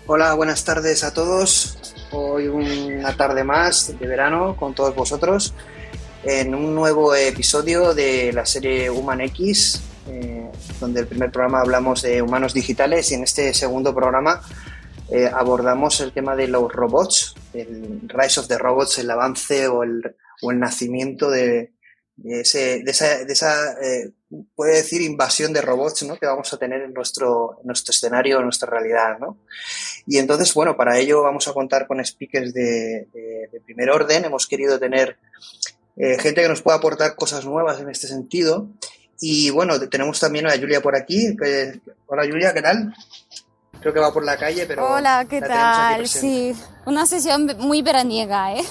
Hola, buenas tardes a todos. Hoy una tarde más de verano con todos vosotros en un nuevo episodio de la serie Human X, donde el primer programa hablamos de humanos digitales y en este segundo programa abordamos el tema de los robots, el Rise of the Robots, el avance o el nacimiento de esa puede decir, invasión de robots, ¿no?, que vamos a tener en nuestro escenario, en nuestra realidad, ¿no? Y entonces, bueno, para ello vamos a contar con speakers de primer orden. Hemos querido tener gente que nos pueda aportar cosas nuevas en este sentido. Y bueno, tenemos también a Julia por aquí. Hola Julia, ¿qué tal? Creo que va por la calle, pero hola, ¿qué la tenemos aquí tal? presente. Sí, una sesión muy veraniega, ¿eh?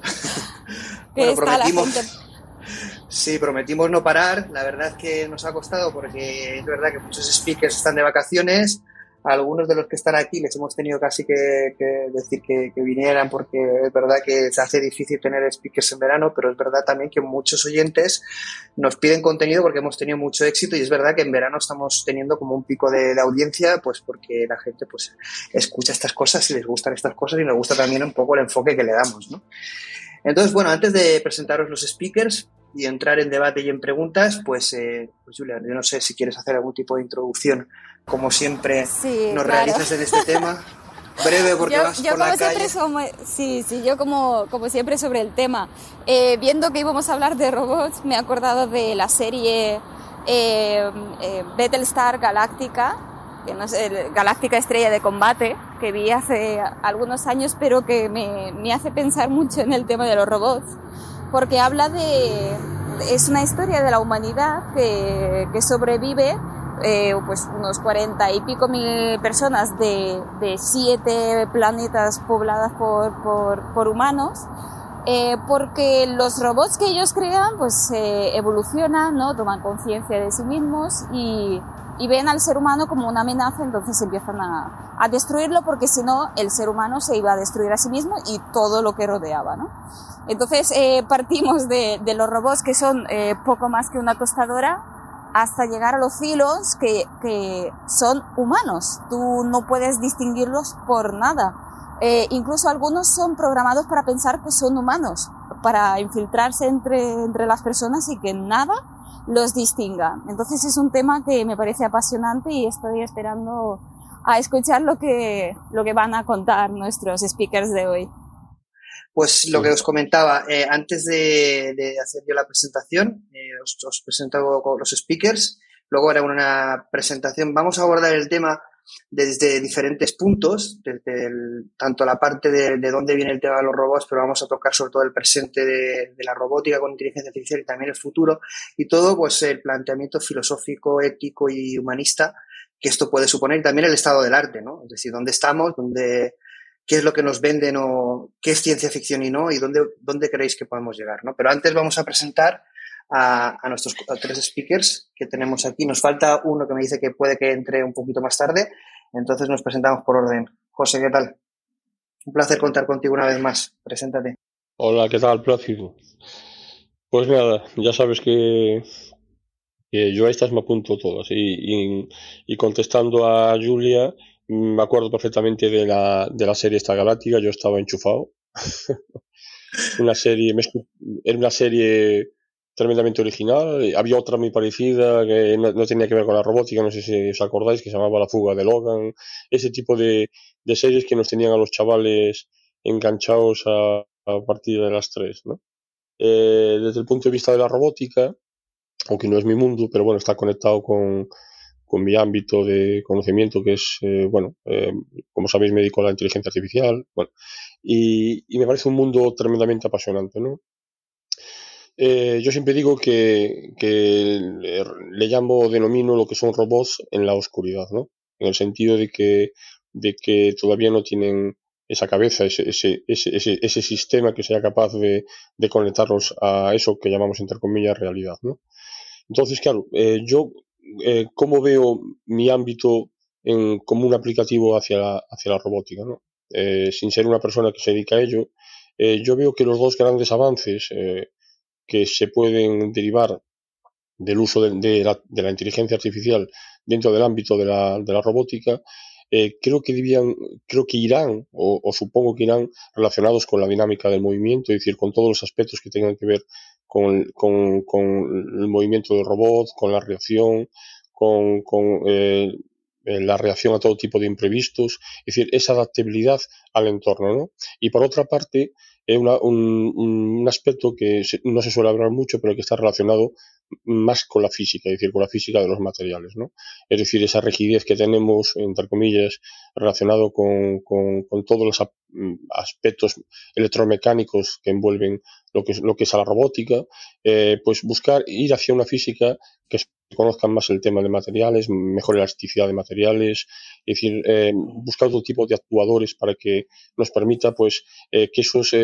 Que Bueno, está la gente... Sí, prometimos no parar. La verdad es que nos ha costado porque es verdad que muchos speakers están de vacaciones. A algunos de los que están aquí les hemos tenido casi que decir que vinieran, porque es verdad que se hace difícil tener speakers en verano, pero es verdad también que muchos oyentes nos piden contenido porque hemos tenido mucho éxito, y es verdad que en verano estamos teniendo como un pico de audiencia, pues porque la gente pues escucha estas cosas y les gustan estas cosas y nos gusta también un poco el enfoque que le damos, ¿no? Entonces, bueno, antes de presentaros los speakers y entrar en debate y en preguntas, pues Julia, yo no sé si quieres hacer algún tipo de introducción, como siempre Sí, nos claro. realizas en este tema. Breve, porque vas Yo por como la siempre calle. yo como siempre sobre el tema. Viendo que íbamos a hablar de robots, me he acordado de la serie Battlestar Galactica, que no sé, Galáctica Estrella de Combate, que vi hace algunos años, pero que me hace pensar mucho en el tema de los robots, porque habla es una historia de la humanidad que sobrevive pues unos 40 y pico mil personas de 7 planetas pobladas por humanos, porque los robots que ellos crean pues evolucionan, ¿no? Toman conciencia de sí mismos y ven al ser humano como una amenaza, entonces empiezan a destruirlo, porque si no el ser humano se iba a destruir a sí mismo y todo lo que rodeaba, ¿no? Entonces partimos de los robots que son poco más que una tostadora, hasta llegar a los filos que son humanos. Tú no puedes distinguirlos por nada. Incluso algunos son programados para pensar que son humanos, para infiltrarse entre las personas y que nada los distinga. Entonces es un tema que me parece apasionante y estoy esperando a escuchar lo que van a contar nuestros speakers de hoy. Pues lo que os comentaba, antes de hacer yo la presentación, os presento con los speakers, luego haré una presentación. Vamos a abordar el tema desde diferentes puntos, desde tanto la parte de dónde viene el tema de los robots, pero vamos a tocar sobre todo el presente de la robótica con inteligencia artificial y también el futuro, y todo pues el planteamiento filosófico, ético y humanista que esto puede suponer, y también el estado del arte, ¿no? Es decir, dónde estamos, qué es lo que nos venden o qué es ciencia ficción y no, y dónde creéis que podemos llegar, ¿no? Pero antes vamos a presentar a nuestros 3 speakers que tenemos aquí. Nos falta uno que me dice que puede que entre un poquito más tarde, entonces nos presentamos por orden. José, ¿qué tal? Un placer contar contigo una vez más. Preséntate. Hola, ¿qué tal, Plácido? Pues nada, ya sabes que yo a estas me apunto todas. Y contestando a Julia, me acuerdo perfectamente de la serie esta Galáctica, yo estaba enchufado. Era una serie tremendamente original. Había otra muy parecida que no tenía que ver con la robótica, no sé si os acordáis, que se llamaba La fuga de Logan. Ese tipo de series que nos tenían a los chavales enganchados a partir de las 3, ¿no? Desde el punto de vista de la robótica, aunque no es mi mundo, pero bueno, está conectado con mi ámbito de conocimiento, que es, como sabéis, me dedico a la inteligencia artificial, bueno, y me parece un mundo tremendamente apasionante, ¿no? Yo siempre digo que le llamo, denomino lo que son robots en la oscuridad, ¿no? En el sentido de que todavía no tienen esa cabeza, ese sistema que sea capaz de conectarlos a eso que llamamos, entre comillas, realidad, ¿no? Entonces, claro, ¿cómo veo mi ámbito como un aplicativo hacia la robótica, ¿no? Sin ser una persona que se dedica a ello, yo veo que los dos grandes avances que se pueden derivar del uso de la inteligencia artificial dentro del ámbito de la robótica creo que irán, o supongo que irán relacionados con la dinámica del movimiento, es decir, con todos los aspectos que tengan que ver con el movimiento del robot, con la reacción, con la reacción a todo tipo de imprevistos, es decir, esa adaptabilidad al entorno, ¿no? Y por otra parte, un aspecto que no se suele hablar mucho, pero que está relacionado más con la física, es decir, con la física de los materiales, ¿no? Es decir, esa rigidez que tenemos, entre comillas, relacionado con todos los aspectos electromecánicos que envuelven lo que es a la robótica, pues buscar ir hacia una física que conozcan más el tema de materiales, mejor elasticidad de materiales, es decir, buscar otro tipo de actuadores para que nos permita pues que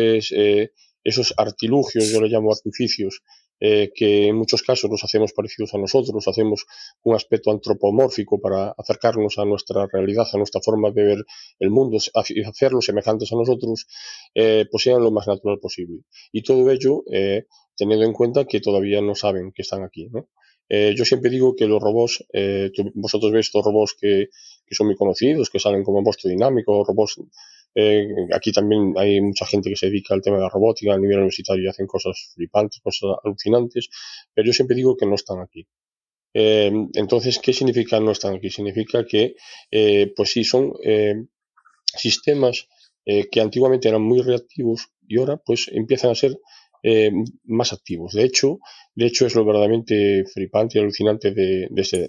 esos artilugios, yo le llamo artificios, que en muchos casos los hacemos parecidos a nosotros, hacemos un aspecto antropomórfico para acercarnos a nuestra realidad, a nuestra forma de ver el mundo y hacerlos semejantes a nosotros, pues sean lo más natural posible. Y todo ello teniendo en cuenta que todavía no saben que están aquí, ¿no? Yo siempre digo que los robots, vosotros veis estos robots que son muy conocidos, que salen como Monstruo Dinámico, robots. Aquí también hay mucha gente que se dedica al tema de la robótica a nivel universitario y hacen cosas flipantes, cosas alucinantes, pero yo siempre digo que no están aquí. Entonces, ¿qué significa no están aquí? Significa que, pues sí, son sistemas que antiguamente eran muy reactivos y ahora pues empiezan a ser más activos. De hecho, es lo verdaderamente flipante y alucinante de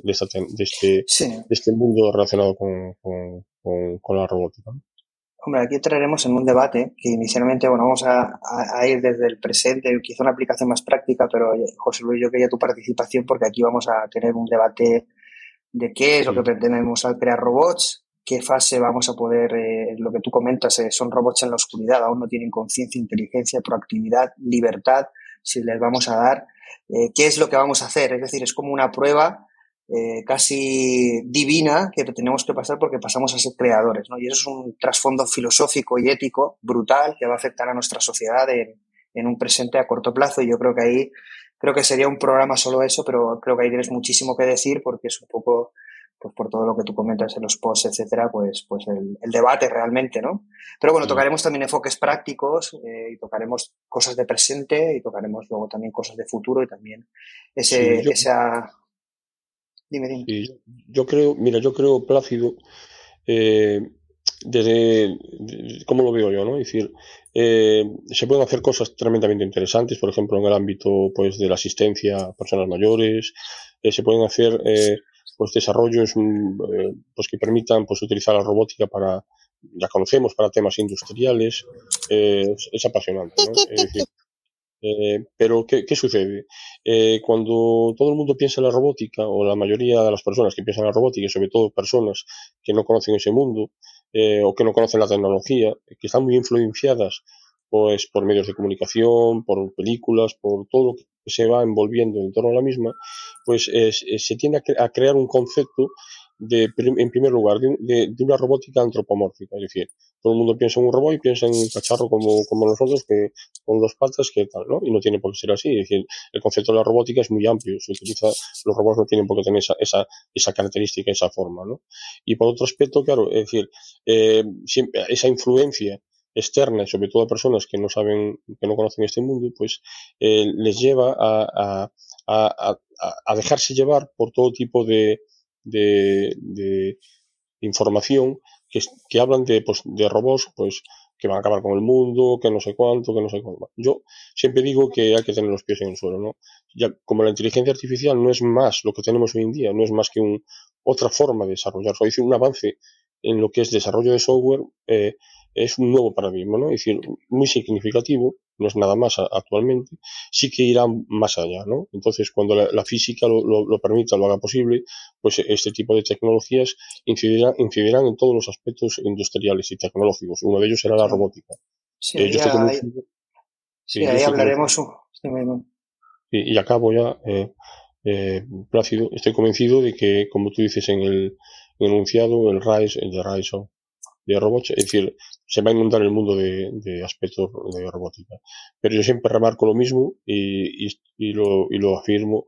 Sí. este mundo relacionado con la robótica, ¿no? Hombre, aquí entraremos en un debate que inicialmente, bueno, vamos a ir desde el presente, quizá una aplicación más práctica, pero José Luis, yo quería tu participación porque aquí vamos a tener un debate de qué es lo que pretendemos al crear robots, qué fase vamos a poder, lo que tú comentas, son robots en la oscuridad, aún no tienen conciencia, inteligencia, proactividad, libertad, si les vamos a dar, qué es lo que vamos a hacer, es decir, es como una prueba casi divina que tenemos que pasar porque pasamos a ser creadores, ¿no? Y eso es un trasfondo filosófico y ético brutal que va a afectar a nuestra sociedad en un presente a corto plazo, y yo creo que ahí sería un programa solo eso, pero creo que ahí tienes muchísimo que decir porque es un poco, pues por todo lo que tú comentas en los posts, etcétera, pues el debate realmente, ¿no? Pero bueno, tocaremos también enfoques prácticos y tocaremos cosas de presente y tocaremos luego también cosas de futuro y también esa... Dime. Sí, yo creo, Plácido, cómo lo veo yo, ¿no? Es decir, se pueden hacer cosas tremendamente interesantes, por ejemplo, en el ámbito pues de la asistencia a personas mayores, se pueden hacer pues desarrollos pues que permitan pues utilizar la robótica ya conocemos, para temas industriales, es apasionante, ¿no? Es decir, pero ¿qué sucede? Cuando todo el mundo piensa en la robótica, o la mayoría de las personas que piensan en la robótica, y sobre todo personas que no conocen ese mundo, o que no conocen la tecnología, que están muy influenciadas pues por medios de comunicación, por películas, por todo lo que se va envolviendo en torno a la misma, pues se tiende a crear un concepto en primer lugar, de una robótica antropomórfica, es decir, todo el mundo piensa en un robot y piensa en un cacharro como nosotros, que con dos patas, que tal, ¿no? Y no tiene por qué ser así. Es decir, el concepto de la robótica es muy amplio. Los robots no tienen por qué tener esa característica, esa forma, ¿no? Y por otro aspecto, claro, es decir, esa influencia externa, sobre todo a personas que no saben, que no conocen este mundo, pues les lleva a dejarse llevar por todo tipo de información que hablan de robots, pues que van a acabar con el mundo, que no sé cuánto, que no sé cuánto. Yo siempre digo que hay que tener los pies en el suelo, ¿no? Ya, como la inteligencia artificial no es más lo que tenemos hoy en día, no es más que otra forma de desarrollar, o decir, un avance en lo que es desarrollo de software, es un nuevo paradigma, ¿no? Es decir, muy significativo, no es nada más actualmente, sí que irá más allá, ¿no? Entonces, cuando la física lo permita, lo haga posible, pues este tipo de tecnologías incidirán en todos los aspectos industriales y tecnológicos. Uno de ellos será la robótica. Sí, Yo estoy convencido. ahí hablaremos. Y acabo ya, Plácido. Estoy convencido de que, como tú dices en el enunciado, el Rise of the Robots, es decir, se va a inundar el mundo de aspectos de robótica. Pero yo siempre remarco lo mismo y lo afirmo,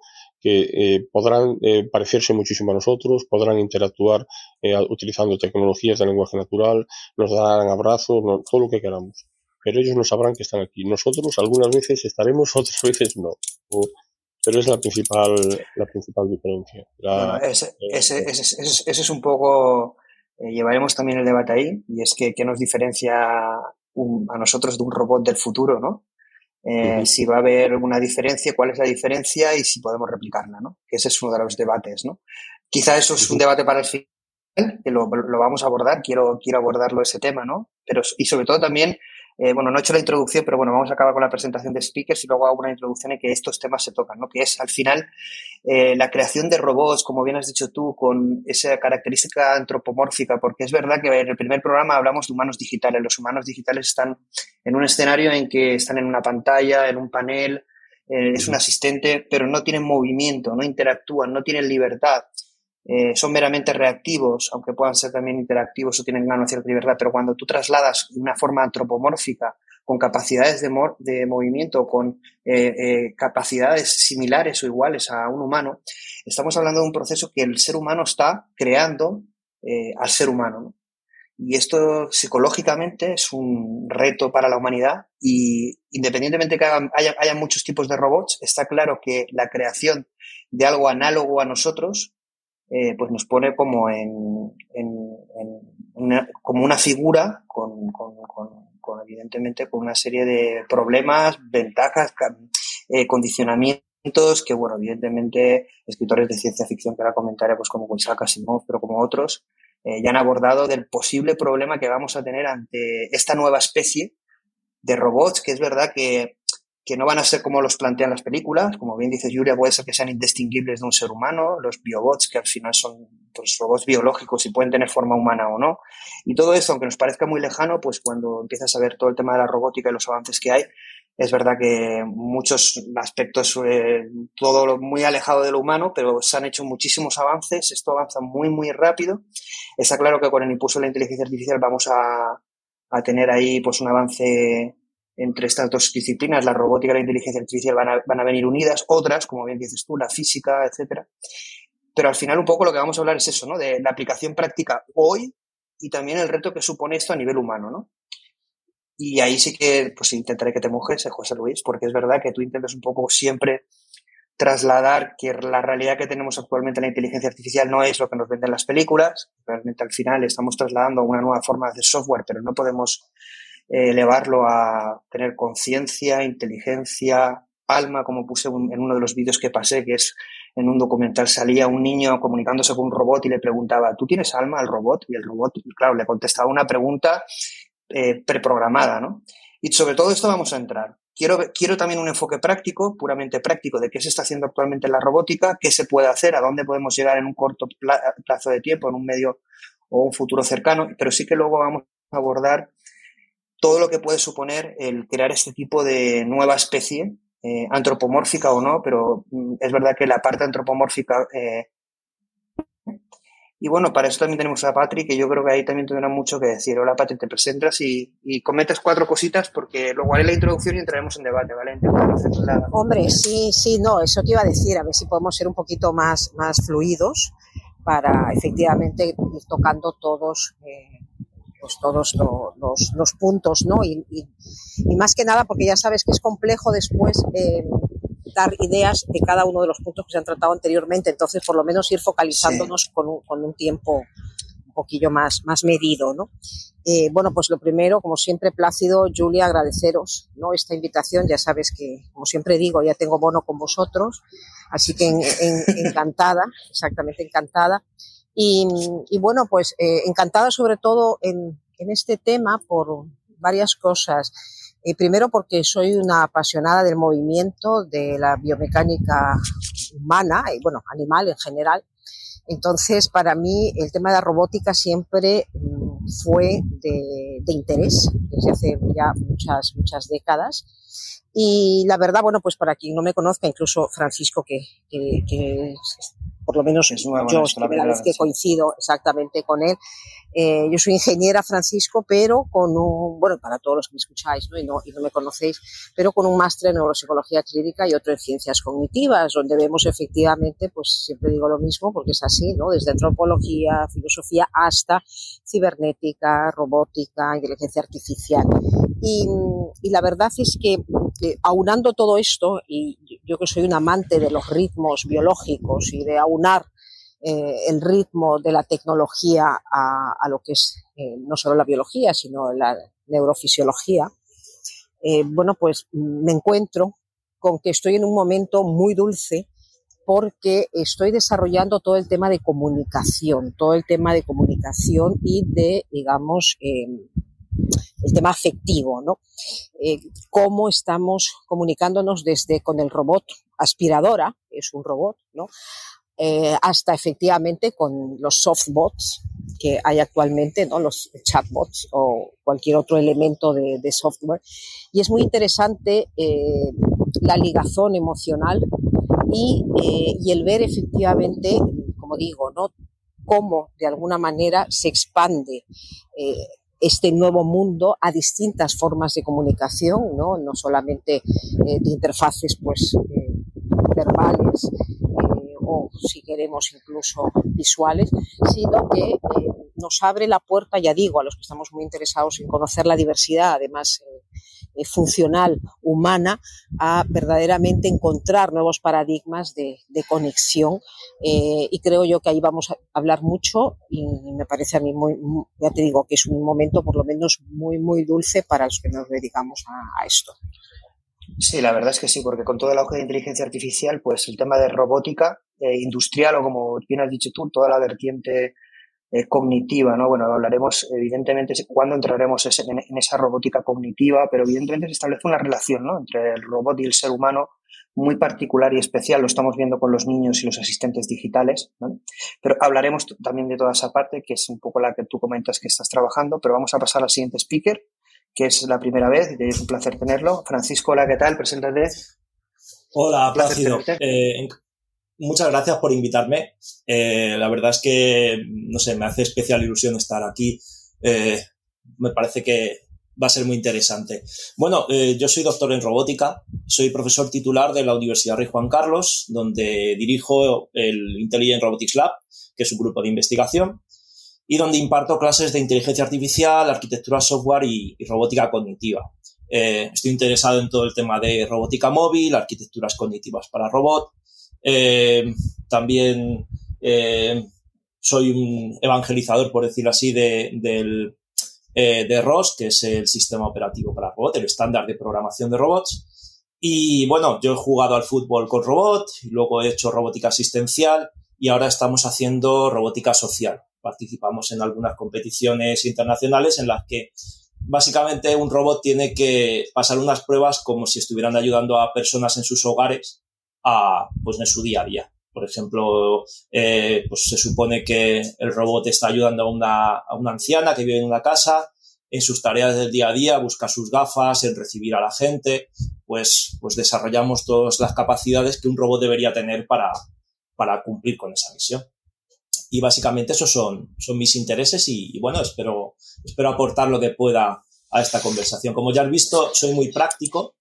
que podrán parecerse muchísimo a nosotros, podrán interactuar utilizando tecnologías de lenguaje natural, nos darán abrazos, todo lo que queramos. Pero ellos no sabrán que están aquí. Nosotros algunas veces estaremos, otras veces no. Pero es la principal diferencia. Bueno, ese es un poco, llevaremos también el debate ahí, y es que qué nos diferencia a nosotros de un robot del futuro, ¿no? Si va a haber una diferencia, cuál es la diferencia y si podemos replicarla, ¿no? Que ese es uno de los debates, ¿no? Quizá eso es un debate para el final, que lo vamos a abordar, quiero abordarlo ese tema, ¿no? Pero, y sobre todo también, bueno, no he hecho la introducción, pero bueno, vamos a acabar con la presentación de speakers y luego hago una introducción en que estos temas se tocan, ¿no? Que es, al final, la creación de robots, como bien has dicho tú, con esa característica antropomórfica, porque es verdad que en el primer programa hablamos de humanos digitales. Los humanos digitales están en un escenario en que están en una pantalla, en un panel, es un asistente, pero no tienen movimiento, no interactúan, no tienen libertad. Son meramente reactivos, aunque puedan ser también interactivos o tienen una cierta libertad, pero cuando tú trasladas de una forma antropomórfica, con capacidades de movimiento, con capacidades similares o iguales a un humano, estamos hablando de un proceso que el ser humano está creando al ser humano, ¿no? Y esto psicológicamente es un reto para la humanidad, y independientemente que haya muchos tipos de robots, está claro que la creación de algo análogo a nosotros pues nos pone como como una figura con evidentemente con una serie de problemas, ventajas, condicionamientos que, bueno, evidentemente escritores de ciencia ficción que ahora comentaré, pues como Isaac Asimov, pero como otros, ya han abordado del posible problema que vamos a tener ante esta nueva especie de robots, que es verdad que no van a ser como los plantean las películas. Como bien dice Julia, puede ser que sean indistinguibles de un ser humano, los biobots, que al final son pues robots biológicos y pueden tener forma humana o no. Y todo esto, aunque nos parezca muy lejano, pues cuando empiezas a ver todo el tema de la robótica y los avances que hay, es verdad que muchos aspectos, todo muy alejado de lo humano, pero se han hecho muchísimos avances, esto avanza muy, muy rápido. Está claro que con el impulso de la inteligencia artificial vamos a tener ahí pues un avance entre estas dos disciplinas, la robótica y la inteligencia artificial van a venir unidas, otras, como bien dices tú, la física, etcétera. Pero al final un poco lo que vamos a hablar es eso, ¿no? De la aplicación práctica hoy y también el reto que supone esto a nivel humano, ¿no? Y ahí sí que pues intentaré que te mojes, José Luis, porque es verdad que tú intentas un poco siempre trasladar que la realidad que tenemos actualmente en la inteligencia artificial no es lo que nos venden las películas. Realmente al final estamos trasladando una nueva forma de hacer software, pero no podemos elevarlo a tener conciencia, inteligencia, alma, como puse en uno de los vídeos que pasé, que es en un documental, salía un niño comunicándose con un robot y le preguntaba, ¿tú tienes alma al robot? Y el robot, claro, le contestaba una pregunta preprogramada, ¿no? Y sobre todo esto vamos a entrar. Quiero también un enfoque práctico, puramente práctico, de qué se está haciendo actualmente en la robótica, qué se puede hacer, a dónde podemos llegar en un corto plazo de tiempo, en un medio o un futuro cercano, pero sí que luego vamos a abordar todo lo que puede suponer el crear este tipo de nueva especie, antropomórfica o no, pero es verdad que la parte antropomórfica... y bueno, para eso también tenemos a Patri, que yo creo que ahí también tendrá mucho que decir. Hola, Patri, te presentas y comentas 4 cositas, porque luego haré la introducción y entraremos en debate, ¿vale? Hombre, sí, no, eso te iba a decir, a ver si podemos ser un poquito más fluidos para efectivamente ir tocando todos... pues todos los puntos, ¿no? Y más que nada porque ya sabes que es complejo después dar ideas de cada uno de los puntos que se han tratado anteriormente, entonces por lo menos ir focalizándonos con un tiempo un poquillo más medido, ¿no? Bueno, pues lo primero, como siempre, Plácido, Julia, agradeceros, ¿no? Esta invitación. Ya sabes que, como siempre digo, ya tengo bono con vosotros, así que encantada, exactamente encantada. Y bueno, pues encantada sobre todo en este tema por varias cosas. Primero porque soy una apasionada del movimiento, de la biomecánica humana y bueno, animal en general. Entonces, para mí el tema de la robótica siempre fue de interés desde hace ya muchas décadas. Y la verdad, bueno, pues para quien no me conozca, incluso Francisco, que por lo menos yo es la primera vez que coincido exactamente con él. Yo soy ingeniera, Francisco, pero con bueno, para todos los que me escucháis, ¿no? Y no me conocéis, pero con un máster en neuropsicología clínica y otro en ciencias cognitivas, donde vemos efectivamente, pues siempre digo lo mismo, porque es así, ¿no? Desde antropología, filosofía, hasta cibernética, robótica, inteligencia artificial. Y la verdad es que aunando todo esto, y yo que soy un amante de los ritmos biológicos y de aunar el ritmo de la tecnología a lo que es no solo la biología, sino la neurofisiología, bueno, pues me encuentro con que estoy en un momento muy dulce porque estoy desarrollando todo el tema de comunicación y de, digamos, el tema afectivo, ¿no? Cómo estamos comunicándonos desde con el robot aspiradora, que es un robot, ¿no? Hasta efectivamente con los softbots que hay actualmente, ¿no? Los chatbots o cualquier otro elemento de software. Y es muy interesante la ligazón emocional y el ver efectivamente, como digo, ¿no? Cómo de alguna manera se expande este nuevo mundo a distintas formas de comunicación, no solamente de interfaces pues verbales o si queremos incluso visuales, sino que nos abre la puerta, ya digo, a los que estamos muy interesados en conocer la diversidad, además funcional, humana, a verdaderamente encontrar nuevos paradigmas de conexión, y creo yo que ahí vamos a hablar mucho y me parece a mí ya te digo que es un momento por lo menos muy, muy dulce para los que nos dedicamos a esto. Sí, la verdad es que sí, porque con todo el auge de inteligencia artificial, pues el tema de robótica industrial o como bien has dicho tú, toda la vertiente cognitiva, ¿no? Bueno, hablaremos evidentemente cuándo entraremos en esa robótica cognitiva, pero evidentemente se establece una relación, ¿no? Entre el robot y el ser humano muy particular y especial, lo estamos viendo con los niños y los asistentes digitales, ¿no? Pero hablaremos también de toda esa parte, que es un poco la que tú comentas que estás trabajando, pero vamos a pasar al siguiente speaker, que es la primera vez y es un placer tenerlo. Francisco, hola, ¿qué tal? Preséntate. Hola, Plácido. Muchas gracias por invitarme. La verdad es que, no sé, me hace especial ilusión estar aquí. Me parece que va a ser muy interesante. Bueno, yo soy doctor en robótica, soy profesor titular de la Universidad Rey Juan Carlos, donde dirijo el Intelligent Robotics Lab, que es un grupo de investigación, y donde imparto clases de inteligencia artificial, arquitectura software y robótica cognitiva. Estoy interesado en todo el tema de robótica móvil, arquitecturas cognitivas para robot. También soy un evangelizador, por decirlo así, de ROS, que es el sistema operativo para robot, el estándar de programación de robots. Y bueno, yo he jugado al fútbol con robot, y luego he hecho robótica asistencial y ahora estamos haciendo robótica social. Participamos en algunas competiciones internacionales en las que básicamente un robot tiene que pasar unas pruebas como si estuvieran ayudando a personas en sus hogares pues en su día a día. Por ejemplo, pues se supone que el robot está ayudando a una anciana que vive en una casa en sus tareas del día a día, busca sus gafas, en recibir a la gente, pues desarrollamos todas las capacidades que un robot debería tener para cumplir con esa misión. Y básicamente esos son mis intereses y bueno, espero aportar lo que pueda a esta conversación. Como ya has visto, soy muy práctico.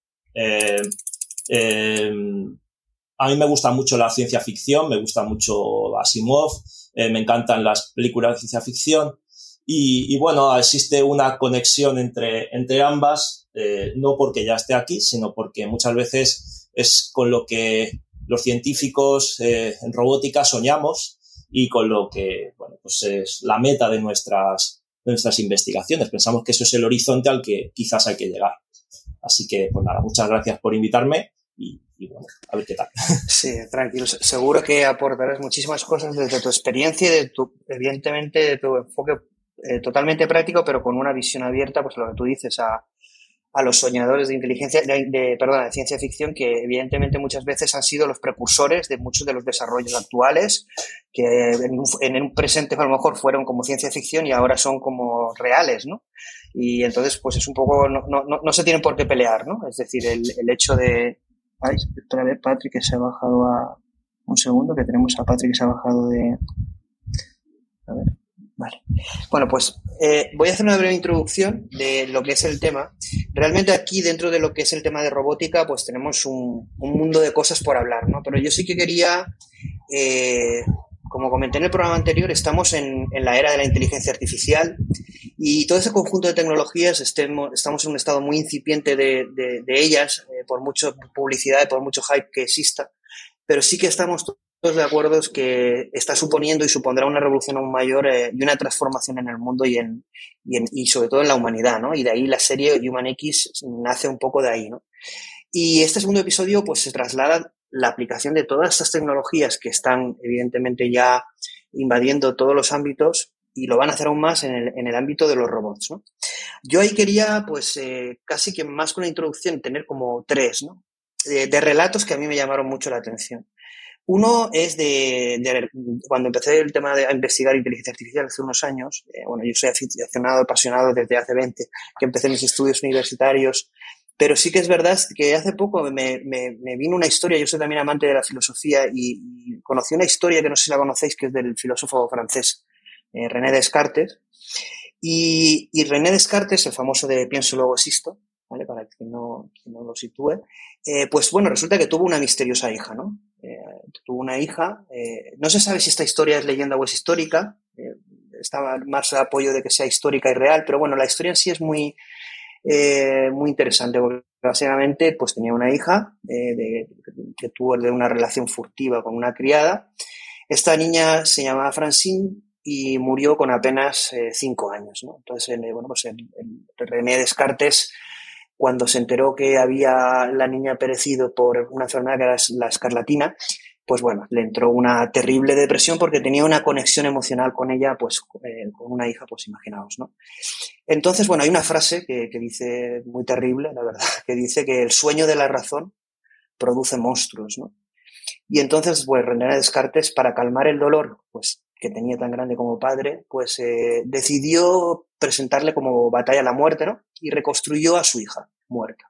A mí me gusta mucho la ciencia ficción, me gusta mucho Asimov, me encantan las películas de ciencia ficción y bueno, existe una conexión entre ambas, no porque ya esté aquí, sino porque muchas veces es con lo que los científicos en robótica soñamos y con lo que, bueno, pues es la meta de nuestras investigaciones. Pensamos que eso es el horizonte al que quizás hay que llegar. Así que, pues nada, muchas gracias por invitarme y bueno, a ver qué tal. Sí, tranquilo. Seguro que aportarás muchísimas cosas desde tu experiencia y evidentemente, de tu enfoque totalmente práctico, pero con una visión abierta, pues lo que tú dices, a los soñadores de de ciencia ficción, que evidentemente muchas veces han sido los precursores de muchos de los desarrollos actuales, que en un presente a lo mejor fueron como ciencia ficción y ahora son como reales, ¿no? Y entonces, pues es un poco, no se tienen por qué pelear, ¿no? Es decir, el hecho de... Ay, espera a ver, Patrick, que se ha bajado a... Un segundo, que tenemos a Patrick que se ha bajado de... A ver, vale. Bueno, pues voy a hacer una breve introducción de lo que es el tema. Realmente aquí, dentro de lo que es el tema de robótica, pues tenemos un mundo de cosas por hablar, ¿no? Pero yo sí que quería, como comenté en el programa anterior, estamos en la era de la inteligencia artificial y todo ese conjunto de tecnologías estamos en un estado muy incipiente de ellas, por mucha publicidad y por mucho hype que exista, pero sí que estamos todos de acuerdo que está suponiendo y supondrá una revolución aún mayor y una transformación en el mundo y sobre todo en la humanidad, ¿no? Y de ahí la serie Human X nace un poco de ahí, ¿no? Y este segundo episodio pues se traslada la aplicación de todas estas tecnologías que están evidentemente ya invadiendo todos los ámbitos y lo van a hacer aún más en el ámbito de los robots, ¿no? Yo ahí quería, pues, casi que más que una introducción, tener como tres, ¿no? De relatos que a mí me llamaron mucho la atención. Uno es de cuando empecé el tema de investigar inteligencia artificial hace unos años. Bueno, yo soy aficionado, apasionado desde hace 20, que empecé mis estudios universitarios. Pero sí que es verdad que hace poco me vino una historia. Yo soy también amante de la filosofía y conocí una historia que no sé si la conocéis, que es del filósofo francés René Descartes. Y René Descartes, el famoso de pienso luego existo, ¿vale? Para que no lo sitúe, pues bueno, resulta que tuvo una misteriosa hija, ¿no? Tuvo una hija, no se sabe si esta historia es leyenda o es histórica, estaba más a apoyo de que sea histórica y real, pero bueno, la historia en sí es muy interesante, porque básicamente pues tenía una hija que tuvo de una relación furtiva con una criada. Esta niña se llamaba Francine y murió con apenas 5 años, ¿no? Entonces, bueno, pues el René Descartes, cuando se enteró que había la niña perecido por una enfermedad que era la escarlatina, pues bueno, le entró una terrible depresión porque tenía una conexión emocional con ella, pues con una hija, pues imaginaos, ¿no? Entonces, bueno, hay una frase que dice, muy terrible, la verdad, que dice que el sueño de la razón produce monstruos, ¿no? Y entonces, pues René Descartes, para calmar el dolor, pues que tenía tan grande como padre, pues decidió presentarle como batalla a la muerte, ¿no? Y reconstruyó a su hija muerta.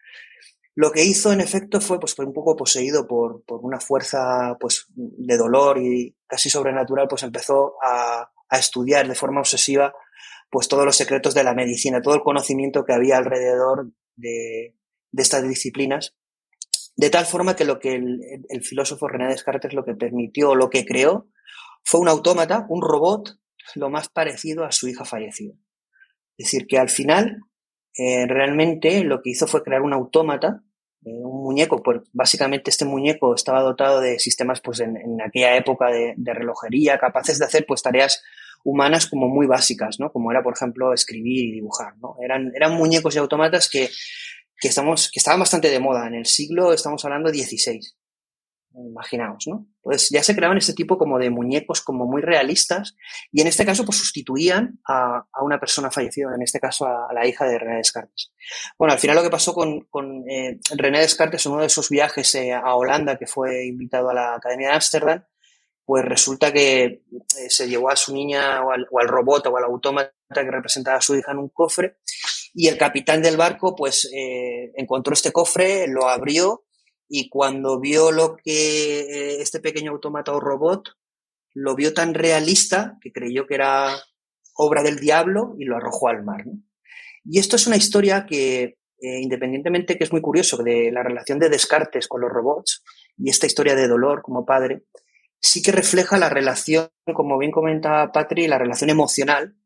Lo que hizo, en efecto, fue pues un poco poseído por una fuerza pues de dolor y casi sobrenatural, pues empezó a estudiar de forma obsesiva pues todos los secretos de la medicina, todo el conocimiento que había alrededor de estas disciplinas, de tal forma que lo que el filósofo René Descartes lo que permitió, lo que creó, fue un autómata, un robot, lo más parecido a su hija fallecida. Es decir, que al final, realmente lo que hizo fue crear un autómata, un muñeco, pues básicamente este muñeco estaba dotado de sistemas, pues en aquella época de relojería, capaces de hacer pues tareas humanas como muy básicas, ¿no? Como era, por ejemplo, escribir y dibujar, ¿no? Eran muñecos y autómatas que estaban bastante de moda. En el siglo, estamos hablando, XVI. Imaginaos, ¿no? Entonces ya se creaban este tipo como de muñecos como muy realistas y en este caso pues sustituían a una persona fallecida, en este caso a la hija de René Descartes. Bueno, al final lo que pasó con René Descartes en uno de esos viajes a Holanda, que fue invitado a la Academia de Ámsterdam, pues resulta que se llevó a su niña o al robot o al autómata que representaba a su hija en un cofre y el capitán del barco pues encontró este cofre, lo abrió y cuando vio lo que este pequeño autómata o robot, lo vio tan realista que creyó que era obra del diablo y lo arrojó al mar, ¿no? Y esto es una historia que, independientemente que es muy curioso, de la relación de Descartes con los robots y esta historia de dolor como padre, sí que refleja la relación, como bien comentaba Patri, la relación emocional,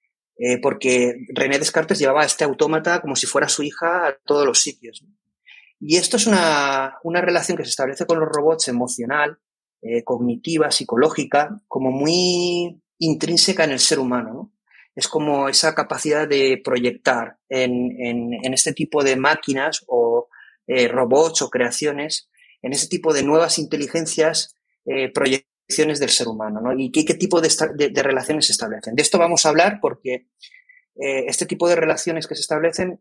porque René Descartes llevaba a este autómata como si fuera su hija a todos los sitios, ¿no? Y esto es una relación que se establece con los robots emocional, cognitiva, psicológica, como muy intrínseca en el ser humano, ¿no? Es como esa capacidad de proyectar en este tipo de máquinas o robots o creaciones, en ese tipo de nuevas inteligencias, proyecciones del ser humano, ¿no? Y qué tipo de relaciones se establecen. De esto vamos a hablar porque este tipo de relaciones que se establecen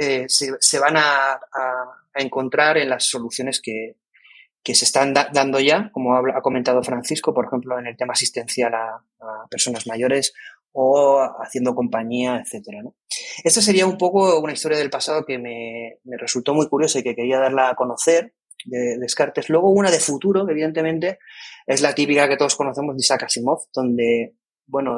se van a encontrar en las soluciones que se están dando ya, como ha comentado Francisco, por ejemplo, en el tema asistencial a personas mayores o haciendo compañía, etcétera, ¿no? Esta sería un poco una historia del pasado que me resultó muy curiosa y que quería darla a conocer, de Descartes. Luego una de futuro, evidentemente, es la típica que todos conocemos de Isaac Asimov, donde, bueno,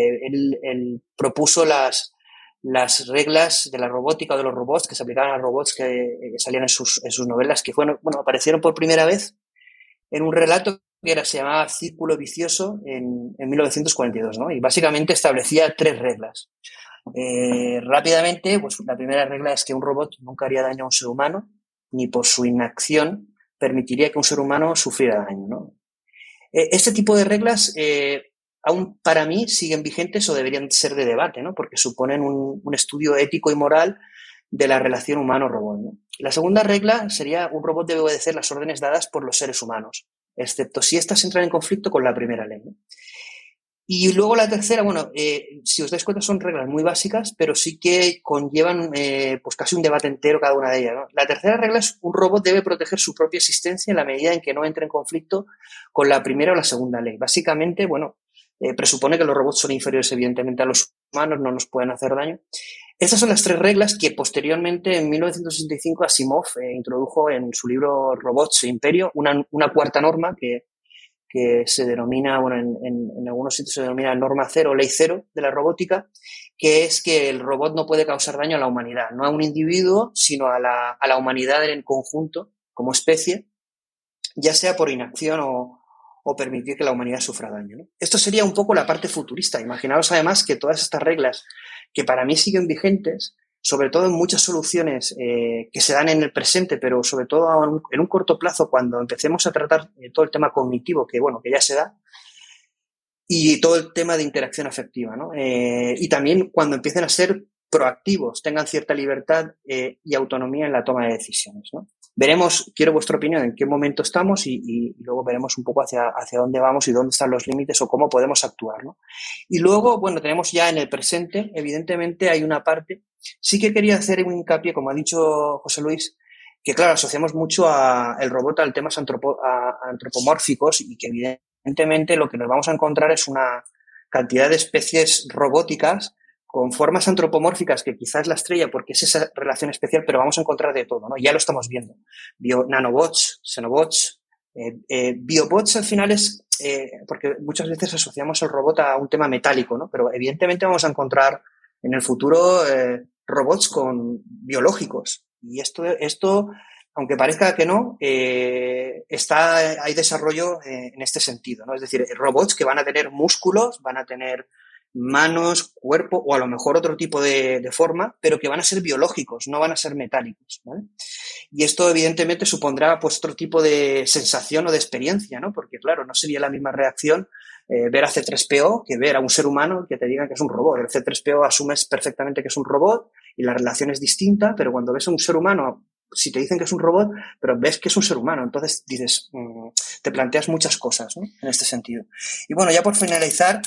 él propuso las reglas de la robótica o de los robots que se aplicaban a robots que salían en sus novelas, que aparecieron por primera vez en un relato que se llamaba Círculo Vicioso en 1942, ¿no? Y básicamente establecía 3 reglas. Rápidamente, pues la primera regla es que un robot nunca haría daño a un ser humano, ni por su inacción permitiría que un ser humano sufriera daño, ¿no? Este tipo de reglas aún para mí siguen vigentes o deberían ser de debate, ¿no? Porque suponen un estudio ético y moral de la relación humano-robot, ¿no? La segunda regla sería: un robot debe obedecer las órdenes dadas por los seres humanos, excepto si éstas entran en conflicto con la primera ley, ¿no? Y luego la tercera, si os dais cuenta, son reglas muy básicas, pero sí que conllevan pues casi un debate entero cada una de ellas, ¿no? La tercera regla es: un robot debe proteger su propia existencia en la medida en que no entre en conflicto con la primera o la segunda ley. Básicamente, presupone que los robots son inferiores evidentemente a los humanos, no nos pueden hacer daño. Estas son las 3 reglas que posteriormente, en 1965, Asimov introdujo en su libro Robots e Imperio, una cuarta norma que se denomina, en algunos sitios se denomina norma 0, ley 0 de la robótica, que es que el robot no puede causar daño a la humanidad, no a un individuo, sino a la humanidad en conjunto, como especie, ya sea por inacción o permitir que la humanidad sufra daño, ¿no? Esto sería un poco la parte futurista. Imaginaos además que todas estas reglas, que para mí siguen vigentes, sobre todo en muchas soluciones que se dan en el presente, pero sobre todo en un corto plazo, cuando empecemos a tratar todo el tema cognitivo, que ya se da, y todo el tema de interacción afectiva, ¿no? Y también cuando empiecen a ser proactivos, tengan cierta libertad y autonomía en la toma de decisiones, ¿no? Quiero vuestra opinión en qué momento estamos y luego veremos un poco hacia dónde vamos y dónde están los límites o cómo podemos actuar, ¿no? Y luego, tenemos ya en el presente, evidentemente hay una parte. Sí que quería hacer un hincapié, como ha dicho José Luis, que claro, asociamos mucho el robot a temas antropomórficos y que evidentemente lo que nos vamos a encontrar es una cantidad de especies robóticas con formas antropomórficas que quizás la estrella porque es esa relación especial, pero vamos a encontrar de todo, ¿no? Ya lo estamos viendo. Nanobots, xenobots, biobots al final es, porque muchas veces asociamos el robot a un tema metálico, ¿no? Pero evidentemente vamos a encontrar en el futuro robots biológicos. Y esto, aunque parezca que no, hay desarrollo en este sentido, ¿no? Es decir, robots que van a tener músculos, van a tener manos, cuerpo o a lo mejor otro tipo de forma, pero que van a ser biológicos, no van a ser metálicos, ¿vale? Y esto evidentemente supondrá pues otro tipo de sensación o de experiencia, ¿no? Porque claro, no sería la misma reacción ver a C3PO que ver a un ser humano que te digan que es un robot. El C3PO asumes perfectamente que es un robot y la relación es distinta, pero cuando ves a un ser humano, si te dicen que es un robot, pero ves que es un ser humano, entonces dices, te planteas muchas cosas, ¿no? En este sentido. Y ya por finalizar,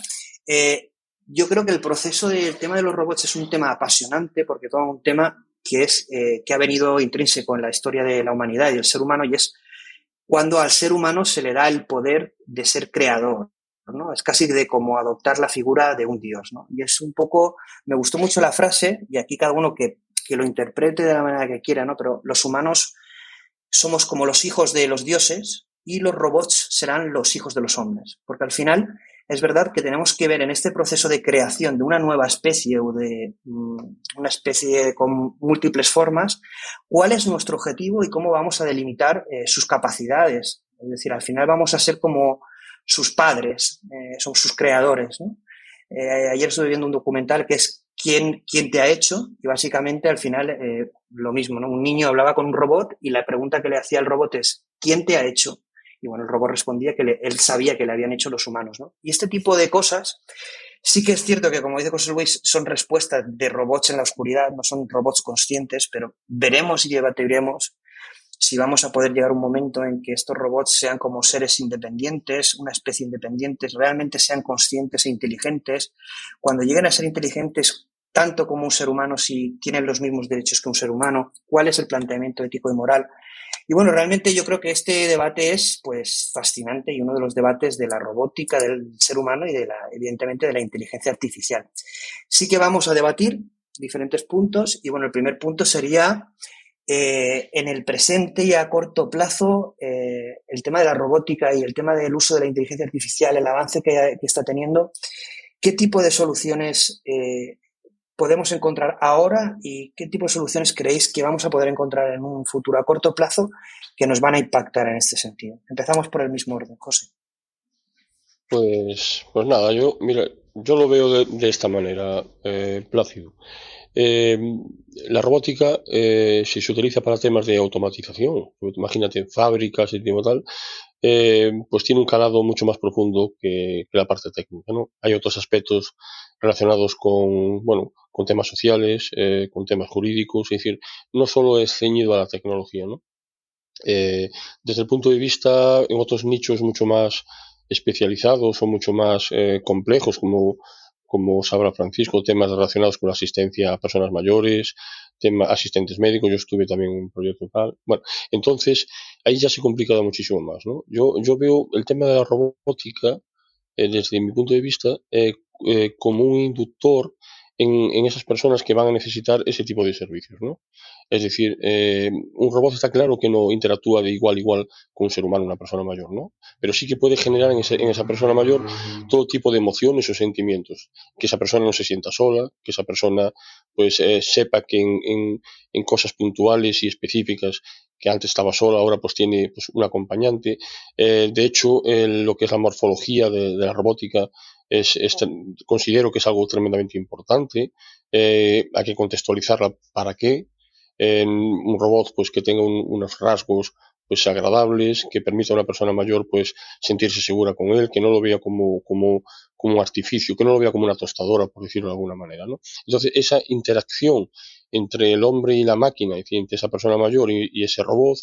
yo creo que el proceso del tema de los robots es un tema apasionante porque todo un tema que ha venido intrínseco en la historia de la humanidad y del ser humano, y es cuando al ser humano se le da el poder de ser creador, ¿no? Es casi de como adoptar la figura de un dios, ¿no? Y es un poco, me gustó mucho la frase, y aquí cada uno que lo interprete de la manera que quiera, ¿no? Pero los humanos somos como los hijos de los dioses y los robots serán los hijos de los hombres, porque al final es verdad que tenemos que ver en este proceso de creación de una nueva especie o de una especie con múltiples formas, cuál es nuestro objetivo y cómo vamos a delimitar sus capacidades. Es decir, al final vamos a ser como sus padres, son sus creadores, ¿no? Ayer estuve viendo un documental que es ¿Quién te ha hecho? Y básicamente al final lo mismo, ¿no? Un niño hablaba con un robot y la pregunta que le hacía al robot es ¿quién te ha hecho? Y el robot respondía que él sabía que le habían hecho los humanos, ¿no? Y este tipo de cosas sí que es cierto que, como dice José Luis, son respuestas de robots en la oscuridad, no son robots conscientes, pero veremos y debatiremos si vamos a poder llegar a un momento en que estos robots sean como seres independientes, una especie independiente, realmente sean conscientes e inteligentes. Cuando lleguen a ser inteligentes tanto como un ser humano, si tienen los mismos derechos que un ser humano, ¿cuál es el planteamiento ético y moral? Y realmente yo creo que este debate es pues fascinante y uno de los debates de la robótica del ser humano y evidentemente de la inteligencia artificial. Sí que vamos a debatir diferentes puntos y el primer punto sería en el presente y a corto plazo, el tema de la robótica y el tema del uso de la inteligencia artificial, el avance que está teniendo, ¿qué tipo de soluciones podemos encontrar ahora y qué tipo de soluciones creéis que vamos a poder encontrar en un futuro a corto plazo que nos van a impactar en este sentido? Empezamos por el mismo orden, José. Pues nada, yo lo veo de esta manera, Plácido. La robótica, si se utiliza para temas de automatización, imagínate fábricas y tipo tal, pues tiene un calado mucho más profundo que la parte técnica, ¿no? Hay otros aspectos relacionados con temas sociales, con temas jurídicos, es decir, no solo es ceñido a la tecnología, ¿no? Desde el punto de vista en otros nichos mucho más especializados o mucho más complejos, como sabrá Francisco, temas relacionados con la asistencia a personas mayores, asistentes médicos, yo estuve también en un proyecto tal. Bueno, entonces ahí ya se complica muchísimo más, ¿no? Yo veo el tema de la robótica, desde mi punto de vista, como un inductor en esas personas que van a necesitar ese tipo de servicios, ¿no? Es decir, un robot está claro que no interactúa de igual a igual con un ser humano, una persona mayor, ¿no? Pero sí que puede generar en esa persona mayor todo tipo de emociones o sentimientos. Que esa persona no se sienta sola, que esa persona pues sepa que en cosas puntuales y específicas que antes estaba sola, ahora pues tiene pues, un acompañante. De hecho, lo que es la morfología de la robótica considero que es algo tremendamente importante. Hay que contextualizarla para qué. Un robot pues que tenga unos rasgos pues agradables, que permita a una persona mayor pues sentirse segura con él, que no lo vea como un artificio, que no lo vea como una tostadora, por decirlo de alguna manera, ¿no? Entonces, esa interacción entre el hombre y la máquina, es decir, entre esa persona mayor y ese robot,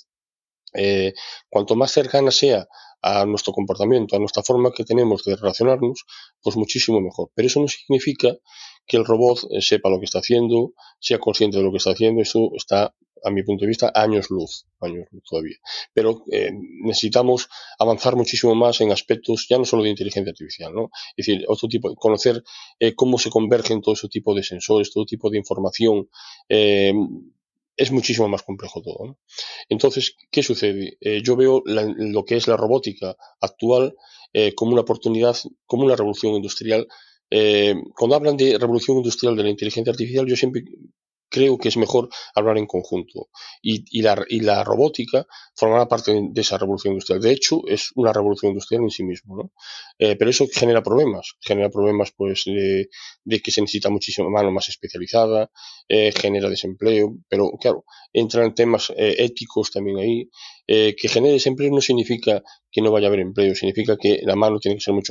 cuanto más cercana sea a nuestro comportamiento, a nuestra forma que tenemos de relacionarnos, pues muchísimo mejor. Pero eso no significa que el robot sepa lo que está haciendo, sea consciente de lo que está haciendo. Eso está, a mi punto de vista, años luz todavía. Pero necesitamos avanzar muchísimo más en aspectos ya no solo de inteligencia artificial, ¿no? Es decir, otro tipo, conocer cómo se convergen todo ese tipo de sensores, todo tipo de información. Es muchísimo más complejo todo, ¿no? Entonces, ¿qué sucede? Yo veo lo que es la robótica actual como una oportunidad, como una revolución industrial. Cuando hablan de revolución industrial de la inteligencia artificial, yo siempre creo que es mejor hablar en conjunto. Y la robótica formará parte de esa revolución industrial. De hecho, es una revolución industrial en sí mismo, ¿no? Pero eso genera problemas pues de que se necesita muchísima mano más especializada, genera desempleo, pero claro, entran temas éticos también ahí. Que genere desempleo no significa que no vaya a haber empleo, significa que la mano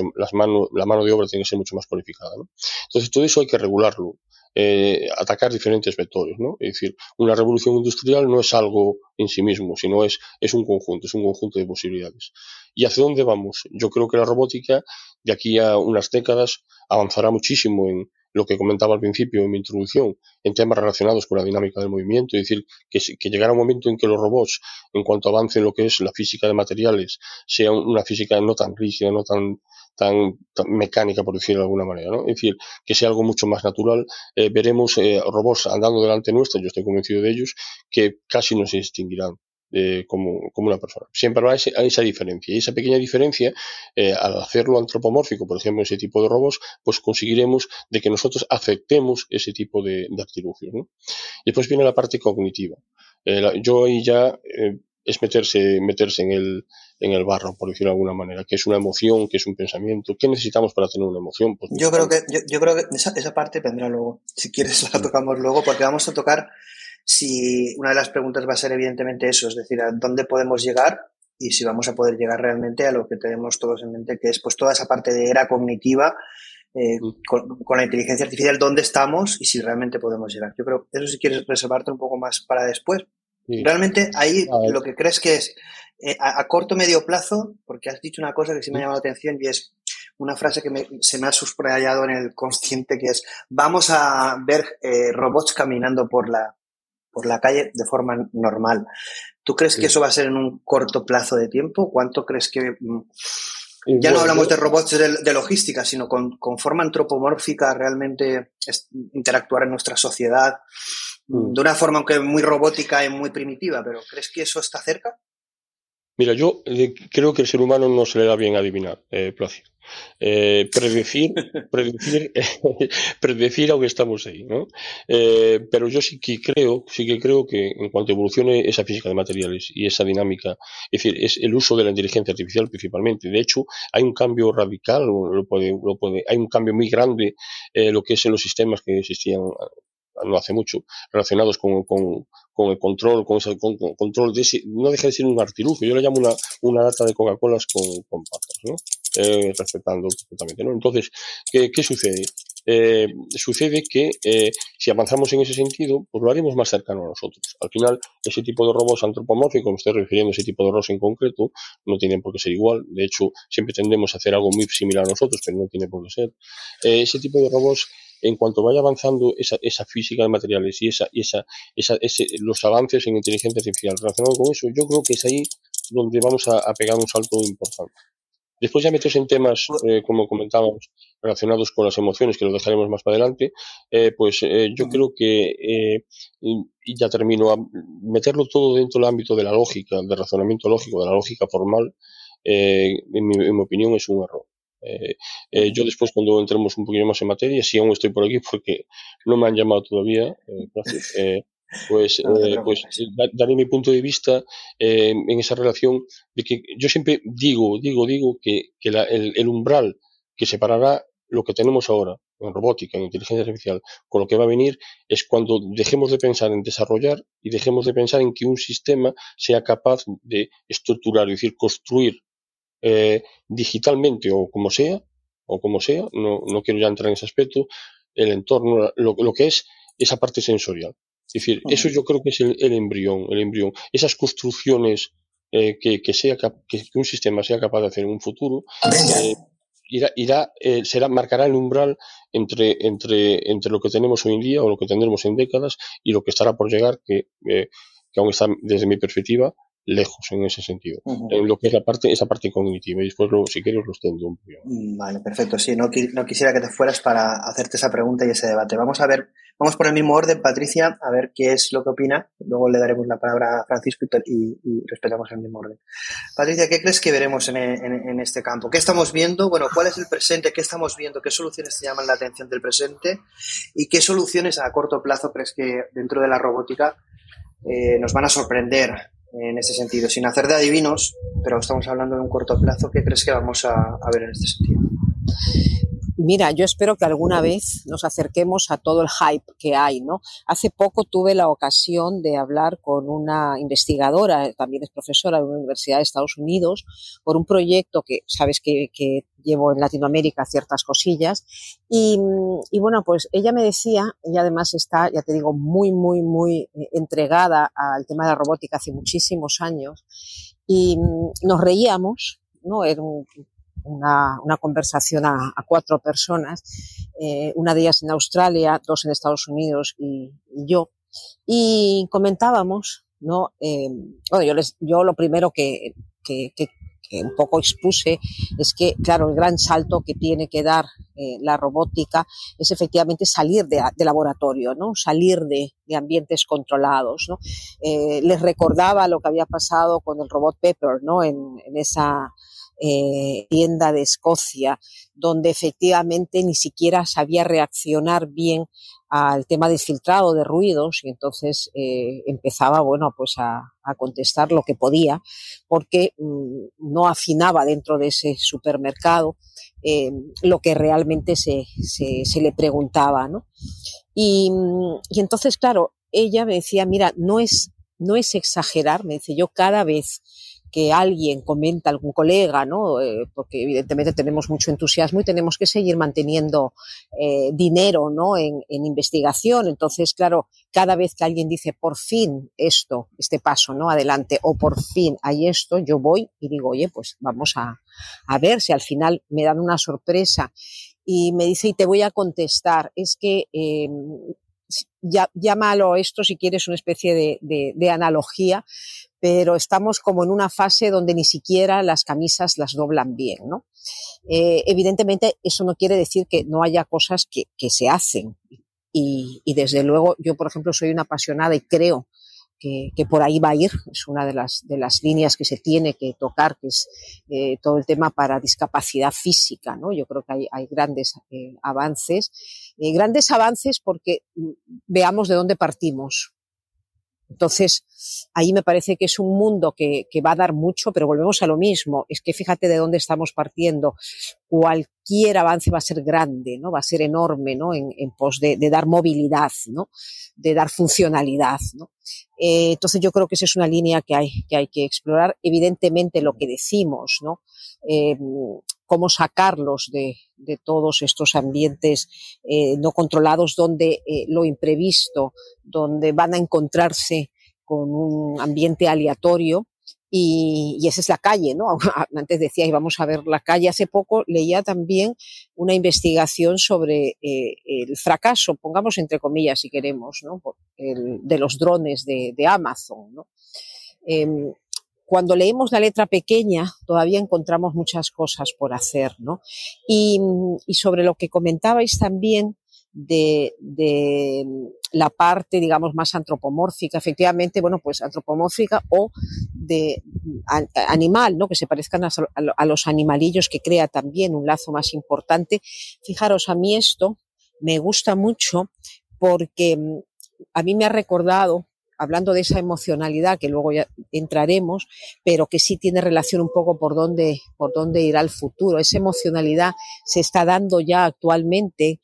de obra tiene que ser mucho más cualificada, ¿no? Entonces, todo eso hay que regularlo. Atacar diferentes vectores, ¿no? Es decir, una revolución industrial no es algo en sí mismo, sino es un conjunto de posibilidades. ¿Y hacia dónde vamos? Yo creo que la robótica, de aquí a unas décadas, avanzará muchísimo en lo que comentaba al principio en mi introducción, en temas relacionados con la dinámica del movimiento, es decir, que llegará un momento en que los robots, en cuanto avancen lo que es la física de materiales, sea una física no tan rígida, no tan mecánica, por decirlo de alguna manera, ¿no? Es decir, que sea algo mucho más natural. Veremos robots andando delante nuestra, yo estoy convencido de ellos, que casi no se distinguirán como una persona. Siempre habrá esa diferencia. Y esa pequeña diferencia, al hacerlo antropomórfico, por ejemplo, ese tipo de robots, pues conseguiremos de que nosotros aceptemos ese tipo de artilugios, ¿no? Y después viene la parte cognitiva. Yo ahí ya es meterse en el barro, por decirlo de alguna manera, que es una emoción, que es un pensamiento. ¿Qué necesitamos para tener una emoción? Pues yo creo que esa parte vendrá luego. Si quieres la tocamos luego, porque vamos a tocar si una de las preguntas va a ser evidentemente eso, es decir, a dónde podemos llegar y si vamos a poder llegar realmente a lo que tenemos todos en mente, que es pues toda esa parte de era cognitiva, con la inteligencia artificial, dónde estamos y si realmente podemos llegar. Yo creo que eso, si quieres reservarte un poco más para después. Sí. Realmente ahí lo que crees que es a corto medio plazo, porque has dicho una cosa que sí me ha llamado la atención y es una frase que se me ha subrayado en el consciente, que es: vamos a ver robots caminando por la calle de forma normal. ¿Tú crees que eso va a ser en un corto plazo de tiempo? ¿Cuánto crees que...? Ya no hablamos de robots de logística, sino con forma antropomórfica realmente interactuar en nuestra sociedad. de una forma aunque muy robótica y muy primitiva, pero ¿crees que eso está cerca? Mira, yo creo que el ser humano no se le da bien adivinar, Plácido. Predecir, predecir aunque estamos ahí, ¿no? Pero yo sí que creo que en cuanto evolucione esa física de materiales y esa dinámica, es decir, es el uso de la inteligencia artificial principalmente. De hecho, hay un cambio radical, hay un cambio muy grande, lo que es en los sistemas que existían no hace mucho, relacionados con el control, con control de ese, no deja de ser un artilugio, yo le llamo una lata de Coca-Colas con patas, ¿no? Respetando perfectamente, ¿no? Entonces, ¿qué sucede? Sucede que si avanzamos en ese sentido, pues lo haremos más cercano a nosotros. Al final, ese tipo de robots antropomórficos, me estoy refiriendo a ese tipo de robots en concreto, no tienen por qué ser igual. De hecho, siempre tendemos a hacer algo muy similar a nosotros, pero no tiene por qué ser. Ese tipo de robots, en cuanto vaya avanzando esa física de materiales y los avances en inteligencia artificial relacionados con eso, yo creo que es ahí donde vamos a pegar un salto importante. Después ya metes en temas, como comentábamos, relacionados con las emociones, que lo dejaremos más para adelante, yo creo que, y ya termino, a meterlo todo dentro del ámbito de la lógica, del razonamiento lógico, de la lógica formal, en mi opinión es un error. Yo después, cuando entremos un poquito más en materia, si aún estoy por aquí porque no me han llamado todavía, daré mi punto de vista en esa relación de que yo siempre digo que el umbral que separará lo que tenemos ahora en robótica, en inteligencia artificial, con lo que va a venir, es cuando dejemos de pensar en desarrollar y dejemos de pensar en que un sistema sea capaz de estructurar, es decir, construir digitalmente o como sea, no quiero ya entrar en ese aspecto, el entorno, lo que es esa parte sensorial. Es decir, eso yo creo que es el embrión, esas construcciones que un sistema sea capaz de hacer en un futuro, marcará el umbral entre lo que tenemos hoy en día o lo que tendremos en décadas y lo que estará por llegar, que aún está, desde mi perspectiva, lejos en ese sentido, en lo que es esa parte cognitiva, y después si quieres lo extendo un poco. Vale, perfecto. Sí, no quisiera que te fueras para hacerte esa pregunta y ese debate. Vamos por el mismo orden, Patricia, a ver qué es lo que opina. Luego le daremos la palabra a Francisco y respetamos el mismo orden. Patricia, ¿qué crees que veremos en este campo? ¿Qué estamos viendo? Bueno, ¿cuál es el presente? ¿Qué estamos viendo? ¿Qué soluciones te llaman la atención del presente? ¿Y qué soluciones a corto plazo crees que dentro de la robótica nos van a sorprender en ese sentido? Sin hacer de adivinos, pero estamos hablando de un corto plazo. ¿Qué crees que vamos a ver en este sentido? Mira, yo espero que alguna vez nos acerquemos a todo el hype que hay, ¿no? Hace poco tuve la ocasión de hablar con una investigadora, también es profesora de una universidad de Estados Unidos, por un proyecto que sabes que llevo en Latinoamérica ciertas cosillas. Y bueno, pues ella me decía, ella además está, ya te digo, muy entregada al tema de la robótica hace muchísimos años, y nos reíamos, ¿no? Era una conversación a 4 personas, una de ellas en Australia, 2 en Estados Unidos y yo, y comentábamos, ¿no? Bueno, yo lo primero que un poco expuse es que, claro, el gran salto que tiene que dar la robótica es efectivamente salir de laboratorio, ¿no? Salir de ambientes controlados, ¿no? Les recordaba lo que había pasado con el robot Pepper, ¿no? En esa tienda de Escocia, donde efectivamente ni siquiera sabía reaccionar bien al tema del filtrado de ruidos, y entonces empezaba, bueno, pues a contestar lo que podía, porque no afinaba dentro de ese supermercado lo que realmente se le preguntaba, ¿no? Y entonces, claro, ella me decía, mira, no es exagerar, me dice, yo cada vez que alguien comenta, algún colega, ¿no? Porque evidentemente tenemos mucho entusiasmo y tenemos que seguir manteniendo dinero, ¿no? En investigación. Entonces, claro, cada vez que alguien dice por fin este paso, ¿no? Adelante, o por fin hay esto, yo voy y digo, oye, pues vamos a ver si al final me dan una sorpresa. Y me dice, y te voy a contestar, es que llámalo esto si quieres una especie de analogía, pero estamos como en una fase donde ni siquiera las camisas las doblan bien, ¿no? Evidentemente eso no quiere decir que no haya cosas que se hacen, y desde luego yo, por ejemplo, soy una apasionada y creo que por ahí va a ir, es una de las líneas que se tiene que tocar, que es todo el tema para discapacidad física, ¿no? Yo creo que hay grandes avances porque veamos de dónde partimos. Entonces, ahí me parece que es un mundo que va a dar mucho, pero volvemos a lo mismo. Es que fíjate de dónde estamos partiendo. Cualquier avance va a ser grande, ¿no? Va a ser enorme, ¿no? En pos de dar movilidad, ¿no? De dar funcionalidad, ¿no? Entonces, yo creo que esa es una línea que hay que explorar. Evidentemente, lo que decimos, ¿no? Cómo sacarlos de todos estos ambientes no controlados donde lo imprevisto, donde van a encontrarse con un ambiente aleatorio y esa es la calle, ¿no? Antes decía, íbamos a ver la calle. Hace poco leía también una investigación sobre el fracaso, pongamos entre comillas si queremos, ¿no? De los drones de Amazon, ¿no? Cuando leemos la letra pequeña todavía encontramos muchas cosas por hacer, ¿no? Y sobre lo que comentabais también de la parte, digamos, más antropomórfica, efectivamente, bueno, pues antropomórfica o de animal, ¿no? Que se parezcan a los animalillos, que crea también un lazo más importante. Fijaros, a mí esto me gusta mucho porque a mí me ha recordado, hablando de esa emocionalidad que luego ya entraremos, pero que sí tiene relación un poco por dónde irá el futuro. Esa emocionalidad se está dando ya actualmente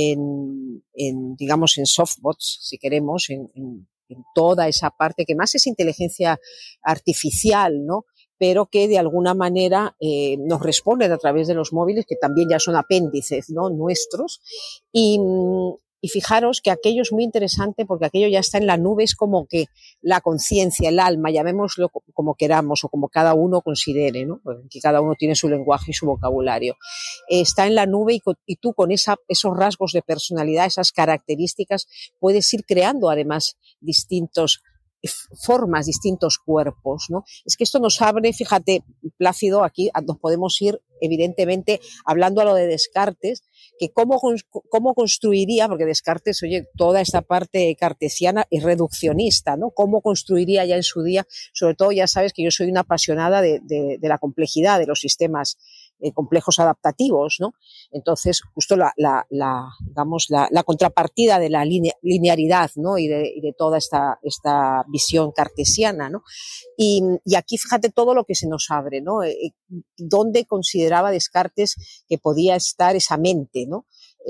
digamos, en softbots, si queremos, en toda esa parte que más es inteligencia artificial, ¿no? Pero que de alguna manera nos responden a través de los móviles, que también ya son apéndices, ¿no? Nuestros. Y fijaros que aquello es muy interesante porque aquello ya está en la nube, es como que la conciencia, el alma, llamémoslo como queramos o como cada uno considere, ¿no? Porque cada uno tiene su lenguaje y su vocabulario. Está en la nube y tú con esos rasgos de personalidad, esas características, puedes ir creando además distintas formas, distintos cuerpos, ¿no? Es que esto nos abre, fíjate, Plácido, aquí nos podemos ir evidentemente hablando a lo de Descartes, que cómo construiría, porque Descartes, oye, toda esta parte cartesiana es reduccionista, ¿no? Cómo construiría ya en su día, sobre todo ya sabes que yo soy una apasionada de la complejidad de los sistemas complejos adaptativos, ¿no? Entonces, justo digamos, la contrapartida de la linearidad, ¿no? Y de toda esta visión cartesiana, ¿no? Y aquí fíjate todo lo que se nos abre, ¿no? ¿Dónde consideraba Descartes que podía estar esa mente, ¿no?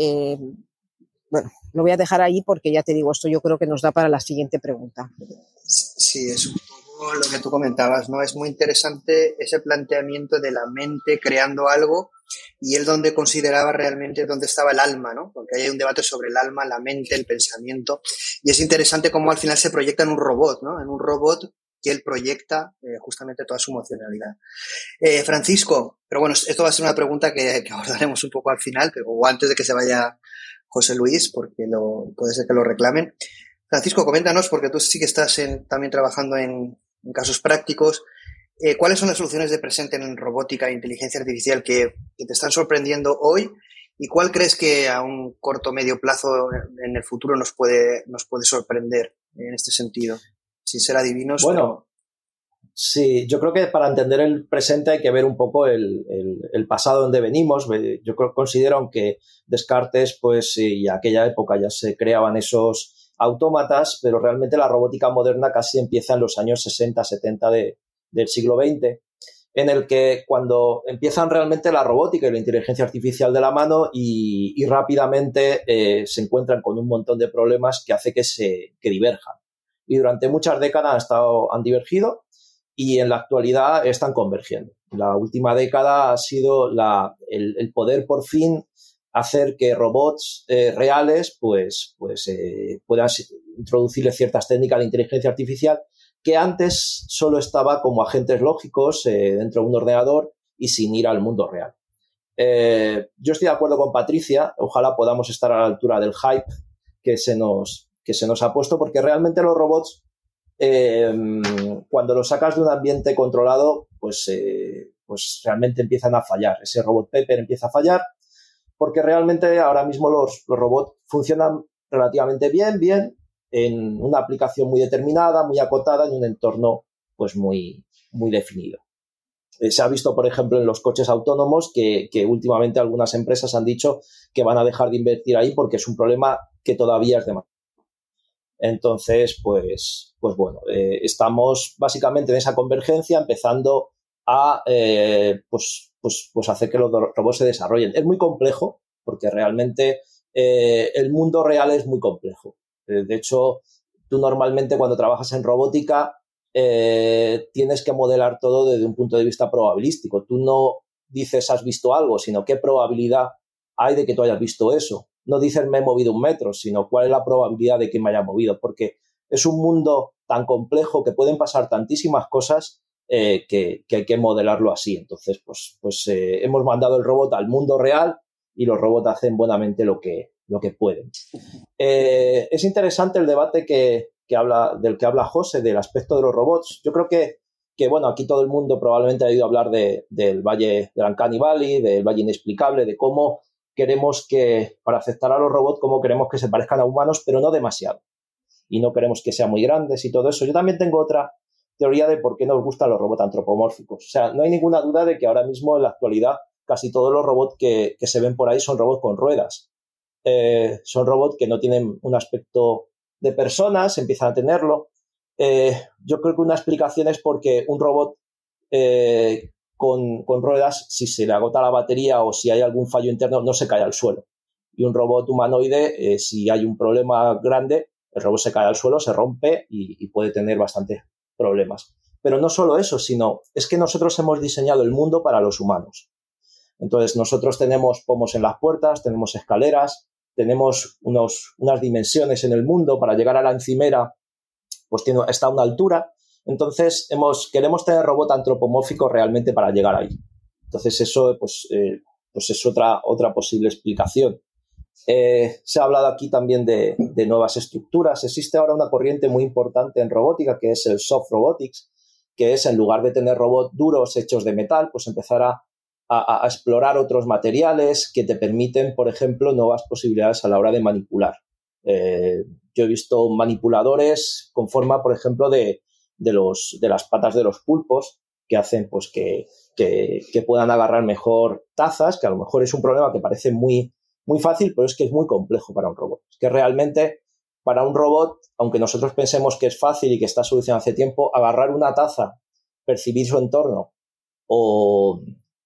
Bueno, lo voy a dejar ahí porque ya te digo, esto yo creo que nos da para la siguiente pregunta. Sí, es un poco lo que tú comentabas, ¿no? Es muy interesante ese planteamiento de la mente creando algo y él donde consideraba realmente dónde estaba el alma, ¿no? Porque hay un debate sobre el alma, la mente, el pensamiento, y es interesante cómo al final se proyecta en un robot, ¿no? En un robot que él proyecta justamente toda su emocionalidad. Francisco, pero bueno, esto va a ser una pregunta que abordaremos un poco al final, o antes de que se vaya José Luis, porque puede ser que lo reclamen. Francisco, coméntanos, porque tú sí que estás también trabajando en casos prácticos. ¿Cuáles son las soluciones de presente en robótica e inteligencia artificial que te están sorprendiendo hoy? ¿Y cuál crees que a un corto o medio plazo en el futuro nos puede sorprender en este sentido? Sin ser adivinos. Bueno, sí, yo creo que para entender el presente hay que ver un poco el pasado donde venimos. Yo considero que Descartes, pues, y aquella época ya se creaban esos autómatas, pero realmente la robótica moderna casi empieza en los años 60, 70 del siglo XX, en el que cuando empiezan realmente la robótica y la inteligencia artificial de la mano y rápidamente se encuentran con un montón de problemas que hace que diverjan. Y durante muchas décadas han divergido y en la actualidad están convergiendo. La última década ha sido el poder por fin hacer que robots reales puedan introducirle ciertas técnicas de inteligencia artificial que antes solo estaba como agentes lógicos dentro de un ordenador y sin ir al mundo real. Yo estoy de acuerdo con Patricia, ojalá podamos estar a la altura del hype que se nos ha puesto, porque realmente los robots, cuando los sacas de un ambiente controlado, pues realmente empiezan a fallar. Ese robot Pepper empieza a fallar, porque realmente ahora mismo los robots funcionan relativamente bien, en una aplicación muy determinada, muy acotada, en un entorno pues muy definido. Se ha visto, por ejemplo, en los coches autónomos que últimamente algunas empresas han dicho que van a dejar de invertir ahí porque es un problema que todavía es demasiado. Entonces, pues bueno, estamos básicamente en esa convergencia, empezando a pues hacer que los robots se desarrollen. Es muy complejo porque realmente el mundo real es muy complejo. De hecho, tú normalmente cuando trabajas en robótica tienes que modelar todo desde un punto de vista probabilístico. Tú no dices has visto algo, sino qué probabilidad hay de que tú hayas visto eso. No dices me he movido 1 metro, sino cuál es la probabilidad de que me haya movido, porque es un mundo tan complejo que pueden pasar tantísimas cosas que hay que modelarlo así. Entonces, pues hemos mandado el robot al mundo real y los robots hacen buenamente lo que pueden. Es interesante el debate del que habla José, del aspecto de los robots. Yo creo que bueno, aquí todo el mundo probablemente ha oído hablar del Valle del Uncanny Valley, del Valle Inexplicable, de cómo queremos que, para aceptar a los robots, cómo queremos que se parezcan a humanos, pero no demasiado. Y no queremos que sean muy grandes y todo eso. Yo también tengo otra teoría de por qué nos gustan los robots antropomórficos. O sea, no hay ninguna duda de que ahora mismo, en la actualidad, casi todos los robots que se ven por ahí son robots con ruedas. Son robots que no tienen un aspecto de personas, empiezan a tenerlo. Yo creo que una explicación es porque un robot con ruedas, si se le agota la batería o si hay algún fallo interno, no se cae al suelo. Y un robot humanoide, si hay un problema grande, el robot se cae al suelo, se rompe y puede tener bastantes problemas. Pero no solo eso, sino es que nosotros hemos diseñado el mundo para los humanos. Entonces, nosotros tenemos pomos en las puertas, tenemos escaleras, tenemos unas dimensiones en el mundo. Para llegar a la encimera, pues está a una altura. Entonces, queremos tener robot antropomórfico realmente para llegar ahí. Entonces, eso pues es otra posible explicación. Se ha hablado aquí también de nuevas estructuras. Existe ahora una corriente muy importante en robótica que es el soft robotics, que es, en lugar de tener robots duros hechos de metal, pues empezar a explorar otros materiales que te permiten, por ejemplo, nuevas posibilidades a la hora de manipular. Yo he visto manipuladores con forma, por ejemplo, de las patas de los pulpos, que hacen pues que puedan agarrar mejor tazas, que a lo mejor es un problema que parece muy, muy fácil, pero es que es muy complejo para un robot. Es que realmente para un robot, aunque nosotros pensemos que es fácil y que está solucionado hace tiempo, agarrar una taza, percibir su entorno o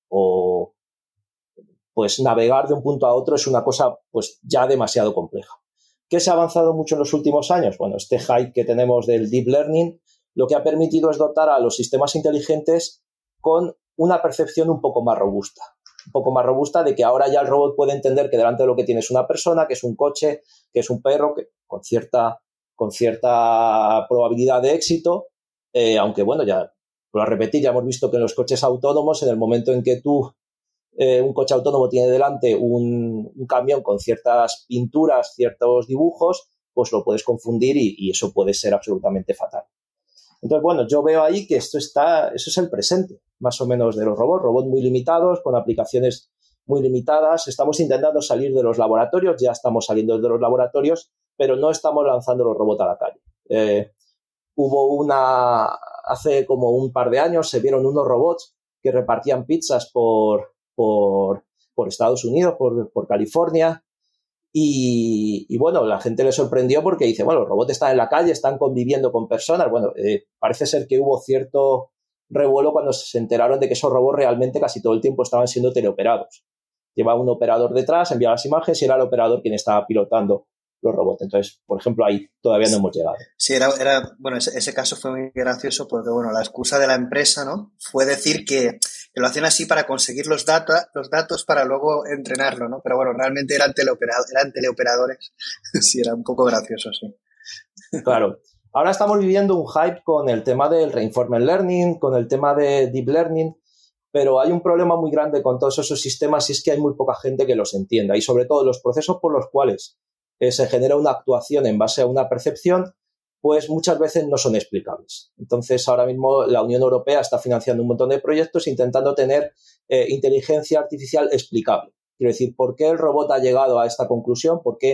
pues navegar de un punto a otro es una cosa pues ya demasiado compleja. ¿Qué se ha avanzado mucho en los últimos años? Bueno, este hype que tenemos del deep learning lo que ha permitido es dotar a los sistemas inteligentes con una percepción un poco más robusta de que ahora ya el robot puede entender que delante de lo que tiene es una persona, que es un coche, que es un perro, que con cierta probabilidad de éxito, aunque bueno, ya lo repetí, ya hemos visto que en los coches autónomos, en el momento en que un coche autónomo tiene delante un camión con ciertas pinturas, ciertos dibujos, pues lo puedes confundir y eso puede ser absolutamente fatal. Entonces, bueno, yo veo ahí que eso es el presente, más o menos, de los robots muy limitados, con aplicaciones muy limitadas. Estamos intentando salir de los laboratorios, ya estamos saliendo de los laboratorios, pero no estamos lanzando los robots a la calle. Hace como un par de años se vieron unos robots que repartían pizzas por Estados Unidos, por California. Y bueno, la gente le sorprendió porque dice, bueno, los robots están en la calle, están conviviendo con personas. Bueno, parece ser que hubo cierto revuelo cuando se enteraron de que esos robots realmente casi todo el tiempo estaban siendo teleoperados. Llevaba un operador detrás, enviaba las imágenes y era el operador quien estaba pilotando los robots. Entonces, por ejemplo, ahí todavía no hemos llegado. Sí, bueno, ese caso fue muy gracioso porque, bueno, la excusa de la empresa, ¿no?, fue decir que lo hacían así para conseguir los datos para luego entrenarlo, ¿no? Pero bueno, realmente eran teleoperadores. Sí, era un poco gracioso, sí. Claro. Ahora estamos viviendo un hype con el tema del reinforcement learning, con el tema de deep learning, pero hay un problema muy grande con todos esos sistemas y es que hay muy poca gente que los entienda y sobre todo los procesos por los cuales se genera una actuación en base a una percepción, pues muchas veces no son explicables. Entonces, ahora mismo la Unión Europea está financiando un montón de proyectos intentando tener inteligencia artificial explicable. Quiero decir, ¿por qué el robot ha llegado a esta conclusión? ¿Por qué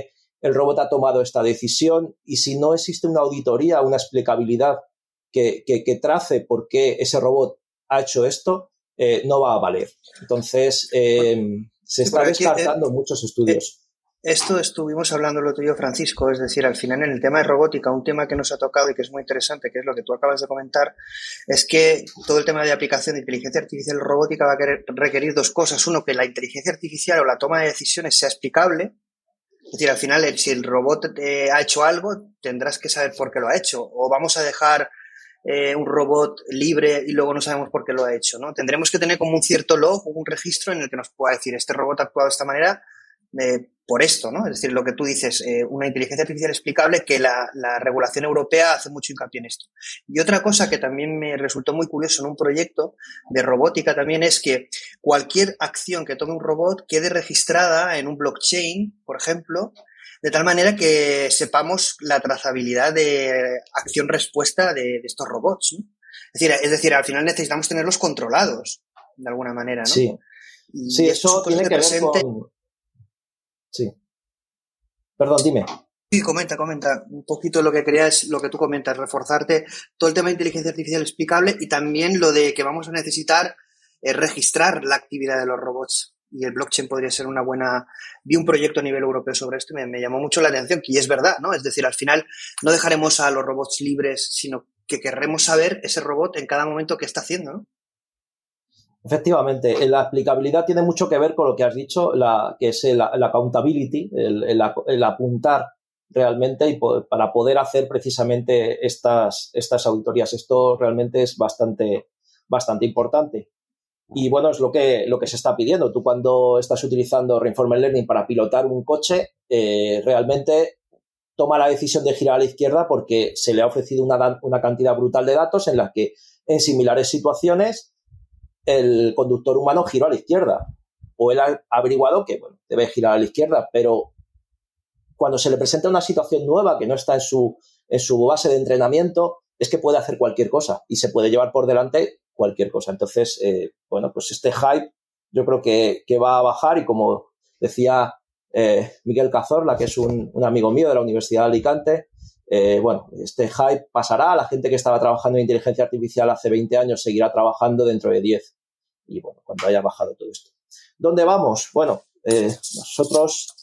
el robot ha tomado esta decisión, y si no existe una auditoría, una explicabilidad que trace por qué ese robot ha hecho esto, no va a valer. Entonces, se está descartando muchos estudios. Esto estuvimos hablando el otro día, Francisco, es decir, al final en el tema de robótica, un tema que nos ha tocado y que es muy interesante, que es lo que tú acabas de comentar, es que todo el tema de aplicación de inteligencia artificial en robótica va a requerir dos cosas. Uno, que la inteligencia artificial o la toma de decisiones sea explicable. Es decir, al final, si el robot ha hecho algo, tendrás que saber por qué lo ha hecho. O vamos a dejar un robot libre y luego no sabemos por qué lo ha hecho, ¿no? Tendremos que tener como un cierto log, un registro en el que nos pueda decir, este robot ha actuado de esta manera por esto, ¿no? Es decir, lo que tú dices, una inteligencia artificial explicable, que la regulación europea hace mucho hincapié en esto. Y otra cosa que también me resultó muy curioso en un proyecto de robótica también es que cualquier acción que tome un robot quede registrada en un blockchain, por ejemplo, de tal manera que sepamos la trazabilidad de acción-respuesta de estos robots, ¿no? Es decir, al final necesitamos tenerlos controlados, de alguna manera, ¿no? Sí, sí, eso tiene que ver con... Sí. Perdón, dime. Sí, comenta. Un poquito lo que quería es lo que tú comentas, reforzarte todo el tema de inteligencia artificial explicable y también lo de que vamos a necesitar registrar la actividad de los robots. Y el blockchain podría ser una buena... Vi un proyecto a nivel europeo sobre esto y me llamó mucho la atención, que es verdad, ¿no? Es decir, al final no dejaremos a los robots libres, sino que querremos saber ese robot en cada momento qué está haciendo, ¿no? Efectivamente, la aplicabilidad tiene mucho que ver con lo que has dicho, que es la accountability, el apuntar realmente y para poder hacer precisamente estas auditorías. Esto realmente es bastante importante. Y bueno, es lo que se está pidiendo. Tú cuando estás utilizando Reinforcement Learning para pilotar un coche, realmente toma la decisión de girar a la izquierda porque se le ha ofrecido una cantidad brutal de datos en las que en similares situaciones el conductor humano giró a la izquierda, o él ha averiguado que bueno, debe girar a la izquierda, pero cuando se le presenta una situación nueva que no está en su base de entrenamiento, es que puede hacer cualquier cosa y se puede llevar por delante cualquier cosa. Entonces, bueno, pues este hype yo creo que va a bajar y como decía Miguel Cazorla, que es un amigo mío de la Universidad de Alicante, bueno, este hype pasará, la gente que estaba trabajando en inteligencia artificial hace 20 años seguirá trabajando dentro de 10 y bueno, cuando haya bajado todo esto. ¿Dónde vamos? Bueno, nosotros,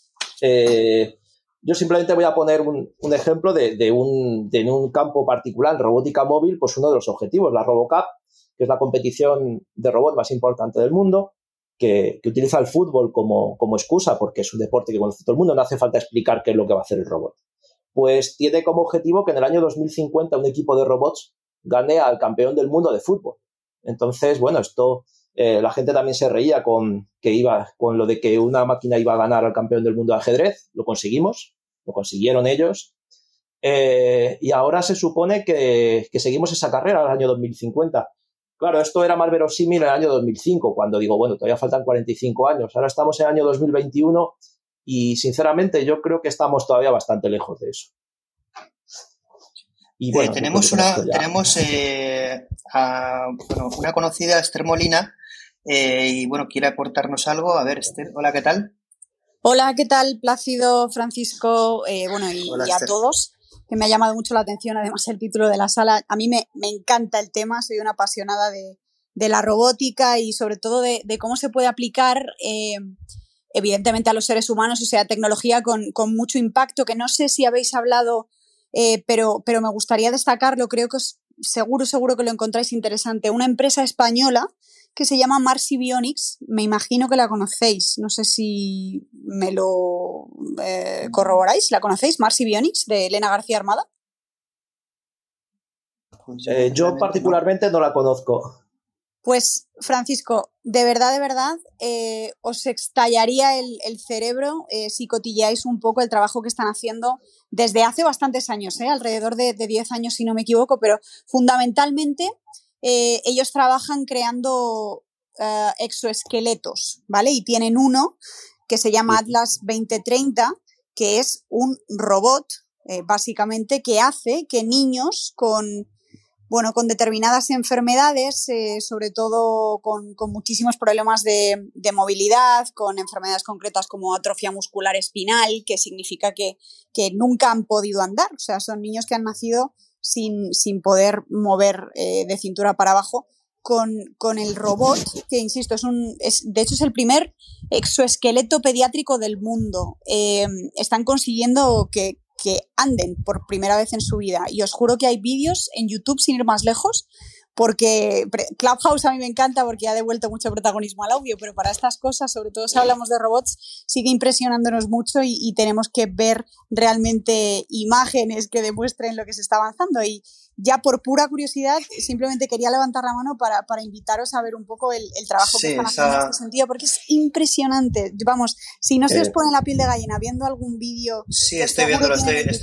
yo simplemente voy a poner un ejemplo de un campo particular, robótica móvil, pues uno de los objetivos, la RoboCup, que es la competición de robot más importante del mundo, que utiliza el fútbol como excusa porque es un deporte que conoce todo el mundo, no hace falta explicar qué es lo que va a hacer el robot. Pues tiene como objetivo que en el año 2050 un equipo de robots gane al campeón del mundo de fútbol. Entonces, bueno, esto la gente también se reía con lo de que una máquina iba a ganar al campeón del mundo de ajedrez. Lo conseguimos, lo consiguieron ellos. Y ahora se supone que seguimos esa carrera al año 2050. Claro, esto era más verosímil en el año 2005, cuando digo, bueno, todavía faltan 45 años. Ahora estamos en el año 2021 y, sinceramente, yo creo que estamos todavía bastante lejos de eso. Y bueno, tenemos una conocida, Esther Molina, y bueno, quiere aportarnos algo. A ver, Esther, hola, ¿qué tal? Hola, ¿qué tal? Plácido, Francisco, Hola, y a Esther. Todos, que me ha llamado mucho la atención, además, el título de la sala. A mí me encanta el tema, soy una apasionada de la robótica y sobre todo de cómo se puede aplicar, evidentemente, a los seres humanos, o sea, tecnología con mucho impacto, que no sé si habéis hablado, pero me gustaría destacarlo, creo que seguro que lo encontráis interesante. Una empresa española que se llama Marcy Bionics, me imagino que la conocéis, no sé si me lo corroboráis. ¿La conocéis, Marcy Bionics, de Elena García Armada? Yo particularmente no la conozco. Pues, Francisco, de verdad, os estallaría el cerebro si cotilleáis un poco el trabajo que están haciendo desde hace bastantes años, alrededor de 10 años si no me equivoco, pero fundamentalmente ellos trabajan creando exoesqueletos, ¿vale? Y tienen uno que se llama Atlas 2030, que es un robot, básicamente, que hace que niños con bueno, con determinadas enfermedades, sobre todo con muchísimos problemas de movilidad, con enfermedades concretas como atrofia muscular espinal, que significa que nunca han podido andar. O sea, son niños que han nacido sin poder mover de cintura para abajo. Con el robot, que insisto, de hecho es el primer exoesqueleto pediátrico del mundo. Están consiguiendo que anden por primera vez en su vida. Y os juro que hay vídeos en YouTube, sin ir más lejos, porque Clubhouse a mí me encanta porque ha devuelto mucho protagonismo al audio, pero para estas cosas, sobre todo si hablamos de robots, sigue impresionándonos mucho y tenemos que ver realmente imágenes que demuestren lo que se está avanzando. Y ya por pura curiosidad, simplemente quería levantar la mano para invitaros a ver un poco el trabajo que están haciendo en este sentido, porque es impresionante. Vamos, si no se os pone la piel de gallina viendo algún vídeo... Sí, estoy viéndolo.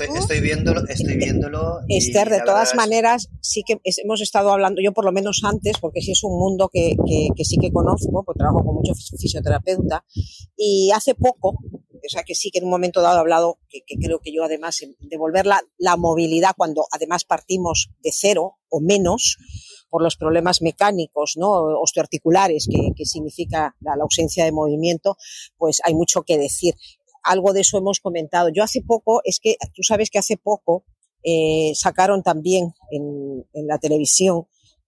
Esther, de todas maneras, sí que hemos estado hablando, yo por lo menos antes, porque sí es un mundo que sí que conozco, porque trabajo con mucho fisioterapeuta, y hace poco, o sea que sí que en un momento dado he hablado, que creo que yo además, devolver la movilidad cuando además partimos de cero o menos por los problemas mecánicos, ¿no? Osteoarticulares, que significa la ausencia de movimiento, pues hay mucho que decir. Algo de eso hemos comentado. Yo hace poco, tú sabes que hace poco sacaron también en la televisión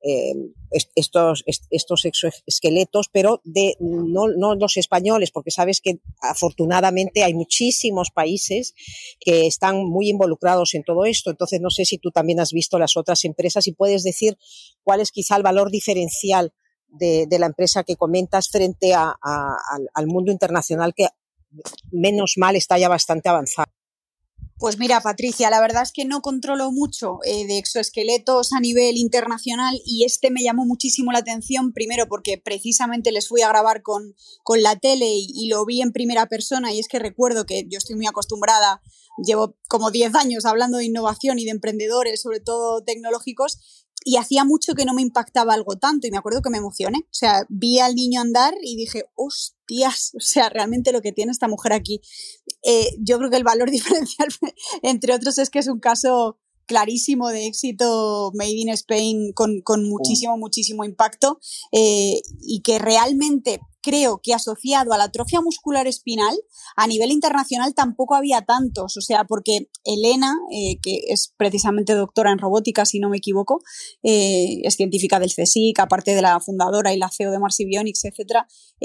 estos exoesqueletos, pero no los españoles, porque sabes que afortunadamente hay muchísimos países que están muy involucrados en todo esto. Entonces no sé si tú también has visto las otras empresas y puedes decir cuál es quizá el valor diferencial de la empresa que comentas frente al mundo internacional, que menos mal está ya bastante avanzado. Pues mira, Patricia, la verdad es que no controlo mucho de exoesqueletos a nivel internacional y me llamó muchísimo la atención, primero porque precisamente les fui a grabar con la tele y lo vi en primera persona, y es que recuerdo que yo estoy muy acostumbrada, llevo como 10 años hablando de innovación y de emprendedores, sobre todo tecnológicos, y hacía mucho que no me impactaba algo tanto y me acuerdo que me emocioné. O sea, vi al niño andar y dije, hostias, o sea, realmente lo que tiene esta mujer aquí. Yo creo que el valor diferencial, entre otros, es que es un caso clarísimo de éxito made in Spain con muchísimo impacto, y que realmente creo que asociado a la atrofia muscular espinal a nivel internacional tampoco había tantos, o sea, porque Elena, que es precisamente doctora en robótica, si no me equivoco, es científica del CSIC, aparte de la fundadora y la CEO de Marcy Bionics, etcétera,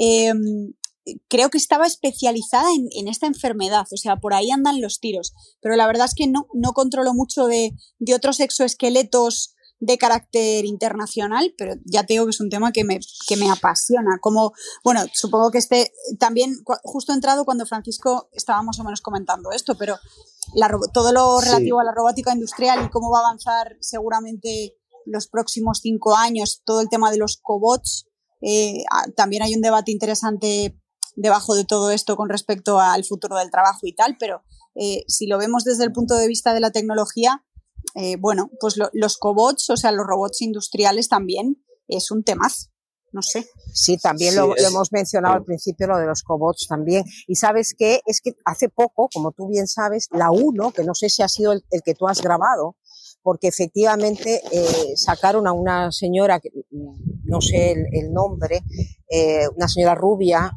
creo que estaba especializada en esta enfermedad, o sea, por ahí andan los tiros, pero la verdad es que no controlo mucho de otros exoesqueletos de carácter internacional, pero ya te digo que es un tema que me apasiona. Como, bueno, supongo que también justo entrado cuando Francisco estaba más o menos comentando esto, pero todo lo relativo a la robótica industrial y cómo va a avanzar seguramente los próximos 5 años, todo el tema de los cobots, también hay un debate interesante debajo de todo esto con respecto al futuro del trabajo y tal, pero si lo vemos desde el punto de vista de la tecnología, bueno, pues los cobots, o sea, los robots industriales también es un temazo, no sé. Sí, también lo hemos mencionado al principio, lo de los cobots también. Y ¿sabes qué? Es que hace poco, como tú bien sabes, la 1, que no sé si ha sido el que tú has grabado, porque efectivamente sacaron a una señora, que no sé el nombre, una señora rubia,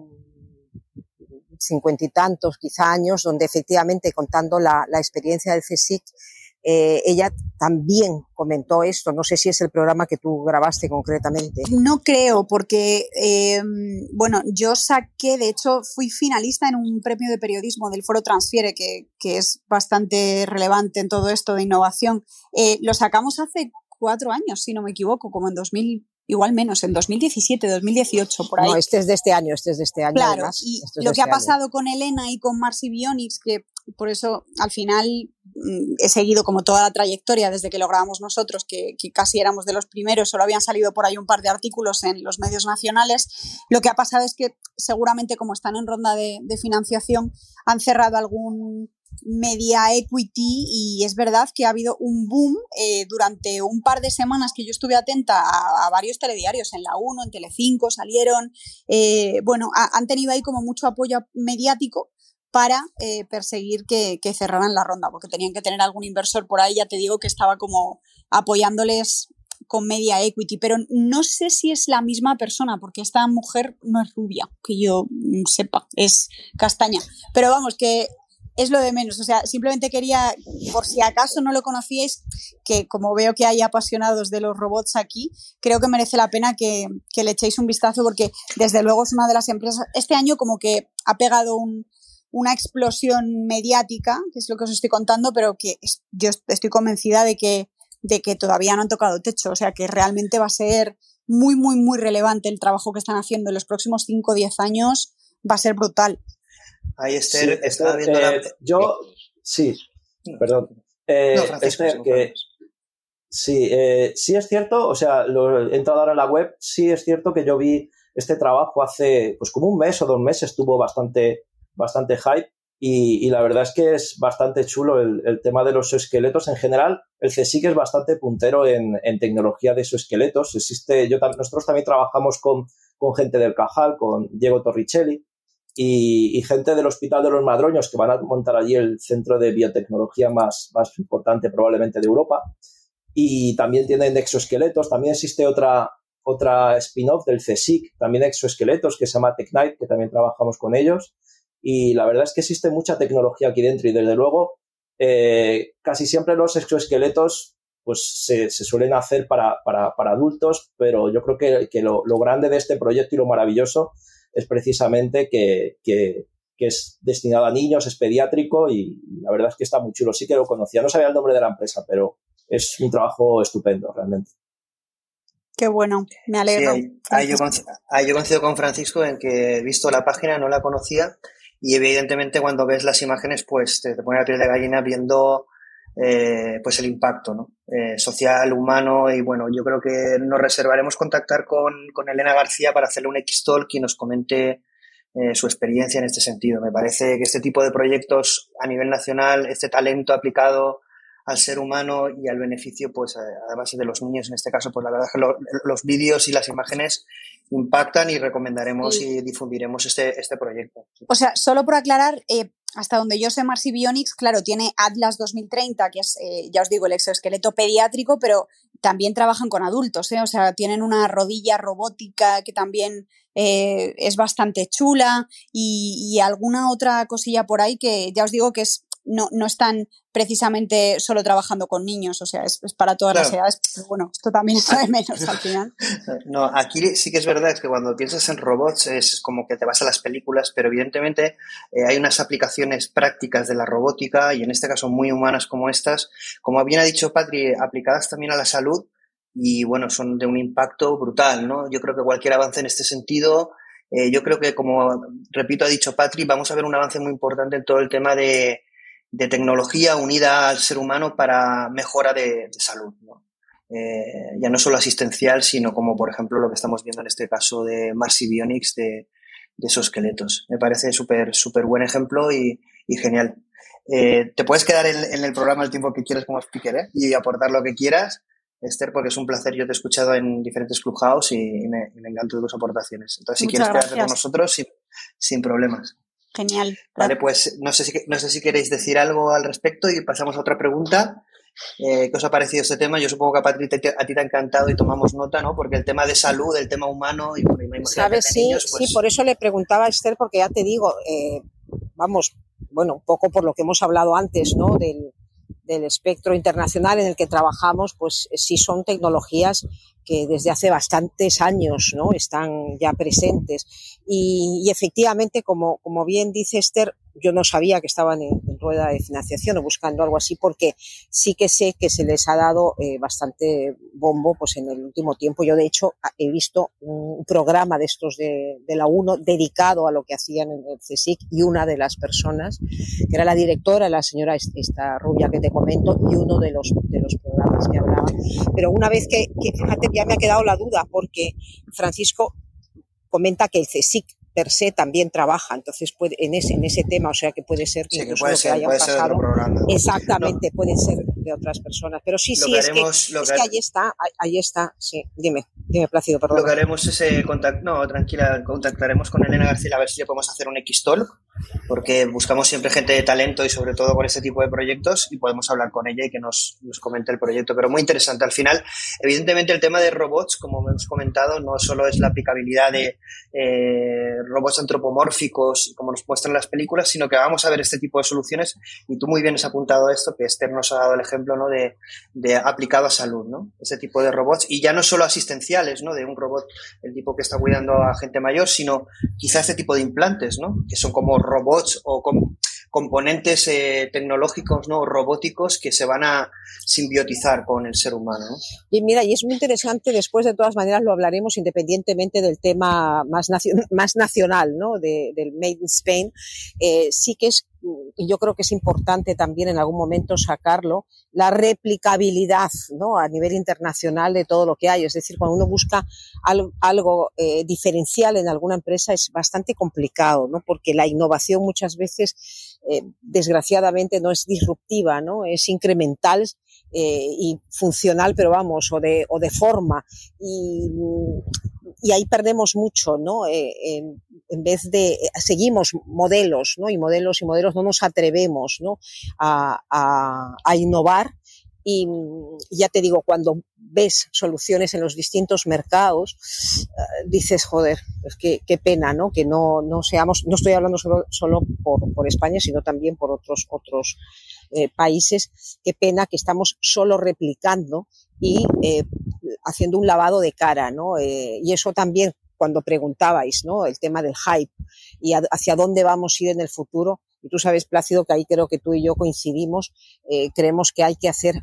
50 y tantos quizá años, donde efectivamente contando la experiencia del CSIC, ella también comentó esto. No sé si es el programa que tú grabaste concretamente. No creo, porque bueno, yo saqué, de hecho fui finalista en un premio de periodismo del Foro Transfiere, que es bastante relevante en todo esto de innovación. Lo sacamos hace 4 años, si no me equivoco, como en 2000, igual menos, en 2017, 2018, por ahí. No, este es de este año. Claro, además, y lo que ha pasado con Elena y con Marcy Bionics, que por eso al final he seguido como toda la trayectoria desde que lo grabamos nosotros, que casi éramos de los primeros, solo habían salido por ahí un par de artículos en los medios nacionales. Lo que ha pasado es que seguramente, como están en ronda de financiación, han cerrado algún media equity, y es verdad que ha habido un boom durante un par de semanas que yo estuve atenta a varios telediarios, en La 1, en Telecinco salieron, bueno, han tenido ahí como mucho apoyo mediático, para perseguir que cerraran la ronda, porque tenían que tener algún inversor por ahí, ya te digo que estaba como apoyándoles con media equity, pero no sé si es la misma persona, porque esta mujer no es rubia, que yo sepa, es castaña. Pero vamos, que es lo de menos. O sea, simplemente quería, por si acaso no lo conocíais, que como veo que hay apasionados de los robots aquí, creo que merece la pena que le echéis un vistazo, porque desde luego es una de las empresas, este año como que ha pegado una explosión mediática, que es lo que os estoy contando, pero que yo estoy convencida de que todavía no han tocado techo, o sea que realmente va a ser muy, muy, muy relevante el trabajo que están haciendo en los próximos 5 o 10 años, va a ser brutal. Ahí Esther está viendo perdón. Francisco, Esther, que sí es cierto, o sea, he entrado ahora en la web, sí es cierto que yo vi este trabajo hace pues como un mes o 2 meses, tuvo bastante hype. Y la verdad es que es bastante chulo el tema de los exoesqueletos. En general, el CSIC es bastante puntero en tecnología de exoesqueletos. Nosotros también trabajamos con gente del Cajal, con Diego Torricelli y gente del Hospital de los Madroños, que van a montar allí el centro de biotecnología más importante probablemente de Europa. Y también tienen exoesqueletos. También existe otra spin-off del CSIC, también exoesqueletos, que se llama TechNight, que también trabajamos con ellos. Y la verdad es que existe mucha tecnología aquí dentro y desde luego casi siempre los exoesqueletos pues se suelen hacer para adultos, pero yo creo que lo grande de este proyecto y lo maravilloso es precisamente que es destinado a niños, es pediátrico y la verdad es que está muy chulo. Sí que lo conocía, no sabía el nombre de la empresa, pero es un trabajo estupendo realmente. Qué bueno, me alegro. Sí, ahí yo coincido con Francisco en que he visto la página, no la conocía. Y evidentemente cuando ves las imágenes pues te pone la piel de gallina viendo pues el impacto, ¿no? Social, humano, y bueno, yo creo que nos reservaremos contactar con Elena García para hacerle un X-Talk y nos comente su experiencia en este sentido. Me parece que este tipo de proyectos a nivel nacional, este talento aplicado al ser humano y al beneficio, pues además de los niños en este caso, pues la verdad es que los vídeos y las imágenes impactan y recomendaremos y difundiremos este proyecto. O sea, solo por aclarar, hasta donde yo sé, Marcy Bionics, claro, tiene Atlas 2030, que es, ya os digo, el exoesqueleto pediátrico, pero también trabajan con adultos, o sea, tienen una rodilla robótica que también es bastante chula y alguna otra cosilla por ahí que ya os digo que no están precisamente solo trabajando con niños, o sea, es para todas las edades, pero bueno, esto también es de menos al final. No, aquí sí que es verdad, es que cuando piensas en robots es como que te vas a las películas, pero evidentemente hay unas aplicaciones prácticas de la robótica y en este caso muy humanas como estas, como bien ha dicho Patri, aplicadas también a la salud y bueno, son de un impacto brutal, ¿no? Yo creo que cualquier avance en este sentido, yo creo que como, repito, ha dicho Patri, vamos a ver un avance muy importante en todo el tema de tecnología unida al ser humano para mejora de salud, ¿no? Ya no solo asistencial, sino como por ejemplo lo que estamos viendo en este caso de Marcy Bionics de exoesqueletos. Me parece súper buen ejemplo y genial. Te puedes quedar en el programa el tiempo que quieras como speaker y aportar lo que quieras, Esther, porque es un placer. Yo te he escuchado en diferentes Clubhouse y me encantan tus aportaciones. Entonces, si quieres quedarte con nosotros, sin problemas. Genial. Vale, pues no sé si queréis decir algo al respecto y pasamos a otra pregunta. ¿Qué os ha parecido este tema? Yo supongo que a Patri a ti te ha encantado y tomamos nota, ¿no? Porque el tema de salud, el tema humano y ¿sabes? Sí, niños, pues... sí, por eso le preguntaba a Esther, porque ya te digo, un poco por lo que hemos hablado antes, ¿no? Del espectro internacional en el que trabajamos, pues sí son tecnologías que desde hace bastantes años, ¿no? Están ya presentes y efectivamente, como bien dice Esther, yo no sabía que estaban en rueda de financiación o buscando algo así, porque sí que sé que se les ha dado bastante bombo pues en el último tiempo. Yo de hecho he visto un programa de estos de la UNO dedicado a lo que hacían en el CSIC y una de las personas, que era la directora, la señora esta rubia que te comento, y uno de los programas que hablaba. Pero una vez que fíjate, ya me ha quedado la duda, porque Francisco comenta que el CSIC per se también trabaja, entonces puede en ese tema, o sea que puede ser que, sí, que puede ser, hayan puede pasado, ser de otro programa. Exactamente, no, pueden ser de otras personas, pero sí, es que ahí está, sí, dime Plácido, perdón. Lo que haremos es tranquila, contactaremos con Elena García a ver si le podemos hacer un X-Talk porque buscamos siempre gente de talento y sobre todo con este tipo de proyectos y podemos hablar con ella y que nos comente el proyecto. Pero muy interesante. Al final, evidentemente, el tema de robots, como hemos comentado, no solo es la aplicabilidad de robots antropomórficos, como nos muestran las películas, sino que vamos a ver este tipo de soluciones y tú muy bien has apuntado esto, que Esther nos ha dado el ejemplo, ¿no? de aplicado a salud, ¿no? Ese tipo de robots y ya no solo asistenciales, ¿no? De un robot, el tipo que está cuidando a gente mayor, sino quizá este tipo de implantes, ¿no? Que son como robots o componentes tecnológicos, ¿no? Robóticos que se van a simbiotizar con el ser humano, ¿no? Y mira, y es muy interesante, después de todas maneras lo hablaremos independientemente del tema más nacional, ¿no? Del Made in Spain. Sí que es, y yo creo que es importante también en algún momento sacarlo, la replicabilidad, ¿no? A nivel internacional de todo lo que hay. Es decir, cuando uno busca algo diferencial en alguna empresa es bastante complicado, ¿no? Porque la innovación muchas veces, desgraciadamente, no es disruptiva, ¿no? Es incremental y funcional, pero vamos, o de forma. Y ahí perdemos mucho, ¿no? En vez de seguimos modelos, ¿no? Y modelos no nos atrevemos, ¿no? a innovar. Y ya te digo, cuando ves soluciones en los distintos mercados, dices, joder, es que qué pena, ¿no? Que no seamos, no estoy hablando solo por España, sino también por otros países. Qué pena que estamos solo replicando y haciendo un lavado de cara, ¿no? Y eso también, cuando preguntabais, ¿no? El tema del hype y hacia dónde vamos a ir en el futuro. Y tú sabes, Plácido, que ahí creo que tú y yo coincidimos. Creemos que hay que hacer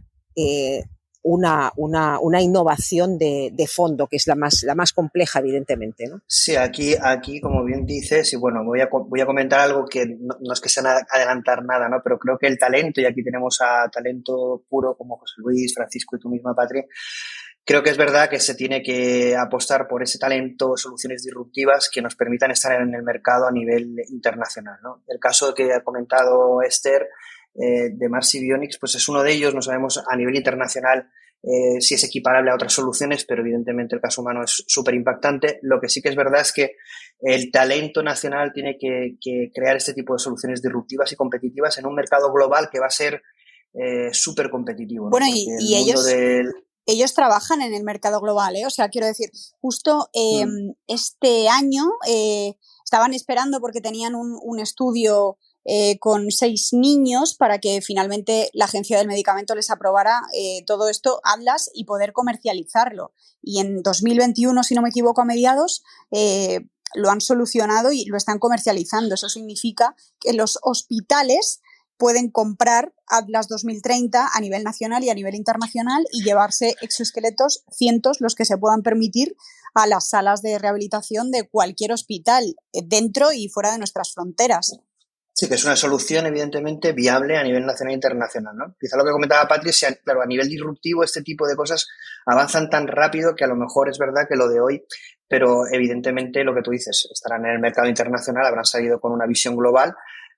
una innovación de fondo, que es la más compleja, evidentemente, ¿no? Sí, aquí, como bien dices, y bueno, voy a comentar algo que no es que sea adelantar nada, ¿no? Pero creo que el talento, y aquí tenemos a talento puro como José Luis, Francisco y tú misma, Patri, creo que es verdad que se tiene que apostar por ese talento, soluciones disruptivas que nos permitan estar en el mercado a nivel internacional, ¿no? El caso que ha comentado Esther, de Mars Bionics, pues es uno de ellos. No sabemos a nivel internacional si es equiparable a otras soluciones, pero evidentemente el caso humano es súper impactante. Lo que sí que es verdad es que el talento nacional tiene que crear este tipo de soluciones disruptivas y competitivas en un mercado global que va a ser súper competitivo, ¿no? Bueno, y ellos trabajan en el mercado global, ¿eh? O sea, quiero decir, justo este año estaban esperando porque tenían un estudio con 6 niños para que finalmente la Agencia del Medicamento les aprobara todo esto, Atlas, y poder comercializarlo. Y en 2021, si no me equivoco, a mediados, lo han solucionado y lo están comercializando. Eso significa que los hospitales pueden comprar Atlas 2030 a nivel nacional y a nivel internacional y llevarse exoesqueletos, cientos, los que se puedan permitir, a las salas de rehabilitación de cualquier hospital, dentro y fuera de nuestras fronteras. Sí, que es una solución evidentemente viable a nivel nacional e internacional, ¿no? Quizá lo que comentaba Patricia, claro, a nivel disruptivo este tipo de cosas avanzan tan rápido que a lo mejor es verdad que lo de hoy, pero evidentemente lo que tú dices, estarán en el mercado internacional, habrán salido con una visión global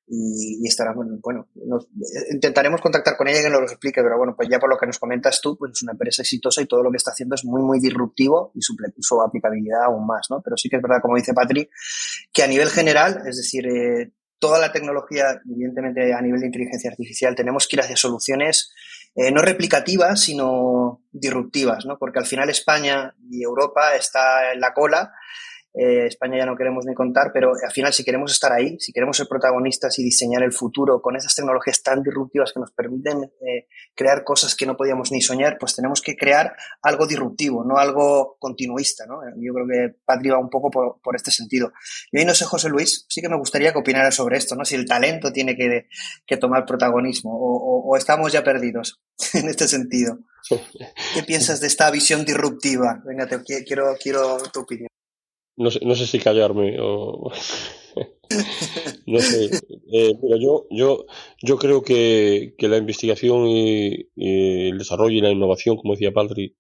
y estarán, bueno, intentaremos contactar con ella y que nos lo explique, pero bueno, pues ya por lo que nos comentas tú, pues es una empresa exitosa y todo lo que está haciendo es muy, muy disruptivo y su aplicabilidad aún más, ¿no? Pero sí que es verdad, como dice Patri, que a nivel general, es decir, toda la tecnología, evidentemente a nivel de inteligencia artificial, tenemos que ir hacia soluciones no replicativas, sino disruptivas, ¿no? Porque al final España y Europa está en la cola. España ya no queremos ni contar, pero al final si queremos estar ahí, si queremos ser protagonistas y diseñar el futuro con esas tecnologías tan disruptivas que nos permiten crear cosas que no podíamos ni soñar, pues tenemos que crear algo disruptivo, no algo continuista, ¿no? Yo creo que Patri va un poco por este sentido. Y ahí no sé, José Luis, sí que me gustaría que opinara sobre esto, ¿no? Si el talento tiene que tomar protagonismo o estamos ya perdidos en este sentido. ¿Qué piensas de esta visión disruptiva? Venga, quiero tu opinión. No sé si callarme o... No sé. Mira, yo creo que la investigación y el desarrollo y la innovación, como decía Patri,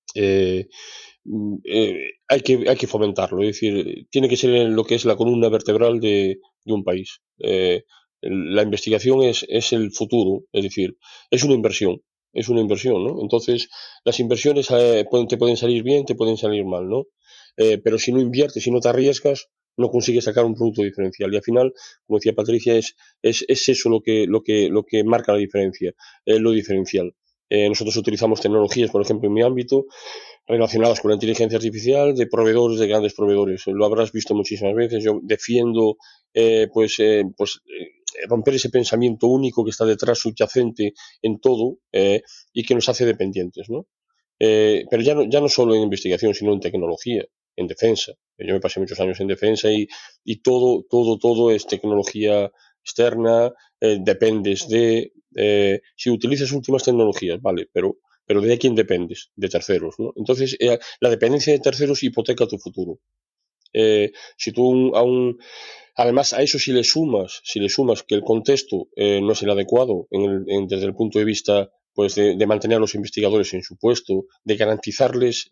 hay que fomentarlo. Es decir, tiene que ser lo que es la columna vertebral de un país. La investigación es el futuro, es decir, es una inversión, ¿no? Entonces, las inversiones te pueden salir bien, te pueden salir mal, ¿no? Pero si no inviertes, si no te arriesgas, no consigue sacar un producto diferencial. Y al final, como decía Patricia, es eso lo que marca la diferencia, lo diferencial. Nosotros utilizamos tecnologías, por ejemplo, en mi ámbito, relacionadas con la inteligencia artificial, de proveedores, de grandes proveedores. Lo habrás visto muchísimas veces. Yo defiendo, romper ese pensamiento único que está detrás, subyacente en todo, y que nos hace dependientes, ¿no? Pero ya no solo en investigación, sino en tecnología, en defensa. Yo me pasé muchos años en defensa y todo es tecnología externa, dependes de... si utilizas últimas tecnologías, vale, pero ¿de quién dependes? De terceros, ¿no? Entonces, la dependencia de terceros hipoteca tu futuro. Si tú además a eso si le sumas que el contexto no es el adecuado desde el punto de vista pues de mantener a los investigadores en su puesto, de garantizarles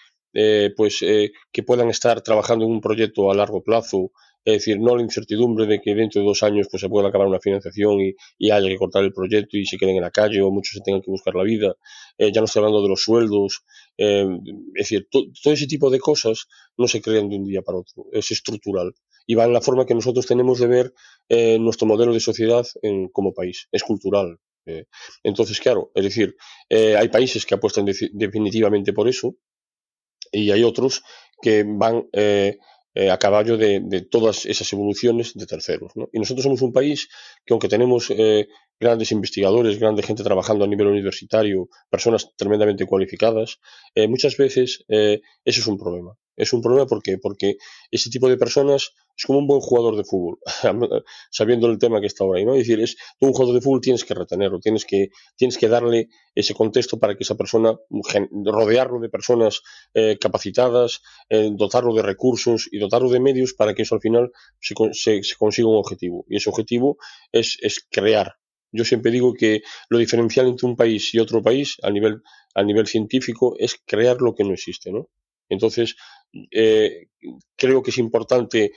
que puedan estar trabajando en un proyecto a largo plazo, es decir, no la incertidumbre de que dentro de 2 años pues se pueda acabar una financiación y haya que cortar el proyecto y se queden en la calle o muchos se tengan que buscar la vida. Ya no estoy hablando de los sueldos. Es decir, todo ese tipo de cosas no se crean de un día para otro, es estructural y va en la forma que nosotros tenemos de ver nuestro modelo de sociedad como país, es cultural. Entonces, claro, es decir, hay países que apuestan definitivamente por eso y hay otros que van a caballo de todas esas evoluciones de terceros, ¿no? Y nosotros somos un país que, aunque tenemos grandes investigadores, grande gente trabajando a nivel universitario, personas tremendamente cualificadas, muchas veces eso es un problema. Es un problema porque ese tipo de personas es como un buen jugador de fútbol, sabiendo el tema que está ahora ahí, ¿no? Es decir, tú un jugador de fútbol tienes que retenerlo, tienes que darle ese contexto para que esa persona, rodearlo de personas capacitadas, dotarlo de recursos y dotarlo de medios para que eso al final se consiga un objetivo. Y ese objetivo es crear. Yo siempre digo que lo diferencial entre un país y otro país a nivel científico es crear lo que no existe, ¿no? Entonces, creo que es importante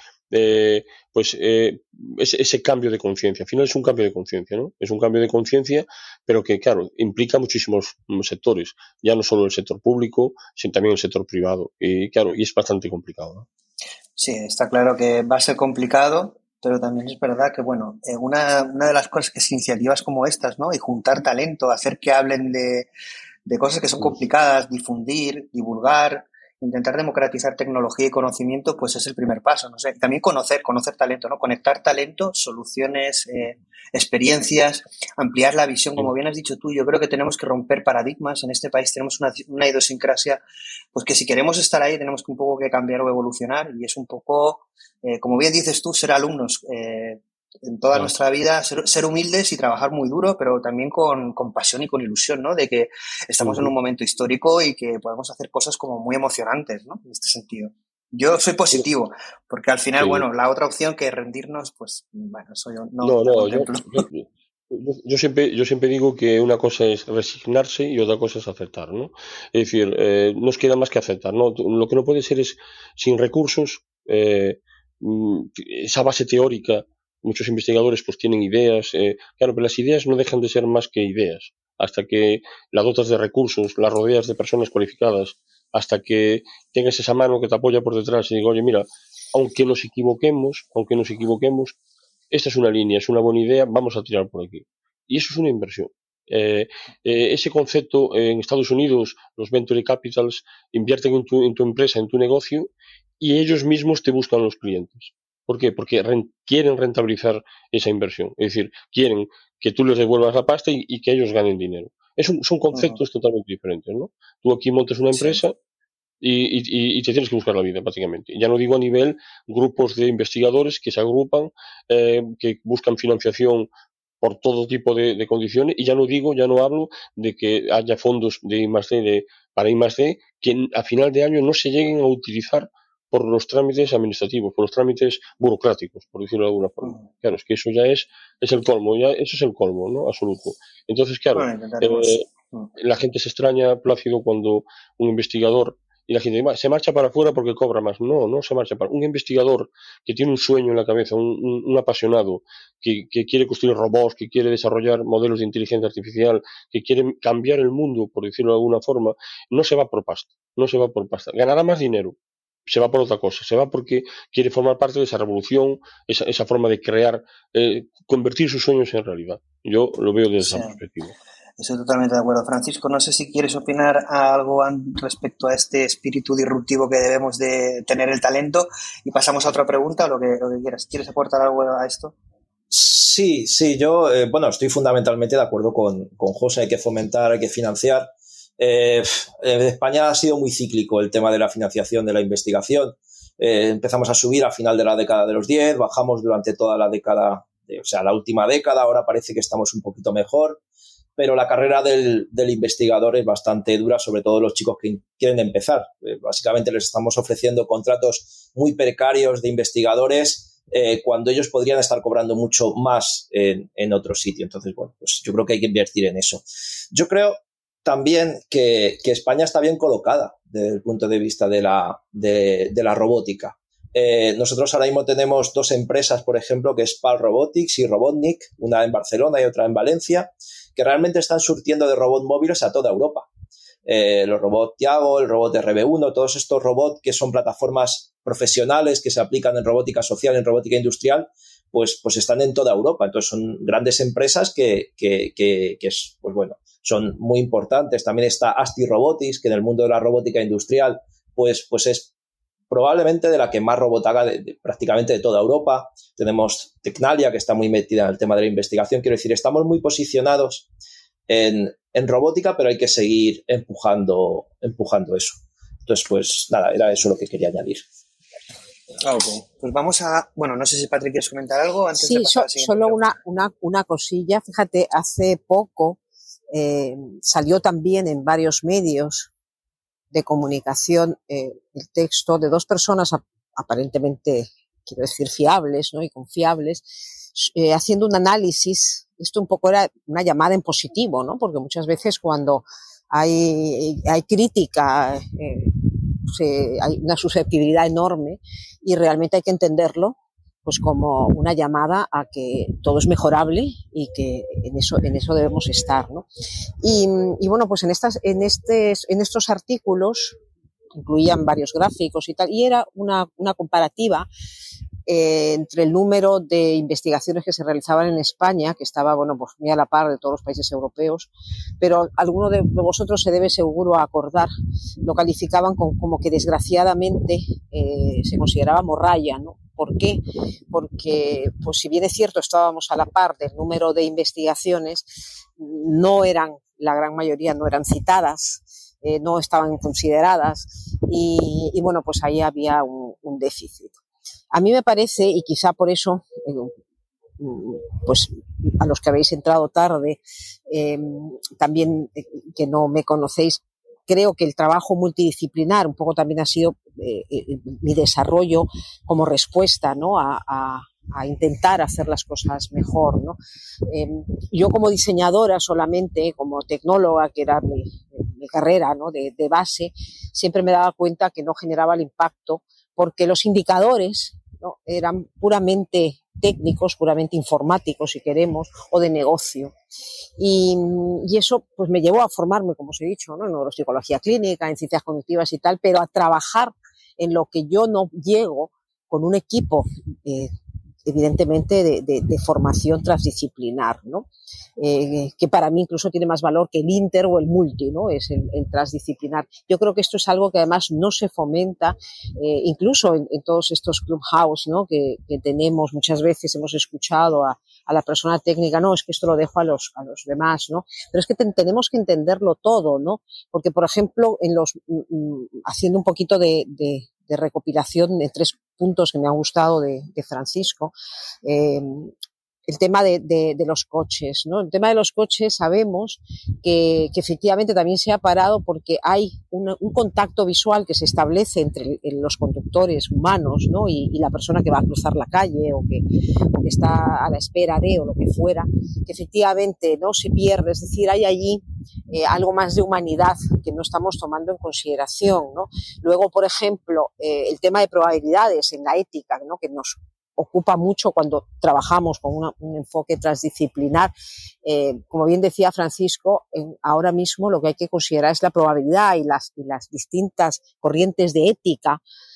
ese cambio de conciencia. Al final es un cambio de conciencia, ¿no? Es un cambio de conciencia, pero que, claro, implica muchísimos sectores. Ya no solo el sector público, sino también el sector privado. Y, claro, y es bastante complicado, ¿no? Sí, está claro que va a ser complicado, pero también es verdad que, bueno, una de las cosas que es iniciativas como estas, ¿no? Y juntar talento, hacer que hablen de cosas que son complicadas, difundir, divulgar, intentar democratizar tecnología y conocimiento, pues es el primer paso, no sé. También conocer talento, ¿no? Conectar talento, soluciones, experiencias, ampliar la visión, como bien has dicho tú. Yo creo que tenemos que romper paradigmas. En este país tenemos una idiosincrasia, pues que si queremos estar ahí tenemos que un poco que cambiar o evolucionar, y es un poco, como bien dices tú, ser alumnos, en toda nuestra vida, ser humildes y trabajar muy duro, pero también con pasión y con ilusión, ¿no? De que estamos en un momento histórico y que podemos hacer cosas como muy emocionantes, ¿no? En este sentido. Yo soy positivo, porque al final, bueno, la otra opción que rendirnos, pues, bueno, eso yo no contemplo. Yo siempre digo que una cosa es resignarse y otra cosa es aceptar, ¿no? Es decir, nos queda más que aceptar, ¿no? Lo que no puede ser es, sin recursos, esa base teórica. Muchos investigadores pues tienen ideas, claro, pero las ideas no dejan de ser más que ideas. Hasta que la dotas de recursos, las rodeas de personas cualificadas, hasta que tengas esa mano que te apoya por detrás y diga, oye, mira, aunque nos equivoquemos, esta es una línea, es una buena idea, vamos a tirar por aquí. Y eso es una inversión. Ese concepto en Estados Unidos, los venture capitals invierten en tu empresa, en tu negocio, y ellos mismos te buscan los clientes. ¿Por qué? Porque quieren rentabilizar esa inversión. Es decir, quieren que tú les devuelvas la pasta y que ellos ganen dinero. Son conceptos totalmente diferentes, ¿no? Tú aquí montas una empresa y te tienes que buscar la vida, prácticamente. Ya no digo a nivel grupos de investigadores que se agrupan, que buscan financiación por todo tipo de condiciones, y ya no hablo de que haya fondos de I+D, para I+D, que a final de año no se lleguen a utilizar por los trámites administrativos, por los trámites burocráticos, por decirlo de alguna forma. Claro, es que eso ya es el colmo, eso es el colmo, ¿no? Absoluto. Entonces, claro, la gente se extraña, Plácido, cuando un investigador y la gente dice, se marcha para afuera porque cobra más. No se marcha para... Un investigador que tiene un sueño en la cabeza, un apasionado, que quiere construir robots, que quiere desarrollar modelos de inteligencia artificial, que quiere cambiar el mundo, por decirlo de alguna forma, no se va por pasta. Ganará más dinero, se va por otra cosa, se va porque quiere formar parte de esa revolución, esa forma de crear, convertir sus sueños en realidad. Yo lo veo desde esa perspectiva. Estoy totalmente de acuerdo. Francisco, no sé si quieres opinar algo respecto a este espíritu disruptivo que debemos de tener el talento, y pasamos a otra pregunta, lo que quieras. ¿Quieres aportar algo a esto? Sí, yo estoy fundamentalmente de acuerdo con José. Hay que fomentar, hay que financiar. España ha sido muy cíclico el tema de la financiación de la investigación. Empezamos a subir al final de la década de los 10, bajamos durante toda la década, la última década, ahora parece que estamos un poquito mejor, pero la carrera del investigador es bastante dura, sobre todo los chicos que quieren empezar. Básicamente les estamos ofreciendo contratos muy precarios de investigadores cuando ellos podrían estar cobrando mucho más en otro sitio. Entonces, pues yo creo que hay que invertir en eso. Yo creo también que España está bien colocada desde el punto de vista de la robótica. Nosotros ahora mismo tenemos 2 empresas, por ejemplo, que es PAL Robotics y Robotnik, una en Barcelona y otra en Valencia, que realmente están surtiendo de robots móviles a toda Europa. Los robots Tiago, el robot RB1, todos estos robots que son plataformas profesionales que se aplican en robótica social, en robótica industrial, pues están en toda Europa. Entonces son grandes empresas que son muy importantes. También está ASTI Robotics, que en el mundo de la robótica industrial pues es probablemente de la que más robot haga prácticamente de toda Europa. Tenemos Tecnalia, que está muy metida en el tema de la investigación. Quiero decir, estamos muy posicionados en robótica, pero hay que seguir empujando eso. Entonces, pues nada, era eso lo que quería añadir. Okay. Pues vamos a... Bueno, no sé si Patrick quieres comentar algo antes de pasar Sí, solo una cosilla. Fíjate, hace poco salió también en varios medios de comunicación el texto de 2 personas aparentemente, quiero decir, fiables, ¿no? Y confiables, haciendo un análisis. Esto un poco era una llamada en positivo, ¿no? Porque muchas veces cuando hay crítica, hay una susceptibilidad enorme y realmente hay que entenderlo pues como una llamada a que todo es mejorable y que en eso debemos estar, ¿no? Y bueno, pues en estos artículos incluían varios gráficos y tal, y era una comparativa entre el número de investigaciones que se realizaban en España, que estaba, pues muy a la par de todos los países europeos, pero alguno de vosotros se debe seguro acordar, lo calificaban como que desgraciadamente se consideraba morralla, ¿no? ¿Por qué? Porque, pues si bien es cierto, estábamos a la par del número de investigaciones, la gran mayoría no eran citadas, no estaban consideradas y bueno, pues ahí había un déficit. A mí me parece, y quizá por eso, pues a los que habéis entrado tarde, también que no me conocéis, creo que el trabajo multidisciplinar un poco también ha sido mi desarrollo como respuesta, ¿no? a intentar hacer las cosas mejor, ¿no? Yo como diseñadora solamente, como tecnóloga, que era mi carrera, ¿no? de base, siempre me daba cuenta que no generaba el impacto porque los indicadores, ¿no? eran puramente técnicos, puramente informáticos, si queremos, o de negocio. Y eso pues me llevó a formarme, como os he dicho, ¿no? en neuropsicología clínica, en ciencias cognitivas y tal, pero a trabajar en lo que yo no llego con un equipo evidentemente de formación transdisciplinar, ¿no? Que para mí incluso tiene más valor que el inter o el multi, ¿no? Es el transdisciplinar. Yo creo que esto es algo que además no se fomenta, incluso en todos estos clubhouse, ¿no? que tenemos muchas veces, hemos escuchado a la persona técnica, no, es que esto lo dejo a los demás, ¿no? Pero es que tenemos que entenderlo todo, ¿no? Porque, por ejemplo, haciendo un poquito de recopilación de 3 puntos que me han gustado de Francisco, el tema de los coches, ¿no? El tema de los coches sabemos que efectivamente también se ha parado porque hay un contacto visual que se establece entre los conductores humanos, ¿no? y la persona que va a cruzar la calle o que está a la espera de o lo que fuera, que efectivamente no se pierde, es decir, hay allí algo más de humanidad que no estamos tomando en consideración, ¿no? Luego, por ejemplo, el tema de probabilidades en la ética, ¿no? que nos ocupa mucho cuando trabajamos con un enfoque transdisciplinar. Como bien decía Francisco, ahora mismo lo que hay que considerar es la probabilidad y las distintas corrientes de ética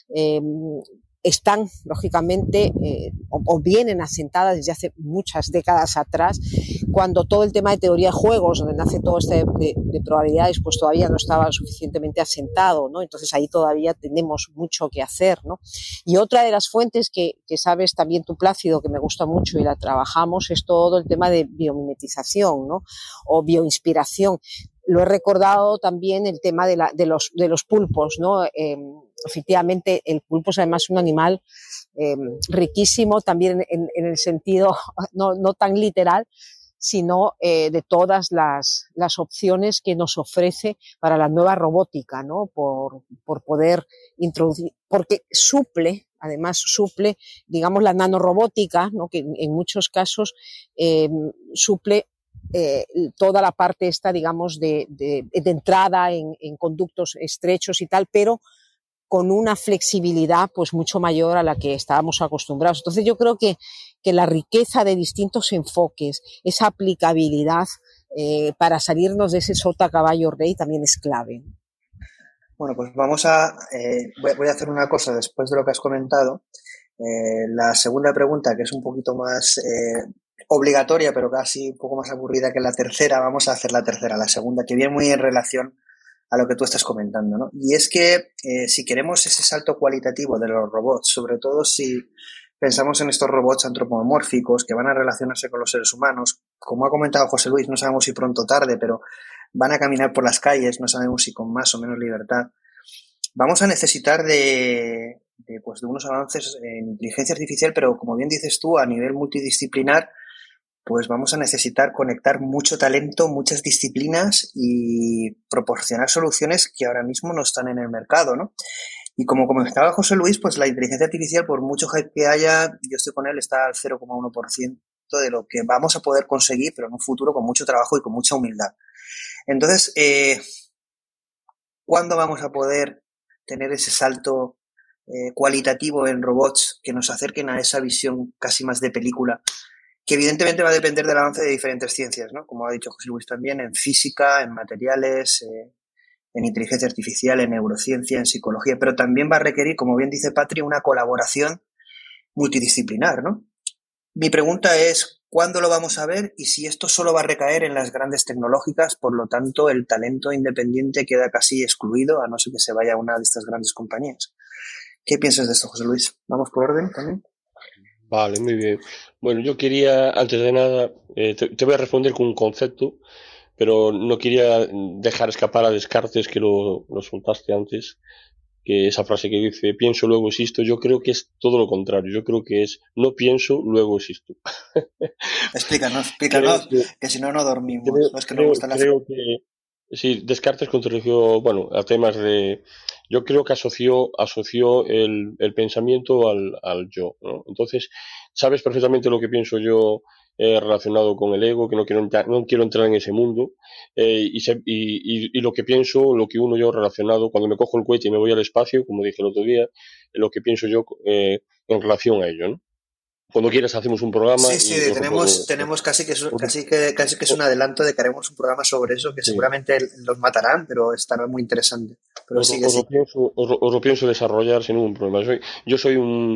están, lógicamente, o vienen asentadas desde hace muchas décadas atrás, cuando todo el tema de teoría de juegos, donde nace todo este de probabilidades, pues todavía no estaba suficientemente asentado, ¿no? Entonces ahí todavía tenemos mucho que hacer, ¿no? Y otra de las fuentes que sabes también tú, Plácido, que me gusta mucho y la trabajamos, es todo el tema de biomimetización, ¿no? O bioinspiración. Lo he recordado también el tema de los pulpos, ¿no? Efectivamente, el pulpo es además un animal riquísimo, también en el sentido no tan literal, sino de todas las opciones que nos ofrece para la nueva robótica, ¿no? Por poder introducir, porque además suple, digamos, la nanorobótica, ¿no? Que en muchos casos suple toda la parte esta, digamos, de entrada en conductos estrechos y tal, pero con una flexibilidad pues mucho mayor a la que estábamos acostumbrados. Entonces yo creo que la riqueza de distintos enfoques, esa aplicabilidad para salirnos de ese sota caballo rey también es clave. Bueno, pues voy a hacer una cosa después de lo que has comentado. La segunda pregunta, que es un poquito más obligatoria, pero casi un poco más aburrida que la tercera, vamos a hacer la tercera, la segunda, que viene muy en relación a lo que tú estás comentando, ¿no? Y es que si queremos ese salto cualitativo de los robots, sobre todo si pensamos en estos robots antropomórficos que van a relacionarse con los seres humanos, como ha comentado José Luis, no sabemos si pronto o tarde, pero van a caminar por las calles, no sabemos si con más o menos libertad. Vamos a necesitar de unos avances en inteligencia artificial, pero como bien dices tú, a nivel multidisciplinar, pues vamos a necesitar conectar mucho talento, muchas disciplinas y proporcionar soluciones que ahora mismo no están en el mercado, ¿no? Y como comentaba José Luis, pues la inteligencia artificial, por mucho hype que haya, yo estoy con él, está al 0,1% de lo que vamos a poder conseguir, pero en un futuro con mucho trabajo y con mucha humildad. Entonces, ¿cuándo vamos a poder tener ese salto cualitativo en robots que nos acerquen a esa visión casi más de película? Que evidentemente va a depender del avance de diferentes ciencias, ¿no? Como ha dicho José Luis también, en física, en materiales, en inteligencia artificial, en neurociencia, en psicología, pero también va a requerir, como bien dice Patri, una colaboración multidisciplinar, ¿no? Mi pregunta es, ¿cuándo lo vamos a ver? Y si esto solo va a recaer en las grandes tecnológicas, por lo tanto, el talento independiente queda casi excluido, a no ser que se vaya a una de estas grandes compañías. ¿Qué piensas de esto, José Luis? ¿Vamos por orden también? Vale, muy bien. Bueno, yo quería, antes de nada, te voy a responder con un concepto, pero no quería dejar escapar a Descartes, que lo soltaste antes, que esa frase que dice, pienso, luego existo, yo creo que es todo lo contrario. Yo creo que es, no pienso, luego existo. Explícanos, que si no, no dormimos. No es que nos gustan las... Creo que sí, Descartes contribuyó, bueno, a temas de... Yo creo que asoció el pensamiento al yo, ¿no? Entonces, sabes perfectamente lo que pienso yo relacionado con el ego, que no quiero entrar en ese mundo, y lo que pienso, lo que uno yo relacionado, cuando me cojo el cohete y me voy al espacio, como dije el otro día, lo que pienso yo en relación a ello, ¿no? Cuando quieras hacemos un programa. Sí, tenemos casi que es un adelanto de que haremos un programa sobre eso, que seguramente los matarán, pero estará muy interesante. Pero os lo pienso desarrollar sin ningún problema. Yo soy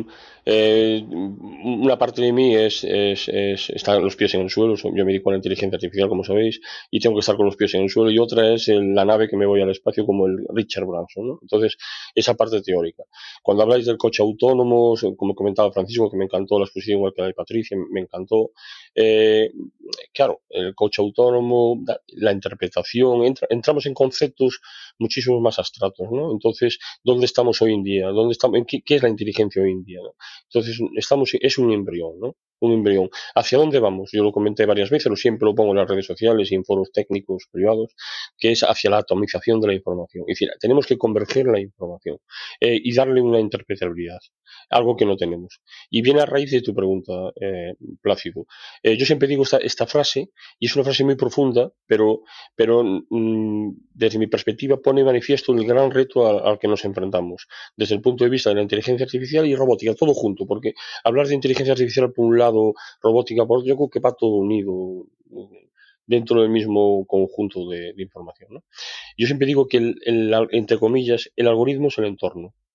una parte de mí están los pies en el suelo. Yo me dedico a la inteligencia artificial, como sabéis, y tengo que estar con los pies en el suelo. Y otra es la nave que me voy al espacio, como el Richard Branson, ¿no? Entonces, esa parte teórica. Cuando habláis del coche autónomo, como comentaba Francisco, que me encantó la exposición, igual que la de Patricia, me encantó. Claro, el coche autónomo, la interpretación, entramos en conceptos muchísimo más abstractos, ¿no? Entonces, ¿dónde estamos hoy en día? ¿Dónde estamos? ¿Qué es la inteligencia hoy en día, ¿no? Entonces, es un embrión, ¿no? Un embrión. ¿Hacia dónde vamos? Yo lo comenté varias veces, siempre lo pongo en las redes sociales y en foros técnicos privados, que es hacia la atomización de la información. Es decir, tenemos que converger la información y darle una interpretabilidad, algo que no tenemos. Y viene a raíz de tu pregunta, Plácido. Yo siempre digo esta frase, y es una frase muy profunda, pero desde mi perspectiva pone de manifiesto el gran reto al que nos enfrentamos, desde el punto de vista de la inteligencia artificial y robótica, todo junto, porque hablar de inteligencia artificial por un lado, robótica por otro, yo creo que va todo unido dentro del mismo conjunto de información, ¿no? Yo siempre digo que, entre comillas, el algoritmo es el entorno.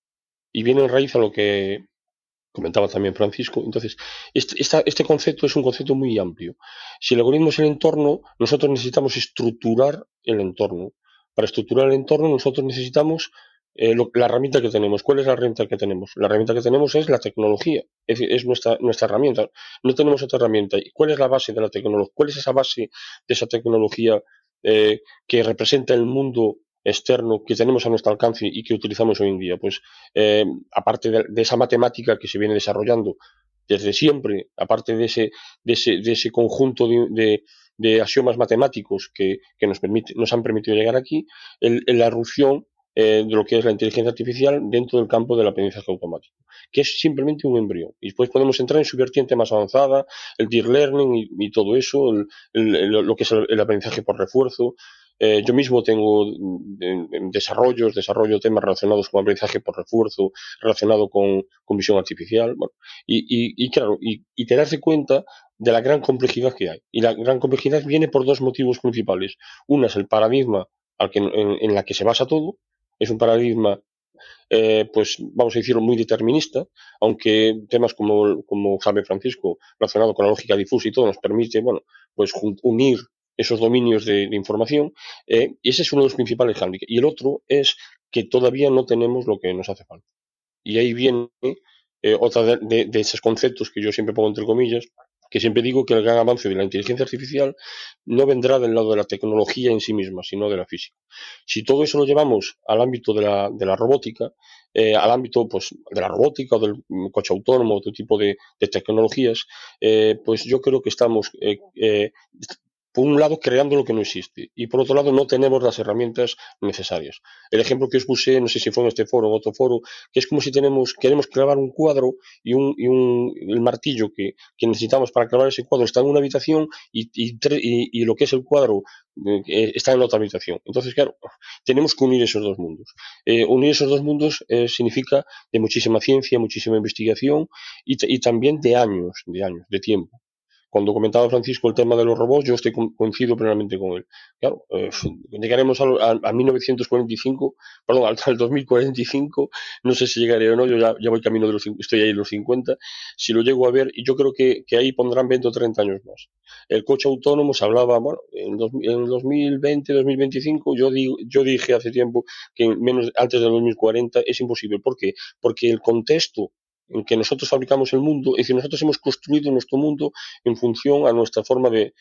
y viene en raíz a lo que comentaba también Francisco. Entonces, este concepto es un concepto muy amplio. Si el algoritmo es el entorno, nosotros necesitamos estructurar el entorno. Para estructurar el entorno, nosotros necesitamos la herramienta que tenemos. ¿Cuál es la herramienta que tenemos? La herramienta que tenemos es la tecnología, es decir, es nuestra herramienta. No tenemos otra herramienta. ¿Cuál es la base de la tecnología? ¿Cuál es esa base de esa tecnología que representa el mundo externo que tenemos a nuestro alcance y que utilizamos hoy en día? Pues aparte de esa matemática que se viene desarrollando desde siempre, aparte de ese conjunto de axiomas matemáticos que nos han permitido llegar aquí, la erupción de lo que es la inteligencia artificial dentro del campo del aprendizaje automático, que es simplemente un embrión. Y después podemos entrar en su vertiente más avanzada, el deep learning y todo eso, lo que es el aprendizaje por refuerzo. Yo mismo tengo desarrollo temas relacionados con aprendizaje por refuerzo, relacionado con visión artificial, bueno, claro, y te das cuenta de la gran complejidad que hay. Y la gran complejidad viene por dos motivos principales. Una es el paradigma en la que se basa todo. Es un paradigma, pues vamos a decirlo, muy determinista, aunque temas como sabe Francisco, relacionado con la lógica difusa y todo, nos permite, bueno, pues unir esos dominios de información, y ese es uno de los principales hándicaps. Y el otro es que todavía no tenemos lo que nos hace falta. Y ahí viene otra de esos conceptos que yo siempre pongo entre comillas, que siempre digo que el gran avance de la inteligencia artificial no vendrá del lado de la tecnología en sí misma, sino de la física. Si todo eso lo llevamos al ámbito de la robótica, al ámbito pues, de la robótica o del coche autónomo, otro tipo de tecnologías, pues yo creo que estamos por un lado creando lo que no existe y por otro lado no tenemos las herramientas necesarias. El ejemplo que os puse, no sé si fue en este foro o en otro foro, que es como si queremos clavar un cuadro y el martillo que necesitamos para clavar ese cuadro está en una habitación y lo que es el cuadro está en otra habitación. Entonces, claro, tenemos que unir esos dos mundos. Unir esos dos mundos significa de muchísima ciencia, muchísima investigación y también de años, de tiempo. Cuando comentaba Francisco el tema de los robots, yo coincido plenamente con él. Claro, llegaremos a 1945, perdón, al 2045, no sé si llegaré o no, yo ya voy camino estoy ahí en los 50, si lo llego a ver, y yo creo que ahí pondrán 20 o 30 años más. El coche autónomo se hablaba, bueno, en 2020, 2025, yo dije hace tiempo que antes del 2040 es imposible. ¿Por qué? Porque el contexto en que nosotros fabricamos el mundo, es decir, nosotros hemos construido nuestro mundo en función a nuestra forma de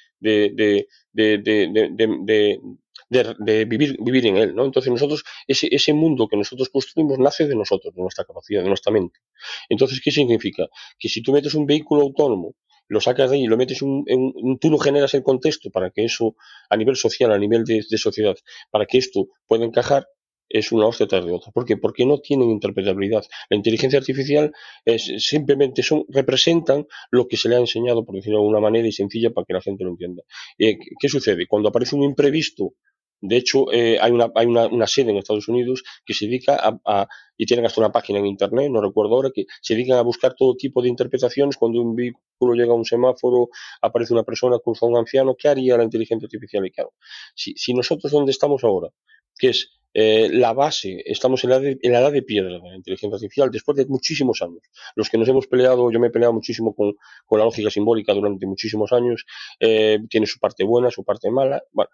vivir en él, ¿no? Entonces nosotros, ese mundo que nosotros construimos nace de nosotros, de nuestra capacidad, de nuestra mente. Entonces, ¿qué significa? Que si tú metes un vehículo autónomo, lo sacas de ahí y lo metes tú no generas el contexto para que eso, a nivel social, a nivel de sociedad, para que esto pueda encajar, es una hostia tras de otra. ¿Por qué? Porque no tienen interpretabilidad. La inteligencia artificial simplemente representan lo que se le ha enseñado, por decirlo de alguna manera y sencilla, para que la gente lo entienda. ¿Qué sucede? Cuando aparece un imprevisto, de hecho, hay una sede en Estados Unidos que se dedica y tienen hasta una página en internet, no recuerdo ahora, que se dedican a buscar todo tipo de interpretaciones. Cuando un vehículo llega a un semáforo, aparece una persona, cruza un anciano, ¿qué haría la inteligencia artificial? Y claro, si nosotros donde estamos ahora, que es la base, estamos en la edad de piedra de la inteligencia artificial, después de muchísimos años. Los que nos hemos peleado, yo me he peleado muchísimo con la lógica simbólica durante muchísimos años, tiene su parte buena, su parte mala, bueno,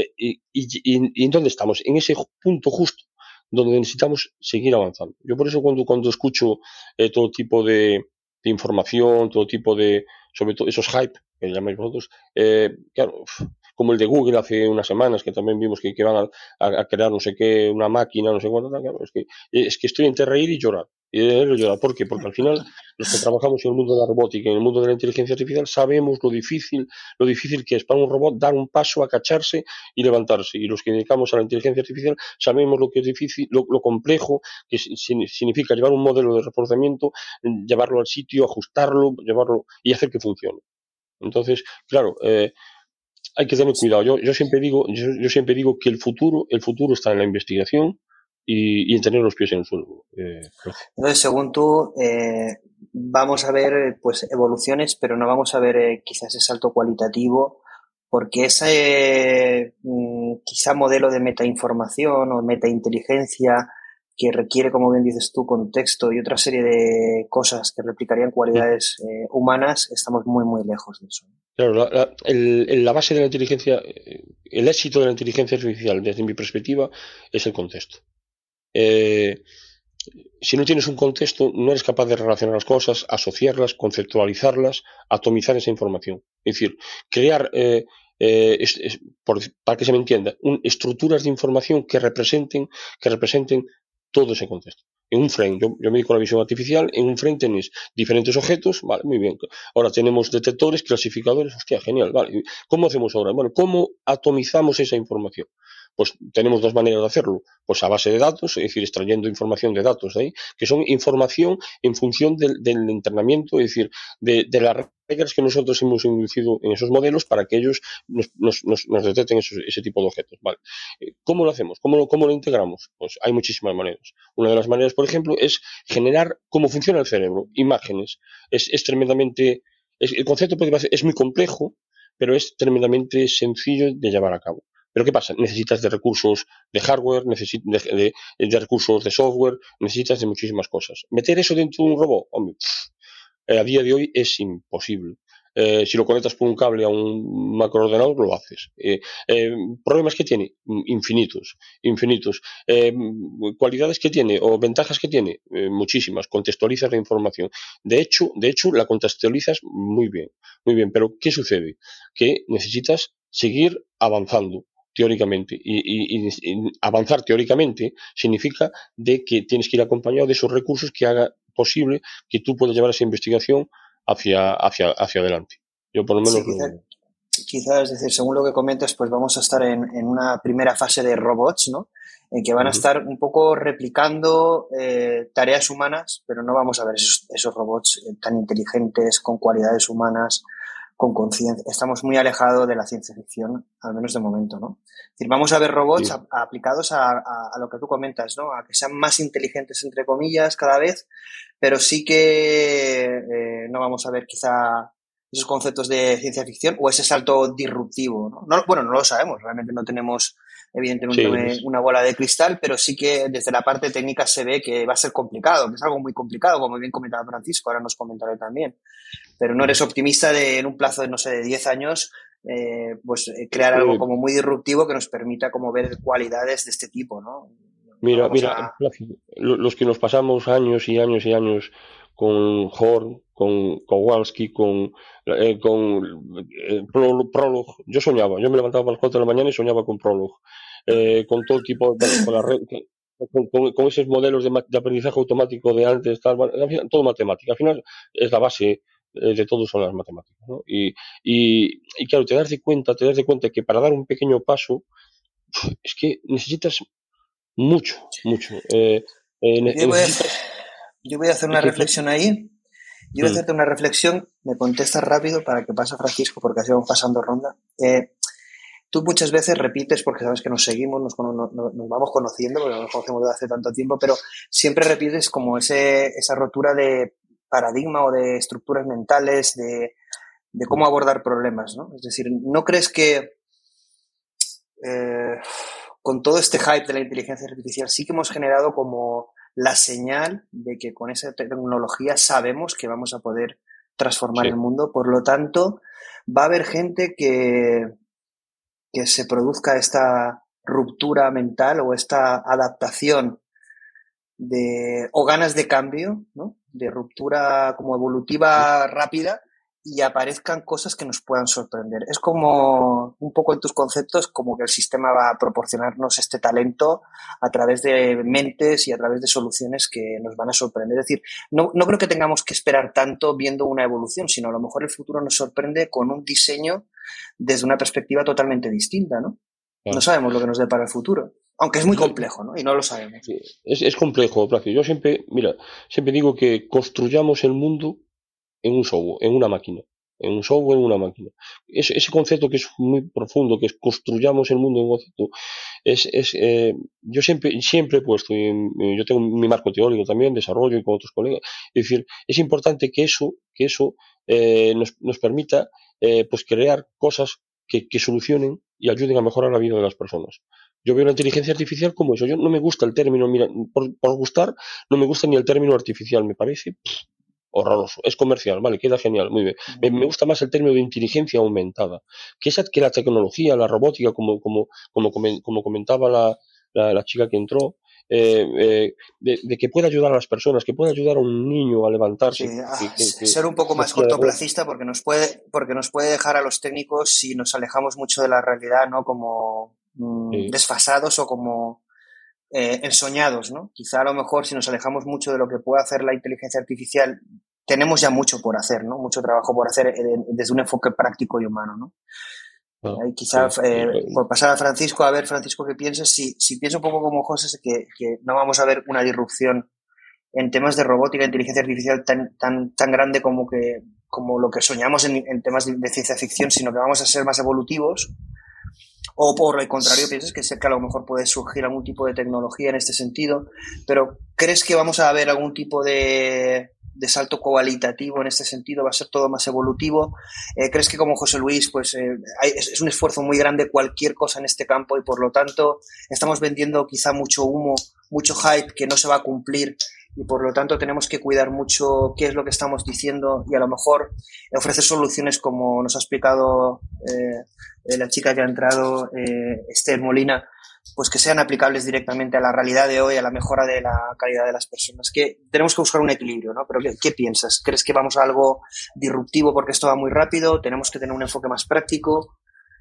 ¿y dónde estamos? En ese punto justo donde necesitamos seguir avanzando. Yo por eso cuando escucho todo tipo de información, todo tipo sobre todo esos hype, que llamáis vosotros, claro, como el de Google hace unas semanas, que también vimos que van a crear no sé qué, una máquina, no sé cuánto, claro, es que estoy entre reír y llorar. ¿Por qué? Porque al final los que trabajamos en el mundo de la robótica y en el mundo de la inteligencia artificial sabemos lo difícil que es para un robot dar un paso, agacharse y levantarse. Y los que dedicamos a la inteligencia artificial sabemos lo que es difícil, lo complejo que significa llevar un modelo de reforzamiento, llevarlo al sitio, ajustarlo, llevarlo y hacer que funcione. Entonces, claro, hay que tener cuidado. Yo siempre digo que el futuro está en la investigación y en tener los pies en el suelo. Entonces, según tú, vamos a ver pues evoluciones, pero no vamos a ver quizás ese salto cualitativo, porque ese quizá modelo de metainformación o metainteligencia que requiere, como bien dices tú, contexto y otra serie de cosas que replicarían cualidades humanas, estamos muy, muy lejos de eso. Claro, la base de la inteligencia, el éxito de la inteligencia artificial, desde mi perspectiva, es el contexto. Si no tienes un contexto, no eres capaz de relacionar las cosas, asociarlas, conceptualizarlas, atomizar esa información. Es decir, crear, para que se me entienda, estructuras de información que representen todo ese contexto. En un frame, yo me dedico a la visión artificial, en un frame tenéis diferentes objetos, vale, muy bien. Ahora tenemos detectores, clasificadores, hostia, genial, vale. ¿Cómo hacemos ahora? Bueno, ¿cómo atomizamos esa información? Pues tenemos dos maneras de hacerlo. Pues a base de datos, es decir, extrayendo información de datos de ahí, que son información en función del entrenamiento, es decir, de las reglas que nosotros hemos inducido en esos modelos para que ellos nos detecten ese tipo de objetos. Vale. ¿Cómo lo hacemos? ¿Cómo lo integramos? Pues hay muchísimas maneras. Una de las maneras, por ejemplo, es generar cómo funciona el cerebro, imágenes. Es tremendamente... el concepto es muy complejo, pero es tremendamente sencillo de llevar a cabo. Pero ¿qué pasa? Necesitas de recursos de hardware, de recursos de software, necesitas de muchísimas cosas. Meter eso dentro de un robot, hombre, a día de hoy es imposible. Si lo conectas por un cable a un macroordenador, lo haces. ¿Problemas que tiene? Infinitos. ¿Cualidades que tiene o ventajas que tiene? Muchísimas. Contextualizas la información. De hecho, la contextualizas muy bien. Muy bien. Pero ¿qué sucede? Que necesitas seguir avanzando teóricamente. Y avanzar teóricamente significa de que tienes que ir acompañado de esos recursos que haga posible que tú puedas llevar esa investigación hacia adelante. Yo por lo menos sí, quizás, es decir, según lo que comentas, pues vamos a estar en una primera fase de robots, ¿no? En que van a estar un poco replicando tareas humanas, pero no vamos a ver esos robots tan inteligentes, con cualidades humanas, con conciencia. Estamos muy alejados de la ciencia ficción, al menos de momento, ¿no? Es decir, vamos a ver robots aplicados a lo que tú comentas, ¿no? A que sean más inteligentes, entre comillas, cada vez, pero sí que no vamos a ver quizá esos conceptos de ciencia ficción o ese salto disruptivo, ¿no? Bueno, no lo sabemos, realmente no tenemos evidentemente una bola de cristal, pero sí que desde la parte técnica se ve que va a ser complicado, que es algo muy complicado, como bien comentaba Francisco, ahora nos comentaré también. Pero no eres optimista en un plazo de, no sé, de 10 años, crear algo como muy disruptivo que nos permita como ver cualidades de este tipo, ¿no? Mira, los que nos pasamos años y años y años con Horn, con Kowalski, con Prolog. Yo me levantaba a las 4 de la mañana y soñaba con Prolog. Con todo tipo, con la red, con esos modelos de aprendizaje automático de antes, tal, al final, todo matemática. Al final es la base de todo son las matemáticas, ¿no? Y claro, te das de cuenta que para dar un pequeño paso es que necesitas mucho. Yo voy a hacer una reflexión ahí. Yo voy a hacerte una reflexión. Me contestas rápido para que pase Francisco, porque así vamos pasando ronda. Tú muchas veces repites, porque sabes que nos seguimos, nos vamos conociendo, porque nos conocemos desde hace tanto tiempo, pero siempre repites como esa rotura de paradigma o de estructuras mentales, de cómo abordar problemas, ¿no? Es decir, ¿no crees que con todo este hype de la inteligencia artificial sí que hemos generado como la señal de que con esa tecnología sabemos que vamos a poder transformar el mundo? Por lo tanto, va a haber gente que se produzca esta ruptura mental o esta adaptación o ganas de cambio, ¿no? De ruptura como evolutiva rápida, y aparezcan cosas que nos puedan sorprender. Es como, un poco en tus conceptos, como que el sistema va a proporcionarnos este talento a través de mentes y a través de soluciones que nos van a sorprender. Es decir, no creo que tengamos que esperar tanto viendo una evolución, sino a lo mejor el futuro nos sorprende con un diseño desde una perspectiva totalmente distinta, ¿no? Claro. No sabemos lo que nos depara el futuro. Aunque es muy complejo, ¿no? Y no lo sabemos. Sí, es complejo, Placio. Yo siempre digo que construyamos el mundo en un software, en una máquina. En un software, en una máquina. Ese concepto que es muy profundo, que es construyamos el mundo en un concepto, yo siempre he puesto, yo tengo mi marco teórico también, desarrollo y con otros colegas, es decir, es importante que eso nos permita pues crear cosas que solucionen y ayuden a mejorar la vida de las personas. Yo veo la inteligencia artificial como eso. Yo no me gusta el término, mira, por gustar, no me gusta ni el término artificial, me parece horroroso. Es comercial, vale, queda genial, muy bien. Me gusta más el término de inteligencia aumentada, que la tecnología, la robótica, como comentaba la chica que entró, de que pueda ayudar a las personas, que pueda ayudar a un niño a levantarse. Sí, ser un poco más cortoplacista porque nos puede dejar a los técnicos si nos alejamos mucho de la realidad, ¿no? Como desfasados o como ensoñados, ¿no? Quizá a lo mejor si nos alejamos mucho de lo que puede hacer la inteligencia artificial, tenemos ya mucho por hacer, ¿no? Mucho trabajo por hacer desde un enfoque práctico y humano, ¿no? Quizá por pasar a Francisco, Francisco, ¿qué piensas? Si pienso un poco como José, que no vamos a ver una disrupción en temas de robótica e inteligencia artificial tan grande como lo que soñamos en temas de ciencia ficción, sino que vamos a ser más evolutivos. O por el contrario, piensas que a lo mejor puede surgir algún tipo de tecnología en este sentido, pero ¿crees que vamos a ver algún tipo de salto cualitativo en este sentido? ¿Va a ser todo más evolutivo? ¿Crees que como José Luis, pues es un esfuerzo muy grande cualquier cosa en este campo y por lo tanto estamos vendiendo quizá mucho humo, mucho hype que no se va a cumplir? Y por lo tanto tenemos que cuidar mucho qué es lo que estamos diciendo y a lo mejor ofrecer soluciones como nos ha explicado la chica que ha entrado, Esther Molina, pues que sean aplicables directamente a la realidad de hoy, a la mejora de la calidad de las personas. Que tenemos que buscar un equilibrio, ¿no? Pero ¿qué piensas? ¿Crees que vamos a algo disruptivo porque esto va muy rápido? ¿Tenemos que tener un enfoque más práctico?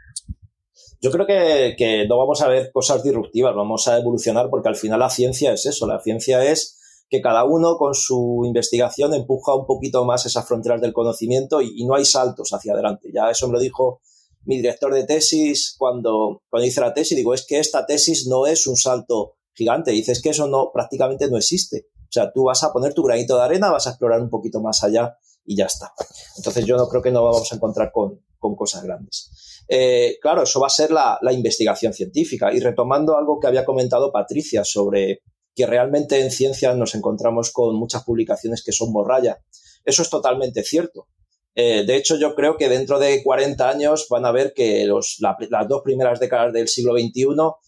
Yo creo que no vamos a ver cosas disruptivas, vamos a evolucionar porque al final la ciencia es eso, la ciencia es que cada uno con su investigación empuja un poquito más esas fronteras del conocimiento y no hay saltos hacia adelante. Ya eso me lo dijo mi director de tesis cuando hice la tesis. Digo, es que esta tesis no es un salto gigante. Dice, es que eso prácticamente no existe. O sea, tú vas a poner tu granito de arena, vas a explorar un poquito más allá y ya está. Entonces yo no creo que nos vamos a encontrar con cosas grandes. Claro, eso va a ser la investigación científica. Y retomando algo que había comentado Patricia sobre que realmente en ciencia nos encontramos con muchas publicaciones que son morralla. Eso es totalmente cierto. De hecho, yo creo que dentro de 40 años van a ver que las 2 primeras décadas del siglo XXI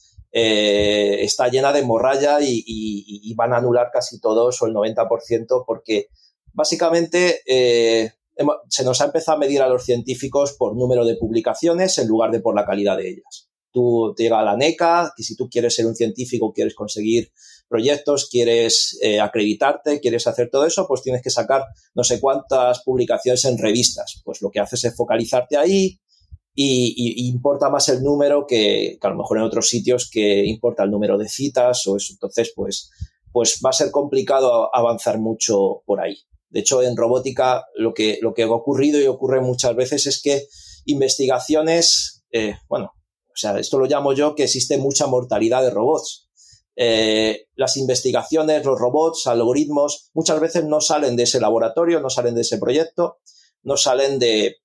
está llena de morralla y van a anular casi todos o el 90% porque básicamente se nos ha empezado a medir a los científicos por número de publicaciones en lugar de por la calidad de ellas. Tú te llega a la NECA, que si tú quieres ser un científico, quieres conseguir proyectos, quieres acreditarte, quieres hacer todo eso, pues tienes que sacar no sé cuántas publicaciones en revistas. Pues lo que haces es focalizarte ahí y importa más el número que a lo mejor en otros sitios que importa el número de citas o eso. Entonces, pues va a ser complicado avanzar mucho por ahí. De hecho, en robótica lo que ha ocurrido y ocurre muchas veces es que investigaciones, o sea, esto lo llamo yo que existe mucha mortalidad de robots. Las investigaciones, los robots, algoritmos, muchas veces no salen de ese laboratorio, no salen de ese proyecto, no salen de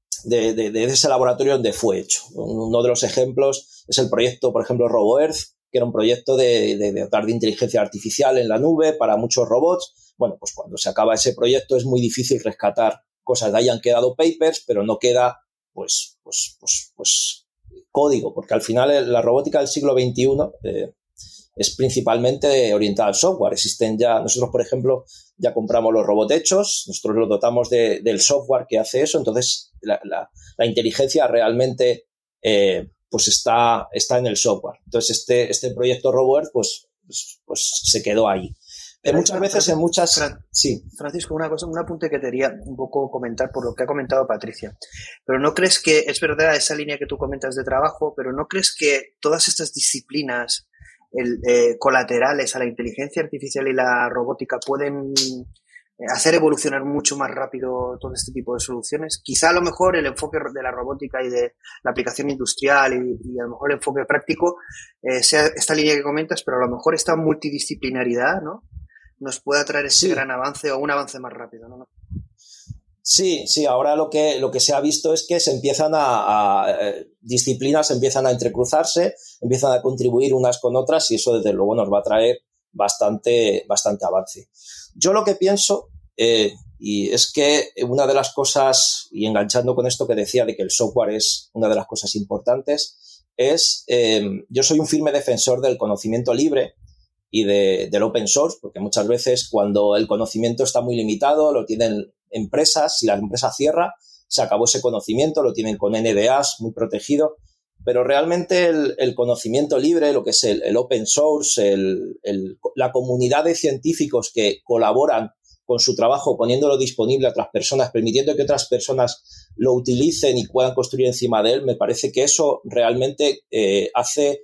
ese laboratorio donde fue hecho. Uno de los ejemplos es el proyecto, por ejemplo, RoboEarth, que era un proyecto de dotar de inteligencia artificial en la nube para muchos robots. Bueno, pues cuando se acaba ese proyecto es muy difícil rescatar cosas. De ahí han quedado papers, pero no queda, pues código, porque al final la robótica del siglo XXI es principalmente orientada al software. Existen ya, nosotros por ejemplo ya compramos los robots hechos, nosotros los dotamos del software que hace eso, entonces la inteligencia realmente pues está en el software. Entonces este proyecto RoboEarth pues se quedó ahí. Muchas veces sí. Francisco, una cosa, un apunte que te quería un poco comentar por lo que ha comentado Patricia. Pero ¿no crees que, es verdad esa línea que tú comentas de trabajo, pero no crees que todas estas disciplinas colaterales a la inteligencia artificial y la robótica pueden hacer evolucionar mucho más rápido todo este tipo de soluciones? Quizá a lo mejor el enfoque de la robótica y de la aplicación industrial y a lo mejor el enfoque práctico sea esta línea que comentas, pero a lo mejor esta multidisciplinaridad, ¿no?, nos pueda traer ese gran avance o un avance más rápido, ¿no? Sí, ahora lo que se ha visto es que se empiezan disciplinas empiezan a entrecruzarse, empiezan a contribuir unas con otras y eso desde luego nos va a traer bastante avance. Yo lo que pienso, Y es que una de las cosas, y enganchando con esto que decía de que el software es una de las cosas importantes, es, yo soy un firme defensor del conocimiento libre y del open source, porque muchas veces cuando el conocimiento está muy limitado, lo tienen empresas, si la empresa cierra, se acabó ese conocimiento, lo tienen con NDAs muy protegido, pero realmente el conocimiento libre, lo que es el open source, la comunidad de científicos que colaboran con su trabajo, poniéndolo disponible a otras personas, permitiendo que otras personas lo utilicen y puedan construir encima de él, me parece que eso realmente hace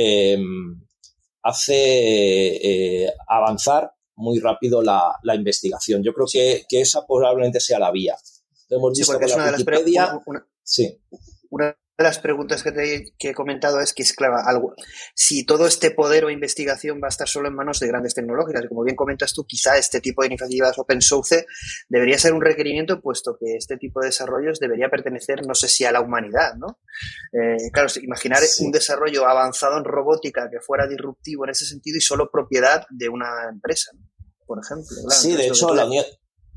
avanzar muy rápido la investigación. Yo creo que esa probablemente sea la vía. Lo hemos visto con la Wikipedia. Sí. Una de las preguntas que he comentado es que es claro, si todo este poder o investigación va a estar solo en manos de grandes tecnológicas, como bien comentas tú, quizá este tipo de iniciativas open source debería ser un requerimiento, puesto que este tipo de desarrollos debería pertenecer, no sé si a la humanidad, ¿no? Claro, imaginar un desarrollo avanzado en robótica que fuera disruptivo en ese sentido y solo propiedad de una empresa, ¿no? Por ejemplo. Claro, sí, de hecho, la Unión...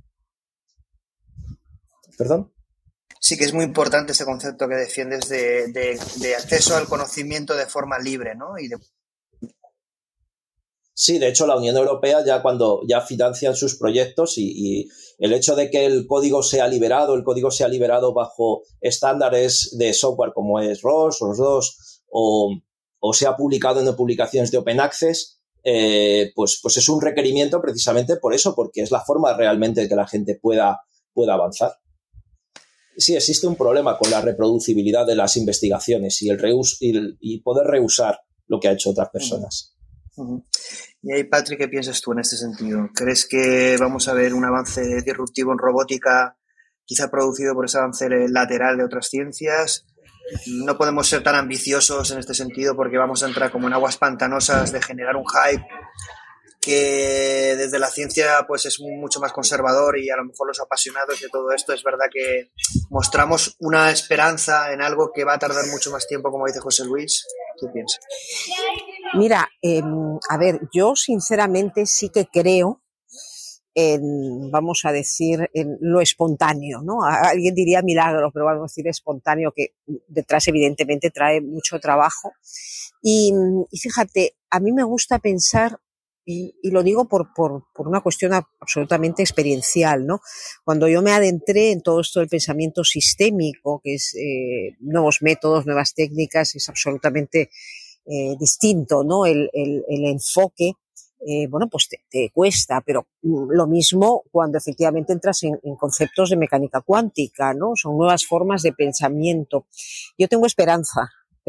¿Perdón? Sí que es muy importante ese concepto que defiendes de acceso al conocimiento de forma libre, ¿no? Sí, de hecho la Unión Europea cuando financian sus proyectos y el hecho de que el código sea liberado bajo estándares de software como es ROS o ROS o sea publicado en publicaciones de Open Access, pues es un requerimiento precisamente por eso, porque es la forma realmente de que la gente pueda avanzar. Sí, existe un problema con la reproducibilidad de las investigaciones y poder reusar lo que ha hecho otras personas. Uh-huh. Y ahí, Patrick, ¿qué piensas tú en este sentido? ¿Crees que vamos a ver un avance disruptivo en robótica, quizá producido por ese avance lateral de otras ciencias? No podemos ser tan ambiciosos en este sentido porque vamos a entrar como en aguas pantanosas de generar un hype que desde la ciencia pues es mucho más conservador, y a lo mejor los apasionados de todo esto es verdad que mostramos una esperanza en algo que va a tardar mucho más tiempo, como dice José Luis. ¿Qué piensas? Mira, a ver, yo sinceramente sí que creo vamos a decir, en lo espontáneo, ¿no? Alguien diría milagro, pero vamos a decir espontáneo, que detrás evidentemente trae mucho trabajo. Y fíjate, a mí me gusta pensar, y lo digo por una cuestión absolutamente experiencial, ¿no? Cuando yo me adentré en todo esto del pensamiento sistémico, que es nuevos métodos, nuevas técnicas, es absolutamente distinto, ¿no? El enfoque, bueno, pues te cuesta, pero lo mismo cuando efectivamente entras en conceptos de mecánica cuántica, ¿no? Son nuevas formas de pensamiento. Yo tengo esperanza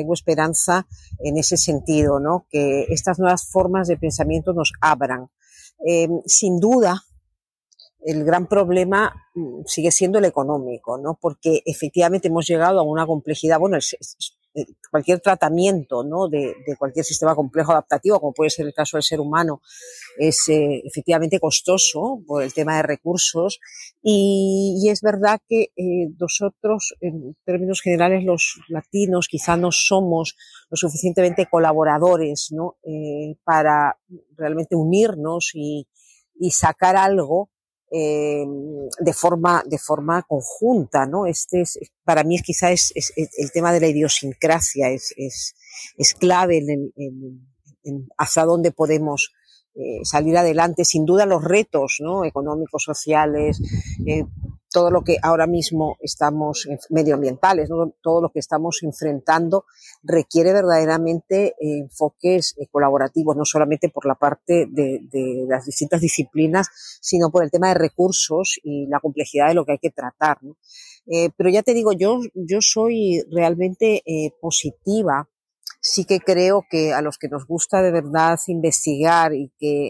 en ese sentido, ¿no? Que estas nuevas formas de pensamiento nos abran. Sin duda, el gran problema sigue siendo el económico, ¿no? Porque efectivamente hemos llegado a una complejidad, bueno, cualquier tratamiento, ¿no? de cualquier sistema complejo adaptativo, como puede ser el caso del ser humano, es efectivamente costoso por el tema de recursos, y es verdad que nosotros, en términos generales, los latinos quizá no somos lo suficientemente colaboradores, ¿no? Para realmente unirnos y sacar algo de forma conjunta, ¿no? Para mí quizá es el tema de la idiosincrasia, es clave en hacia dónde podemos salir adelante. Sin duda los retos, ¿no? Económicos, sociales, todo lo que ahora mismo estamos, medioambientales, ¿no? Todo lo que estamos enfrentando requiere verdaderamente enfoques colaborativos, no solamente por la parte de las distintas disciplinas, sino por el tema de recursos y la complejidad de lo que hay que tratar, ¿no? Pero ya te digo, yo soy realmente positiva. Sí que creo que a los que nos gusta de verdad investigar y que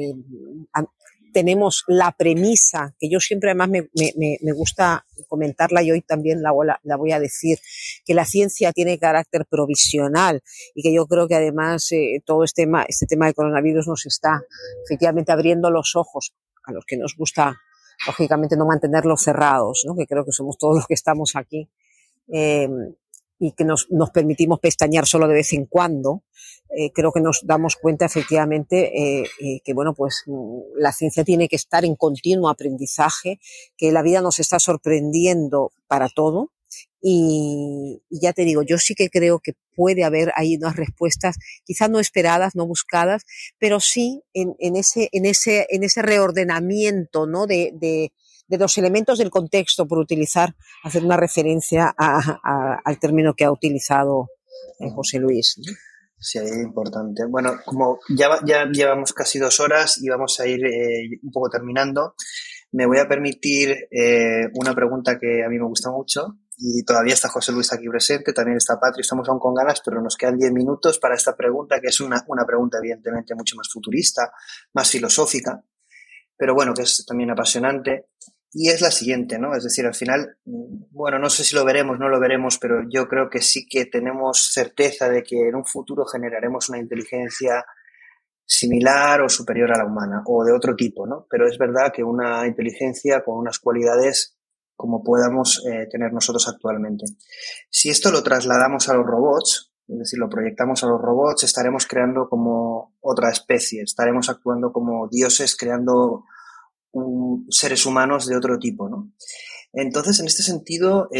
tenemos la premisa, que yo siempre además me gusta comentarla, y hoy también la voy a decir, que la ciencia tiene carácter provisional, y que yo creo que además todo este tema de coronavirus nos está efectivamente abriendo los ojos a los que nos gusta, lógicamente, no mantenerlos cerrados, ¿no? Que creo que somos todos los que estamos aquí. y que nos permitimos pestañear solo de vez en cuando, creo que nos damos cuenta efectivamente que bueno, pues la ciencia tiene que estar en continuo aprendizaje, que la vida nos está sorprendiendo para todo. Y ya te digo, yo sí que creo que puede haber ahí unas respuestas, quizás no esperadas, no buscadas, pero sí en ese reordenamiento, ¿no? de los elementos del contexto, por hacer una referencia al término que ha utilizado José Luis. Sí, importante. Bueno, como ya llevamos casi 2 horas y vamos a ir un poco terminando, me voy a permitir una pregunta que a mí me gusta mucho, y todavía está José Luis aquí presente, también está Patri, estamos aún con ganas, pero nos quedan 10 minutos para esta pregunta, que es una pregunta evidentemente mucho más futurista, más filosófica, pero bueno, que es también apasionante, y es la siguiente, ¿no? Es decir, al final, bueno, no sé si lo veremos, no lo veremos, pero yo creo que sí que tenemos certeza de que en un futuro generaremos una inteligencia similar o superior a la humana, o de otro tipo, ¿no? Pero es verdad que una inteligencia con unas cualidades como podamos tener nosotros actualmente. Si esto lo trasladamos a los robots, es decir, lo proyectamos a los robots, estaremos creando como otra especie, estaremos actuando como dioses, creando seres humanos de otro tipo, ¿no? Entonces, en este sentido,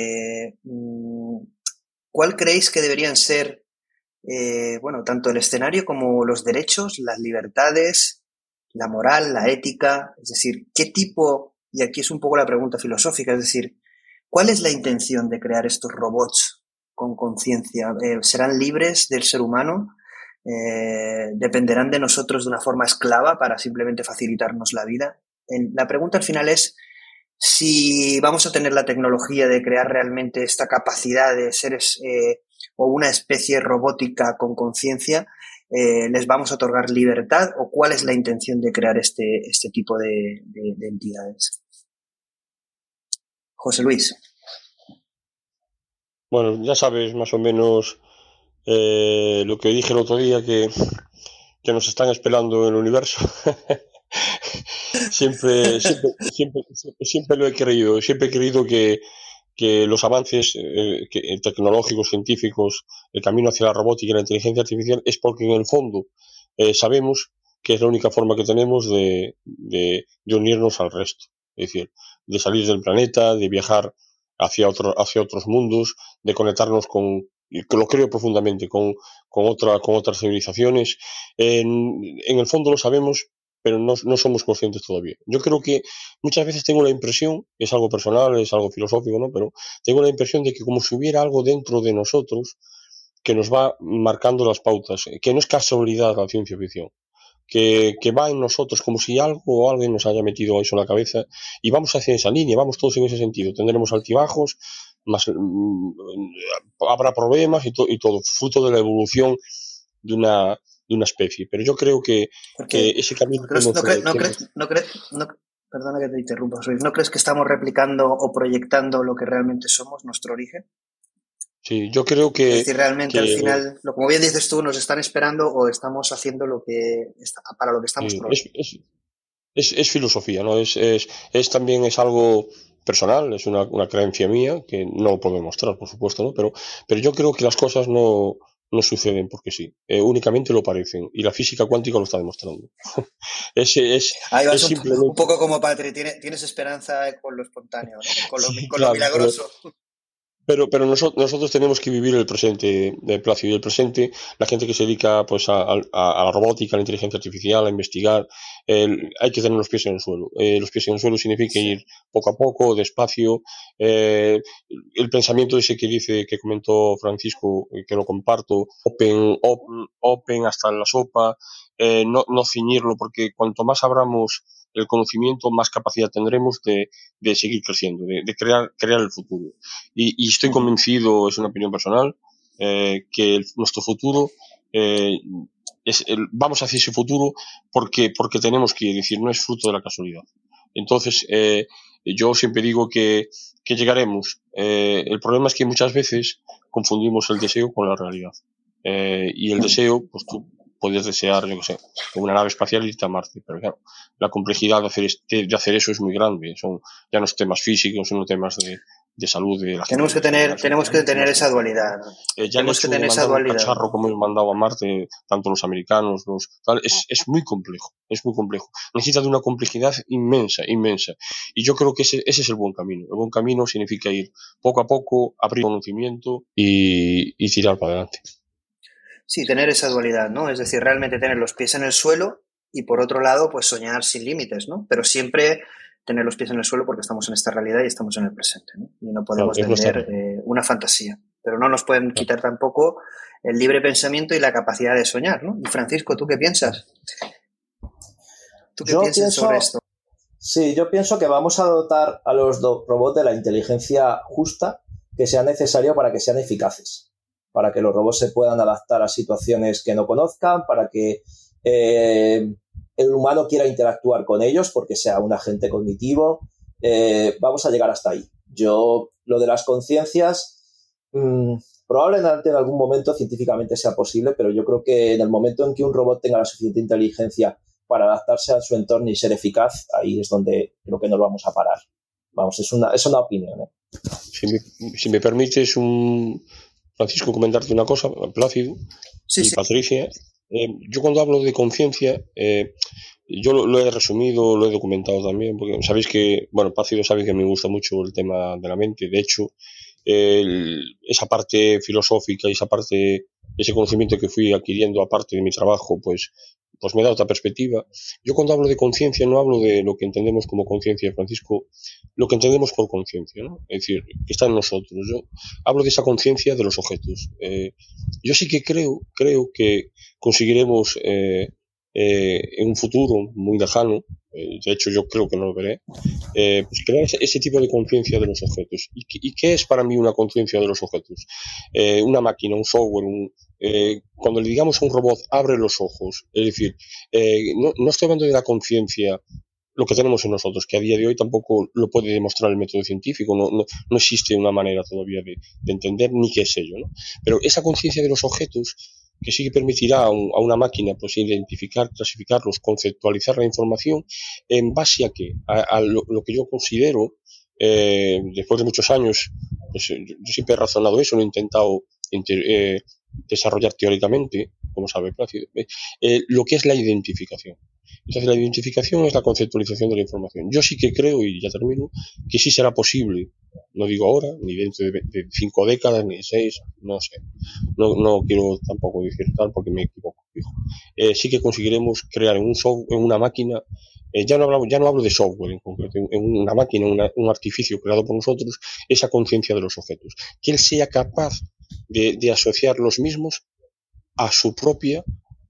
¿cuál creéis que deberían ser, bueno, tanto el escenario como los derechos, las libertades, la moral, la ética? Es decir, ¿qué tipo, y aquí es un poco la pregunta filosófica, es decir, ¿cuál es la intención de crear estos robots con conciencia? ¿Serán libres del ser humano? ¿Dependerán de nosotros de una forma esclava para simplemente facilitarnos la vida? La pregunta al final es si vamos a tener la tecnología de crear realmente esta capacidad de seres o una especie robótica con conciencia, ¿les vamos a otorgar libertad o cuál es la intención de crear este tipo de entidades? José Luis. Bueno, ya sabes más o menos lo que dije el otro día, que nos están esperando en el universo. siempre lo he creído. Siempre he creído que los avances tecnológicos, científicos, el camino hacia la robótica y la inteligencia artificial es porque en el fondo sabemos que es la única forma que tenemos de unirnos al resto. Es decir, de salir del planeta, de viajar hacia otros mundos, de conectarnos con, que lo creo profundamente, con otras civilizaciones. En el fondo lo sabemos, pero no somos conscientes todavía. Yo creo que muchas veces tengo la impresión, es algo personal, es algo filosófico, ¿no? Pero tengo la impresión de que como si hubiera algo dentro de nosotros que nos va marcando las pautas, que no es casualidad la ciencia ficción, que va en nosotros, como si algo o alguien nos haya metido eso en la cabeza, y vamos hacia esa línea, vamos todos en ese sentido. Tendremos altibajos, habrá problemas y todo, fruto de la evolución de una especie. Pero yo creo que ese camino... Perdona que te interrumpa, ¿no crees que estamos replicando o proyectando lo que realmente somos, nuestro origen? Sí, yo creo que... Es decir, realmente al final, como bien dices tú, nos están esperando o estamos haciendo para lo que estamos sí, es filosofía, ¿no? También es algo personal, es una creencia mía que no lo puedo demostrar, por supuesto, ¿no? Pero yo creo que las cosas no suceden porque sí, únicamente lo parecen, y la física cuántica lo está demostrando. Ahí vas simplemente... un poco como Patri, tienes esperanza con lo espontáneo, ¿no? Con lo milagroso. Pero nosotros tenemos que vivir el presente, Plácido, y el presente, la gente que se dedica pues a la robótica, a la inteligencia artificial, a investigar, hay que tener los pies en el suelo. Los pies en el suelo significa ir poco a poco, despacio. El pensamiento ese que comentó Francisco, que lo comparto, open hasta la sopa, no ciñirlo, porque cuanto más abramos el conocimiento, más capacidad tendremos de seguir creciendo, de crear el futuro. Y estoy convencido, es una opinión personal, que nuestro futuro, vamos hacia ese futuro porque tenemos que ir, es decir, no es fruto de la casualidad. Entonces, yo siempre digo que llegaremos. El problema es que muchas veces confundimos el deseo con la realidad. Y el deseo, pues tú puedes desear, yo qué sé, una nave espacial y irte a Marte, pero claro, la complejidad de hacer eso es muy grande. Ya no son temas físicos, sino temas de salud de la gente. Tenemos que tener esa dualidad, ¿no? Ya el hecho de mandar un cacharro como hemos mandado a Marte, tanto los americanos, es muy complejo, necesita de una complejidad inmensa, y yo creo que ese es el buen camino. El buen camino significa ir poco a poco, abrir conocimiento y tirar para adelante. Sí, tener esa dualidad, ¿no? Es decir, realmente tener los pies en el suelo y por otro lado, pues soñar sin límites, ¿no? Pero siempre tener los pies en el suelo porque estamos en esta realidad y estamos en el presente, ¿no? Y no podemos vender una fantasía. Pero no nos pueden quitar tampoco el libre pensamiento y la capacidad de soñar, ¿no? Y Francisco, ¿tú qué piensas? ¿Tú qué piensas sobre esto? Sí, yo pienso que vamos a dotar a los robots de la inteligencia justa que sea necesario para que sean eficaces, para que los robots se puedan adaptar a situaciones que no conozcan, para que el humano quiera interactuar con ellos porque sea un agente cognitivo. Vamos a llegar hasta ahí. Lo de las conciencias, probablemente en algún momento científicamente sea posible, pero yo creo que en el momento en que un robot tenga la suficiente inteligencia para adaptarse a su entorno y ser eficaz, ahí es donde creo que nos vamos a parar. Vamos, es una opinión, ¿eh? Si me permites, Francisco, comentarte una cosa, Plácido y Patricia. Yo cuando hablo de conciencia, yo lo he resumido, lo he documentado también, porque sabéis que, bueno, Plácido sabe que me gusta mucho el tema de la mente. De hecho, esa parte filosófica y ese conocimiento que fui adquiriendo aparte de mi trabajo, pues me da otra perspectiva. Yo cuando hablo de conciencia no hablo de lo que entendemos como conciencia, Francisco, lo que entendemos por conciencia, ¿no? Es decir, que está en nosotros. Yo hablo de esa conciencia de los objetos. Yo sí que creo que conseguiremos en un futuro muy lejano, de hecho yo creo que no lo veré, pues crear ese tipo de conciencia de los objetos. ¿Y qué es para mí una conciencia de los objetos? Una máquina, un software, cuando le digamos a un robot abre los ojos, es decir, no estoy hablando de la conciencia lo que tenemos en nosotros, que a día de hoy tampoco lo puede demostrar el método científico, no existe una manera todavía de entender ni qué es ello, ¿no? Pero esa conciencia de los objetos que sí que permitirá a una máquina pues identificar, clasificarlos, conceptualizar la información en base a qué, a lo que yo considero, después de muchos años, pues yo siempre he razonado eso, lo he intentado desarrollar teóricamente, como sabe Plácido, lo que es la identificación. Entonces la identificación es la conceptualización de la información. Yo sí que creo, y ya termino, que sí será posible, no digo ahora, ni dentro de 5 décadas, ni de 6, no sé. No quiero tampoco decir tal porque me equivoco. Sí que conseguiremos crear en una máquina, ya no hablo de software en concreto, en una máquina, un artificio creado por nosotros, esa conciencia de los objetos. Que él sea capaz de asociar los mismos a su propia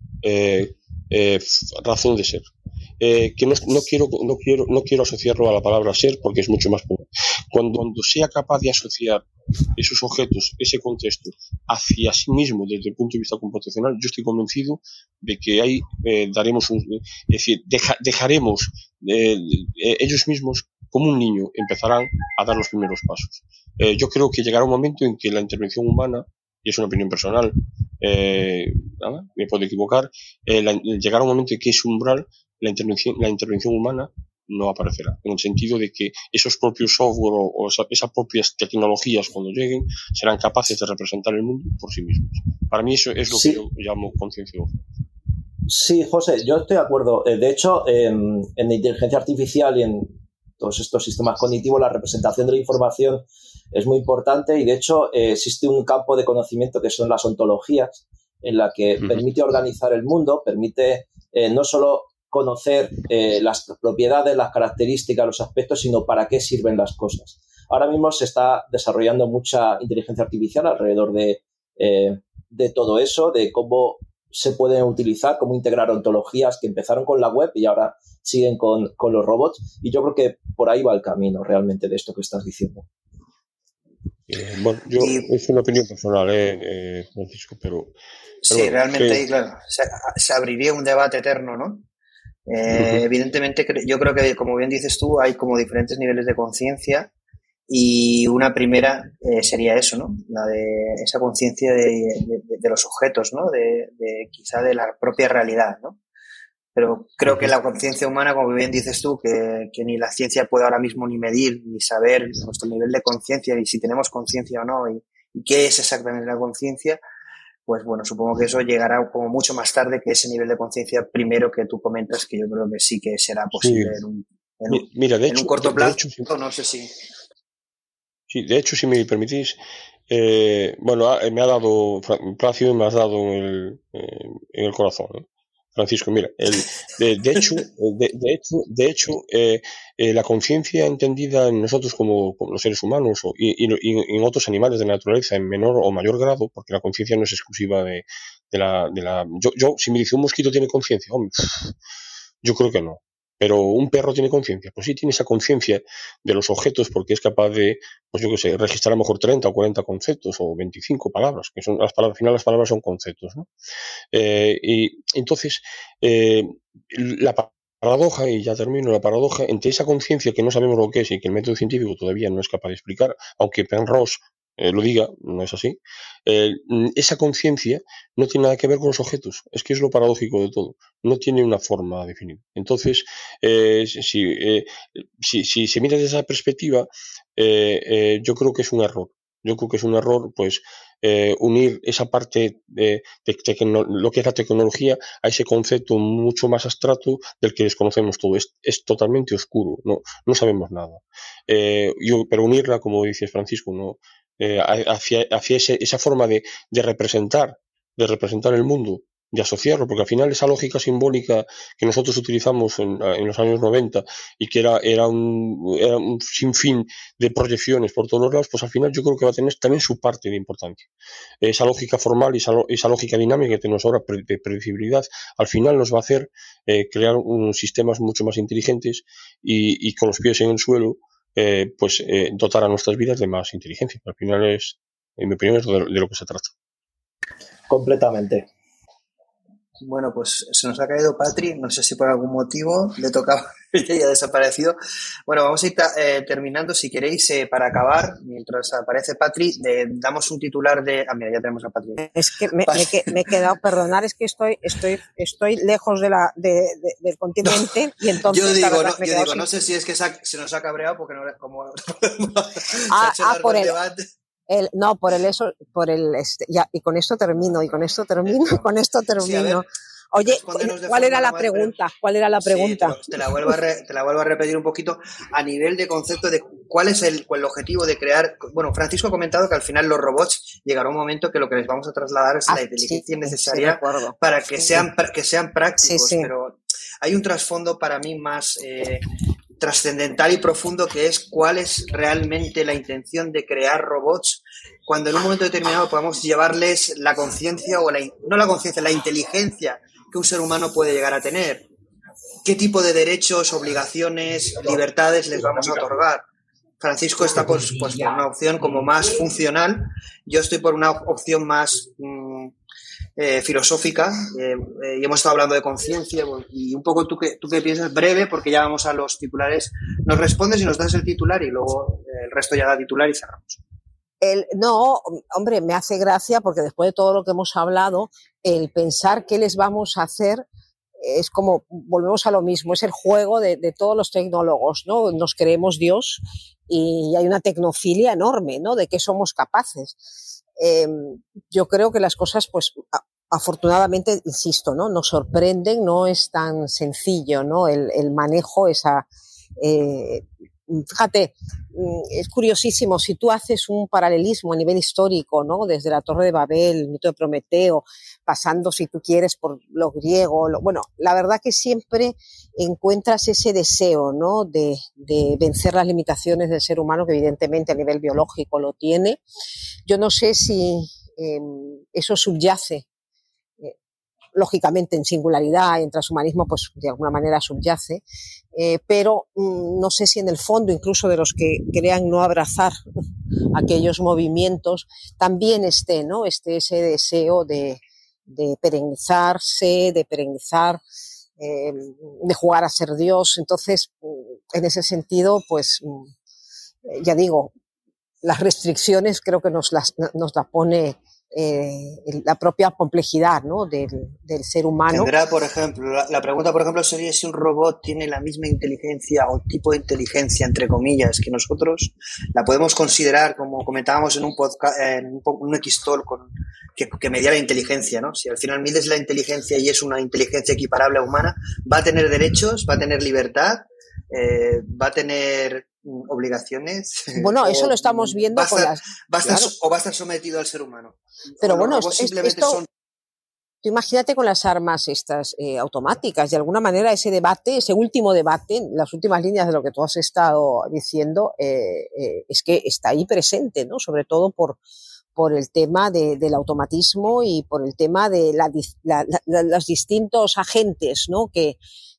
razón de ser. Que no quiero asociarlo a la palabra ser porque es mucho más puro. Cuando sea capaz de asociar esos objetos, ese contexto hacia sí mismo desde el punto de vista computacional, yo estoy convencido de que ahí daremos es decir, dejaremos ellos mismos como un niño empezarán a dar los primeros pasos. Yo creo que llegará un momento en que la intervención humana, y es una opinión personal, me puedo equivocar, llegará un momento en que ese umbral, la intervención humana no aparecerá, en el sentido de que esos propios software o esas propias tecnologías cuando lleguen serán capaces de representar el mundo por sí mismos. Para mí eso es lo que yo llamo conciencia. Sí, José, yo estoy de acuerdo. De hecho, en la inteligencia artificial y en todos estos sistemas cognitivos, la representación de la información es muy importante y, de hecho, existe un campo de conocimiento que son las ontologías, en la que permite organizar el mundo, permite no solo conocer las propiedades, las características, los aspectos, sino para qué sirven las cosas. Ahora mismo se está desarrollando mucha inteligencia artificial alrededor de todo eso, de cómo se pueden utilizar, cómo integrar ontologías que empezaron con la web y ahora siguen con los robots, y yo creo que por ahí va el camino realmente de esto que estás diciendo. Bueno, es una opinión personal, Francisco, pero sí, bueno, realmente ahí, claro, se abriría un debate eterno, ¿no? Evidentemente, yo creo que, como bien dices tú, hay como diferentes niveles de conciencia y una primera sería eso, ¿no? La de esa conciencia de los objetos, ¿no? De quizá de la propia realidad, ¿no? Pero creo que la conciencia humana, como bien dices tú, que ni la ciencia puede ahora mismo ni medir, ni saber nuestro nivel de conciencia, ni si tenemos conciencia o no, y qué es exactamente la conciencia, pues bueno, supongo que eso llegará como mucho más tarde que ese nivel de conciencia primero que tú comentas, que yo creo que sí que será posible Mira, de en hecho, un corto plazo, de hecho, no sé si... sí, de hecho, si me permitís, bueno, me ha dado, Plácido me has dado en el corazón, ¿eh? Francisco, mira, de hecho, la conciencia entendida en nosotros como los seres humanos y en otros animales de la naturaleza en menor o mayor grado, porque la conciencia no es exclusiva de la si me dice un mosquito tiene conciencia, hombre, yo creo que no. Pero un perro tiene conciencia, pues sí tiene esa conciencia de los objetos porque es capaz de, pues yo qué sé, registrar a lo mejor 30 o 40 conceptos o 25 palabras, que son las palabras, al final las palabras son conceptos, ¿no? Y entonces, la paradoja, y ya termino, la paradoja entre esa conciencia que no sabemos lo que es y que el método científico todavía no es capaz de explicar, aunque Penrose lo diga, no es así, esa conciencia no tiene nada que ver con los objetos, es que es lo paradójico de todo, no tiene una forma definida. Entonces, si se mira desde esa perspectiva, yo creo que es un error. Yo creo que es un error, pues, unir esa parte de lo que es la tecnología a ese concepto mucho más abstracto del que desconocemos todo. Es totalmente oscuro, no sabemos nada. Pero unirla, como dices Francisco, ¿no? Hacia esa forma de representar el mundo, de asociarlo, porque al final esa lógica simbólica que nosotros utilizamos en los años 90 y que era un sinfín de proyecciones por todos los lados, pues al final yo creo que va a tener también su parte de importancia. Esa lógica formal y esa lógica dinámica que tenemos ahora de predecibilidad, al final nos va a hacer crear sistemas mucho más inteligentes y con los pies en el suelo, dotar a nuestras vidas de más inteligencia. Al final en mi opinión, es de lo que se trata. Completamente. Bueno, pues se nos ha caído Patri, no sé si por algún motivo le tocaba, ya ha desaparecido. Bueno, vamos a ir terminando, si queréis, para acabar, mientras aparece Patri, damos un titular de... Ah, mira, ya tenemos a Patri. Es que me he quedado, perdonar, es que estoy lejos del continente, no, y entonces... Yo digo, no sé si es que se nos ha cabreado porque no como... por el debate. Y con esto termino. Sí, oye, ¿cuál era la pregunta? Sí, te la vuelvo a repetir un poquito a nivel de concepto de cuál es el objetivo de crear. Bueno, Francisco ha comentado que al final los robots llegará un momento que lo que les vamos a trasladar es la inteligencia necesaria para que sean prácticos, pero hay un trasfondo para mí más trascendental y profundo, que es cuál es realmente la intención de crear robots cuando en un momento determinado podamos llevarles la conciencia o la inteligencia que un ser humano puede llegar a tener. ¿Qué tipo de derechos, obligaciones, libertades les vamos a otorgar? Francisco está por una opción como más funcional, yo estoy por una opción más filosófica, y hemos estado hablando de conciencia, y un poco tú qué piensas, breve, porque ya vamos a los titulares. Nos respondes y nos das el titular y luego el resto ya da titular y cerramos. No, hombre, me hace gracia porque después de todo lo que hemos hablado, el pensar qué les vamos a hacer es como, volvemos a lo mismo, es el juego de todos los tecnólogos, ¿no? Nos creemos Dios y hay una tecnofilia enorme, ¿no? De qué somos capaces. Yo creo que las cosas, pues, afortunadamente, insisto, ¿no? Nos sorprenden, no es tan sencillo, ¿no? El manejo, fíjate, es curiosísimo, si tú haces un paralelismo a nivel histórico, ¿no? Desde la Torre de Babel, el mito de Prometeo, pasando, si tú quieres, por lo griego, bueno, la verdad que siempre encuentras ese deseo, ¿no? De vencer las limitaciones del ser humano, que evidentemente a nivel biológico lo tiene. Yo no sé si eso subyace, lógicamente en singularidad, en transhumanismo, pues de alguna manera subyace, pero no sé si en el fondo, incluso de los que crean no abrazar aquellos movimientos, también esté ese deseo de perennizarse, de jugar a ser Dios. Entonces, en ese sentido, pues ya digo, las restricciones creo que nos las pone la propia complejidad, ¿no? del ser humano. Tendrá, por ejemplo, la pregunta, por ejemplo, sería si un robot tiene la misma inteligencia o tipo de inteligencia, entre comillas, que nosotros. La podemos considerar, como comentábamos en un podcast, en un X-Talk, que medía la inteligencia, ¿no? Si al final mides la inteligencia y es una inteligencia equiparable a humana, va a tener derechos, va a tener libertad, va a tener obligaciones. Bueno, eso lo estamos viendo o va a estar sometido al ser humano. Pero bueno, esto, tú imagínate con las armas estas automáticas. De alguna manera ese debate, ese último debate, las últimas líneas de lo que tú has estado diciendo, es que está ahí presente, ¿no? Sobre todo por el tema del automatismo y por el tema de los distintos agentes, ¿no? que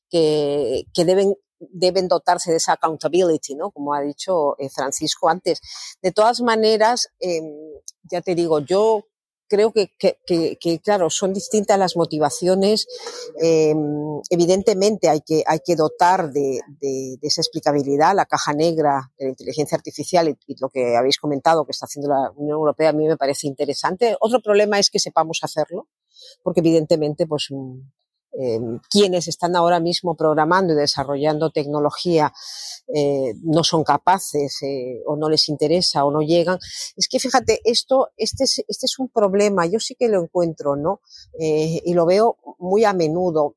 deben dotarse de esa accountability, ¿no? Como ha dicho Francisco antes. De todas maneras, ya te digo, yo creo que claro, son distintas las motivaciones. Evidentemente hay que dotar de esa explicabilidad, la caja negra de la inteligencia artificial y lo que habéis comentado que está haciendo la Unión Europea a mí me parece interesante. Otro problema es que sepamos hacerlo, porque evidentemente pues quienes están ahora mismo programando y desarrollando tecnología no son capaces o no les interesa o no llegan. Es que fíjate, este es un problema, yo sí que lo encuentro, ¿no? Y lo veo muy a menudo.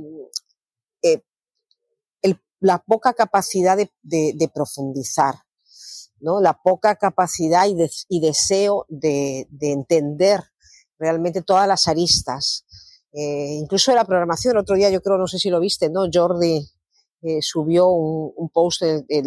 La poca capacidad de profundizar, ¿no? La poca capacidad y deseo de entender realmente todas las aristas. Incluso de la programación, el otro día yo creo, no sé si lo viste, ¿no? Jordi subió un post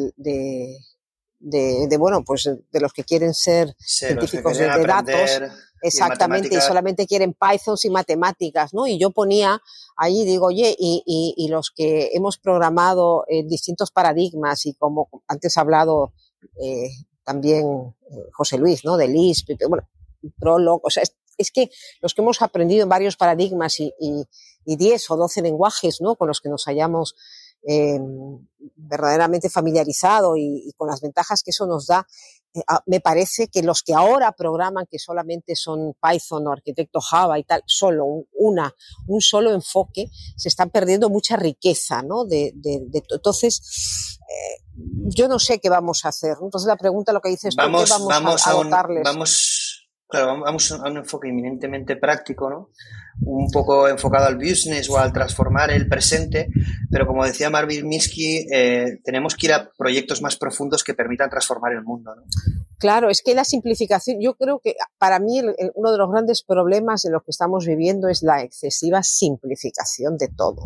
bueno, pues de los que quieren ser científicos de datos, exactamente, y solamente quieren Python y matemáticas, ¿no? Y yo ponía ahí, digo, oye, y los que hemos programado distintos paradigmas y como antes ha hablado también José Luis, ¿no? De Lisp, bueno, Prolog, o sea, es que los que hemos aprendido en varios paradigmas y 10 o 12 lenguajes, ¿no? Con los que nos hayamos verdaderamente familiarizado y con las ventajas que eso nos da, me parece que los que ahora programan que solamente son Python o arquitecto Java y tal, solo un solo enfoque, se están perdiendo mucha riqueza, ¿no? Entonces, yo no sé qué vamos a hacer. Entonces la pregunta, lo que dices tú, ¿qué vamos a dotarles? Claro, vamos a un enfoque eminentemente práctico, ¿no? Un poco enfocado al business o al transformar el presente, pero como decía Marvin Minsky, tenemos que ir a proyectos más profundos que permitan transformar el mundo, ¿no? Claro, es que la simplificación, yo creo que para mí uno de los grandes problemas de lo que estamos viviendo es la excesiva simplificación de todo.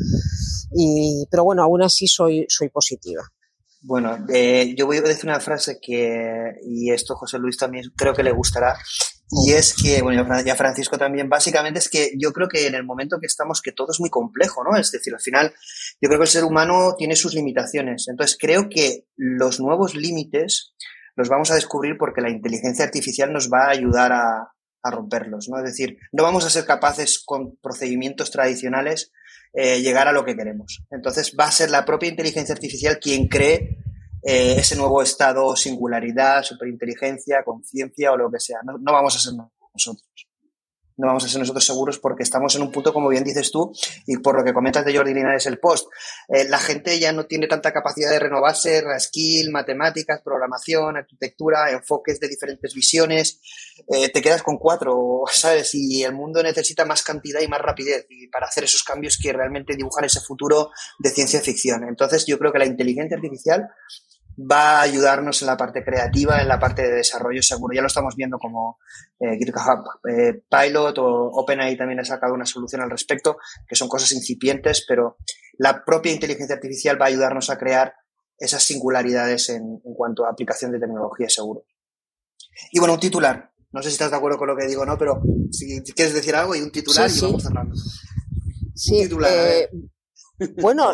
Pero bueno, aún así soy positiva. Bueno, yo voy a decir una frase y esto José Luis también creo que le gustará, y es que, bueno, ya Francisco también, básicamente es que yo creo que en el momento que estamos, que todo es muy complejo, ¿no? Es decir, al final, yo creo que el ser humano tiene sus limitaciones. Entonces, creo que los nuevos límites los vamos a descubrir porque la inteligencia artificial nos va a ayudar a romperlos, ¿no? Es decir, no vamos a ser capaces con procedimientos tradicionales llegar a lo que queremos. Entonces va a ser la propia inteligencia artificial quien cree ese nuevo estado, singularidad, superinteligencia, conciencia o lo que sea. No vamos a ser nosotros. No vamos a ser nosotros seguros porque estamos en un punto, como bien dices tú, y por lo que comentas de Jordi Linares el post, la gente ya no tiene tanta capacidad de renovarse, skill, matemáticas, programación, arquitectura, enfoques de diferentes visiones, te quedas con 4, ¿sabes? Y el mundo necesita más cantidad y más rapidez y para hacer esos cambios que realmente dibujan ese futuro de ciencia ficción. Entonces yo creo que la inteligencia artificial va a ayudarnos en la parte creativa, en la parte de desarrollo seguro. Ya lo estamos viendo como GitHub Pilot o OpenAI también ha sacado una solución al respecto, que son cosas incipientes, pero la propia inteligencia artificial va a ayudarnos a crear esas singularidades en cuanto a aplicación de tecnología seguro. Y bueno, un titular. No sé si estás de acuerdo con lo que digo o no, pero si quieres decir algo y un titular y vamos cerrando. Sí, un titular, bueno,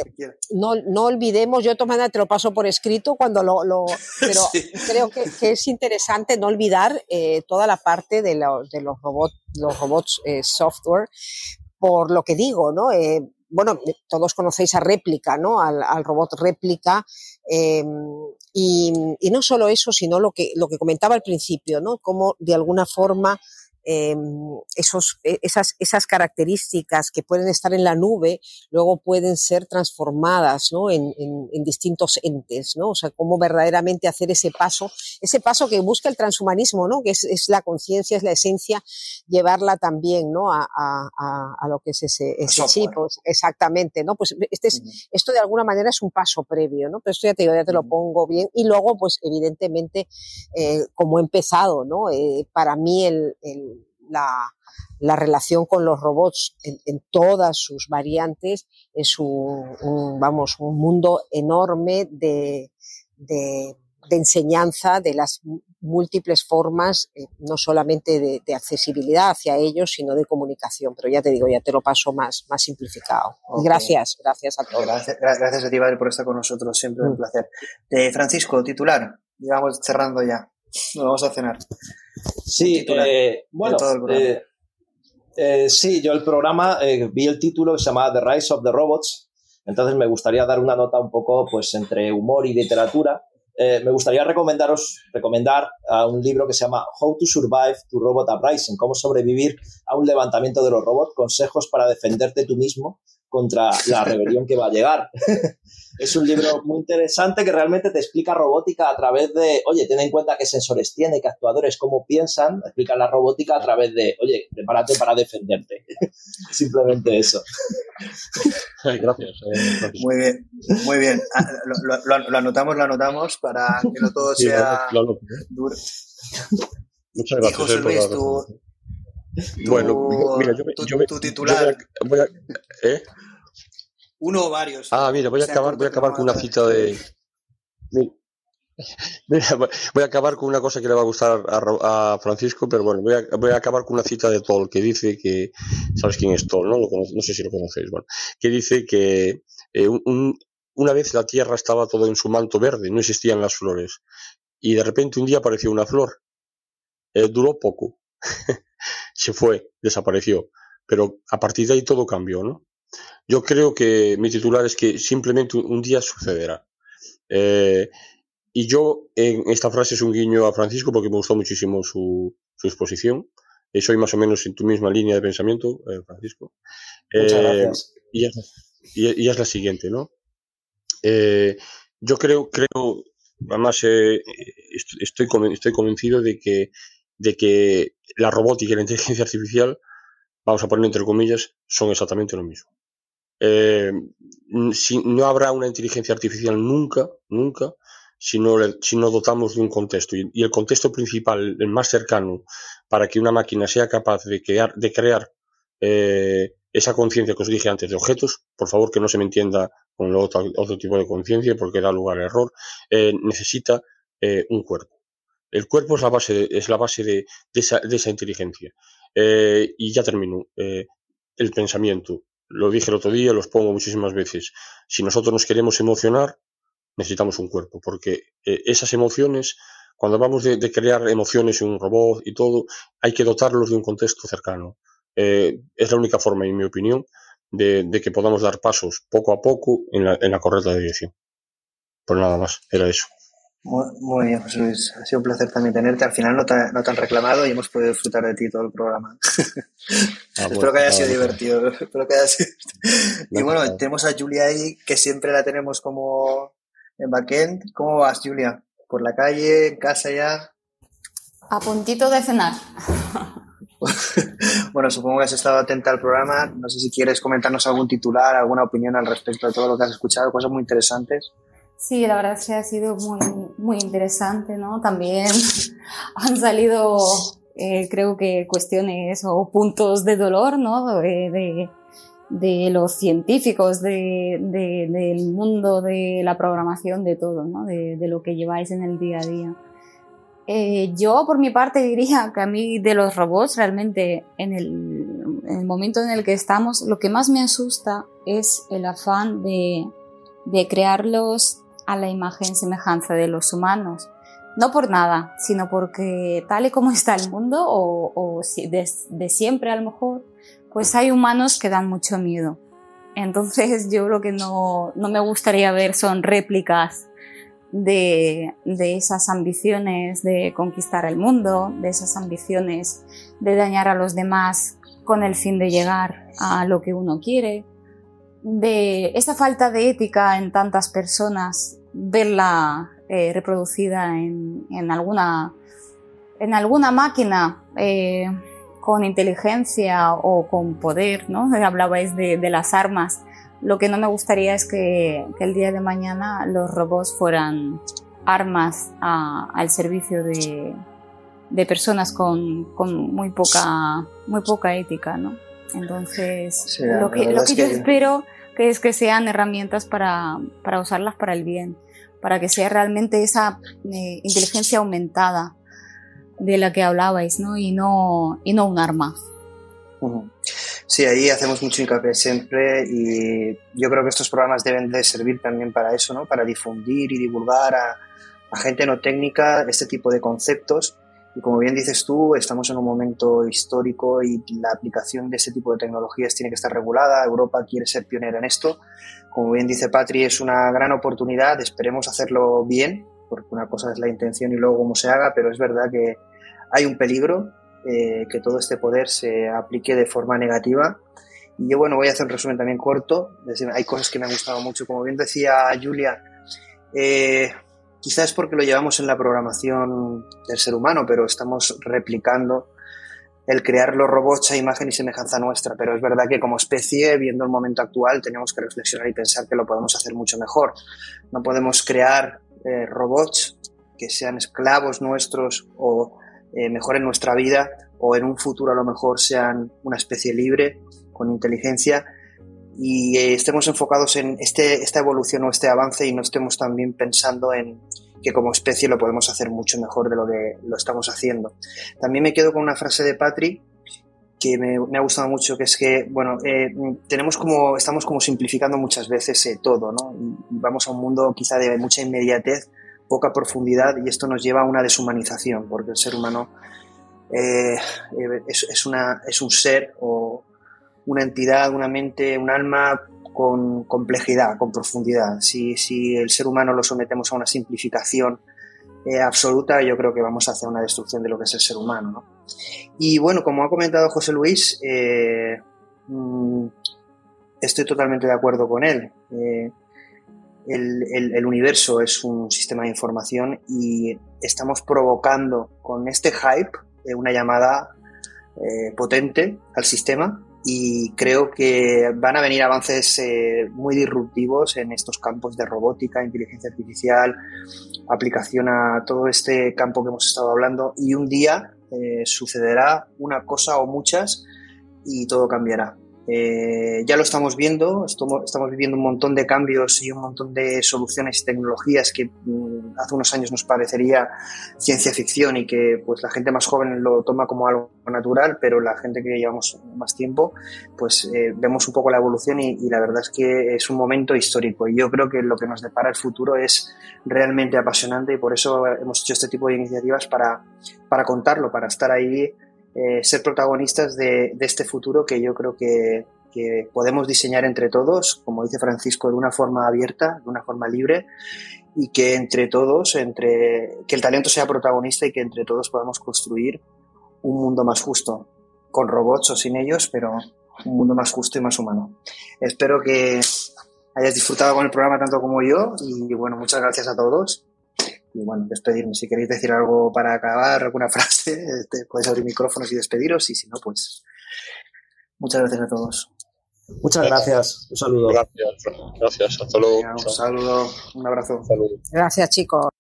no olvidemos, yo de todas maneras te lo paso por escrito pero sí. Creo que es interesante no olvidar toda la parte de los robots software, por lo que digo, ¿no? bueno, todos conocéis a Réplica, ¿no? Al robot Réplica, y no solo eso, sino lo que comentaba al principio, ¿no? Cómo de alguna forma esas características que pueden estar en la nube luego pueden ser transformadas, ¿no? en distintos entes, ¿no? O sea, cómo verdaderamente hacer ese paso que busca el transhumanismo, ¿no? Que es la conciencia, es la esencia, llevarla también, ¿no? a lo que es ese chip, exactamente, ¿no? Pues esto de alguna manera es un paso previo, ¿no? Pero esto ya te lo pongo bien, y luego pues evidentemente como he empezado, ¿no? Para mí la relación con los robots en todas sus variantes es un mundo enorme de enseñanza de las múltiples formas, no solamente de accesibilidad hacia ellos, sino de comunicación. Pero ya te digo, ya te lo paso más simplificado. Okay. Gracias a todos. Gracias a ti, Badri, por estar con nosotros. Siempre un placer. Francisco, titular. Y vamos cerrando ya. Nos vamos a cenar. Sí, bueno, sí, yo el programa vi el título que se llamaba The Rise of the Robots, entonces me gustaría dar una nota un poco pues entre humor y literatura. Me gustaría recomendar a un libro que se llama How to Survive to Robot Uprising, cómo sobrevivir a un levantamiento de los robots, consejos para defenderte tú mismo contra la rebelión que va a llegar. Es un libro muy interesante que realmente te explica robótica a través de, oye, ten en cuenta qué sensores tiene, qué actuadores, cómo piensan, explica la robótica a través de, oye, prepárate para defenderte. Simplemente eso. Gracias. Muy bien. Lo anotamos para que no todo sea duro. Muchas gracias. José Luis, bueno, mira, tu titular. Uno o varios. Mira, voy a acabar con una cita de... Mira, voy a acabar con una cosa que le va a gustar a Francisco, pero bueno, voy a acabar con una cita de Toll, que dice que... ¿Sabes quién es Toll, no? No sé si lo conocéis. Bueno, que dice que una vez la tierra estaba todo en su manto verde, no existían las flores. Y de repente un día apareció una flor. Duró poco. Se fue, desapareció. Pero a partir de ahí todo cambió, ¿no? Yo creo que mi titular es que simplemente un día sucederá. Y yo, en esta frase es un guiño a Francisco porque me gustó muchísimo su exposición. Soy más o menos en tu misma línea de pensamiento, Francisco. Muchas gracias. Y es la siguiente, ¿no? Yo creo, además estoy convencido de que la robótica y la inteligencia artificial, vamos a poner entre comillas, son exactamente lo mismo. No habrá una inteligencia artificial nunca si no dotamos de un contexto, y el contexto principal, el más cercano para que una máquina sea capaz de crear esa conciencia que os dije antes de objetos. Por favor, que no se me entienda con otro tipo de conciencia porque da lugar a error. Necesita un cuerpo. El cuerpo es la base de esa inteligencia. Y ya termino. El pensamiento. Lo dije el otro día, los pongo muchísimas veces. Si nosotros nos queremos emocionar, necesitamos un cuerpo, porque esas emociones, cuando hablamos de crear emociones en un robot y todo, hay que dotarlos de un contexto cercano. Es la única forma, en mi opinión, de que podamos dar pasos poco a poco en la correcta dirección. Pues nada más, era eso. Muy bien, José Luis. Ha sido un placer también tenerte. Al final no te han reclamado y hemos podido disfrutar de ti todo el programa. Espero que haya sido divertido. Y bueno, tenemos a Julia ahí, que siempre la tenemos como en backend. ¿Cómo vas, Julia? ¿Por la calle? ¿En casa ya? A puntito de cenar. Bueno, supongo que has estado atenta al programa. No sé si quieres comentarnos algún titular, alguna opinión al respecto de todo lo que has escuchado, cosas muy interesantes. Sí, la verdad es que ha sido muy, muy interesante, ¿no? También han salido, creo que cuestiones o puntos de dolor, ¿no? De los científicos, del mundo de la programación, de todo, ¿no? De lo que lleváis en el día a día. Yo, por mi parte, diría que a mí de los robots, realmente, en el momento en el que estamos, lo que más me asusta es el afán de crearlos a la imagen semejanza de los humanos. No por nada, sino porque tal y como está el mundo, o si de siempre a lo mejor, pues hay humanos que dan mucho miedo. Entonces yo lo que no me gustaría ver son réplicas de esas ambiciones de conquistar el mundo, de esas ambiciones de dañar a los demás con el fin de llegar a lo que uno quiere, de esa falta de ética en tantas personas, verla reproducida en alguna máquina con inteligencia o con poder, ¿no? Hablabais de las armas. Lo que no me gustaría es que el día de mañana los robots fueran armas al servicio de personas con muy poca ética, ¿no? Entonces, Sí, lo que yo espero que es que sean herramientas para usarlas para el bien, para que sea realmente esa inteligencia aumentada de la que hablabais, ¿no? Y no un arma. Sí, ahí hacemos mucho hincapié siempre y yo creo que estos programas deben de servir también para eso, ¿no? Para difundir y divulgar a gente no técnica este tipo de conceptos. Y como bien dices tú, estamos en un momento histórico y la aplicación de este tipo de tecnologías tiene que estar regulada. Europa quiere ser pionera en esto. Como bien dice Patri, es una gran oportunidad. Esperemos hacerlo bien, porque una cosa es la intención y luego cómo se haga, pero es verdad que hay un peligro que todo este poder se aplique de forma negativa. Y yo, bueno, voy a hacer un resumen también corto. Hay cosas que me han gustado mucho. Como bien decía Julia, quizás porque lo llevamos en la programación del ser humano, pero estamos replicando el crear los robots a imagen y semejanza nuestra. Pero es verdad que como especie, viendo el momento actual, tenemos que reflexionar y pensar que lo podemos hacer mucho mejor. No podemos crear robots que sean esclavos nuestros o mejoren nuestra vida, o en un futuro a lo mejor sean una especie libre, con inteligencia, y estemos enfocados en esta evolución o este avance y no estemos también pensando en que como especie lo podemos hacer mucho mejor de lo que lo estamos haciendo. También me quedo con una frase de Patri que me ha gustado mucho, que es que, bueno, estamos como simplificando muchas veces todo, ¿no? Y vamos a un mundo quizá de mucha inmediatez, poca profundidad, y esto nos lleva a una deshumanización, porque el ser humano es un ser o una entidad, una mente, un alma con complejidad, con profundidad. Si el ser humano lo sometemos a una simplificación absoluta, yo creo que vamos hacia una destrucción de lo que es el ser humano, ¿no? Y bueno, como ha comentado José Luis, estoy totalmente de acuerdo con él. El universo es un sistema de información y estamos provocando con este hype una llamada potente al sistema, y creo que van a venir avances muy disruptivos en estos campos de robótica, inteligencia artificial, aplicación a todo este campo que hemos estado hablando, y un día sucederá una cosa o muchas y todo cambiará. Ya lo estamos viendo, estamos viviendo un montón de cambios y un montón de soluciones y tecnologías que hace unos años nos parecería ciencia ficción y que pues la gente más joven lo toma como algo natural, pero la gente que llevamos más tiempo pues vemos un poco la evolución y la verdad es que es un momento histórico, y yo creo que lo que nos depara el futuro es realmente apasionante, y por eso hemos hecho este tipo de iniciativas para contarlo, para estar ahí, ser protagonistas de este futuro que yo creo que podemos diseñar entre todos, como dice Francisco, de una forma abierta, de una forma libre, y que entre todos, que el talento sea protagonista y que entre todos podamos construir un mundo más justo, con robots o sin ellos, pero un mundo más justo y más humano. Espero que hayas disfrutado con el programa tanto como yo, y bueno, muchas gracias a todos. Y bueno, despedirme. Si queréis decir algo para acabar, alguna frase, podéis abrir micrófonos y despediros, y si no, pues muchas gracias a todos. Muchas gracias. Un saludo. Gracias. Hasta luego. Un saludo, un abrazo. Gracias, chicos.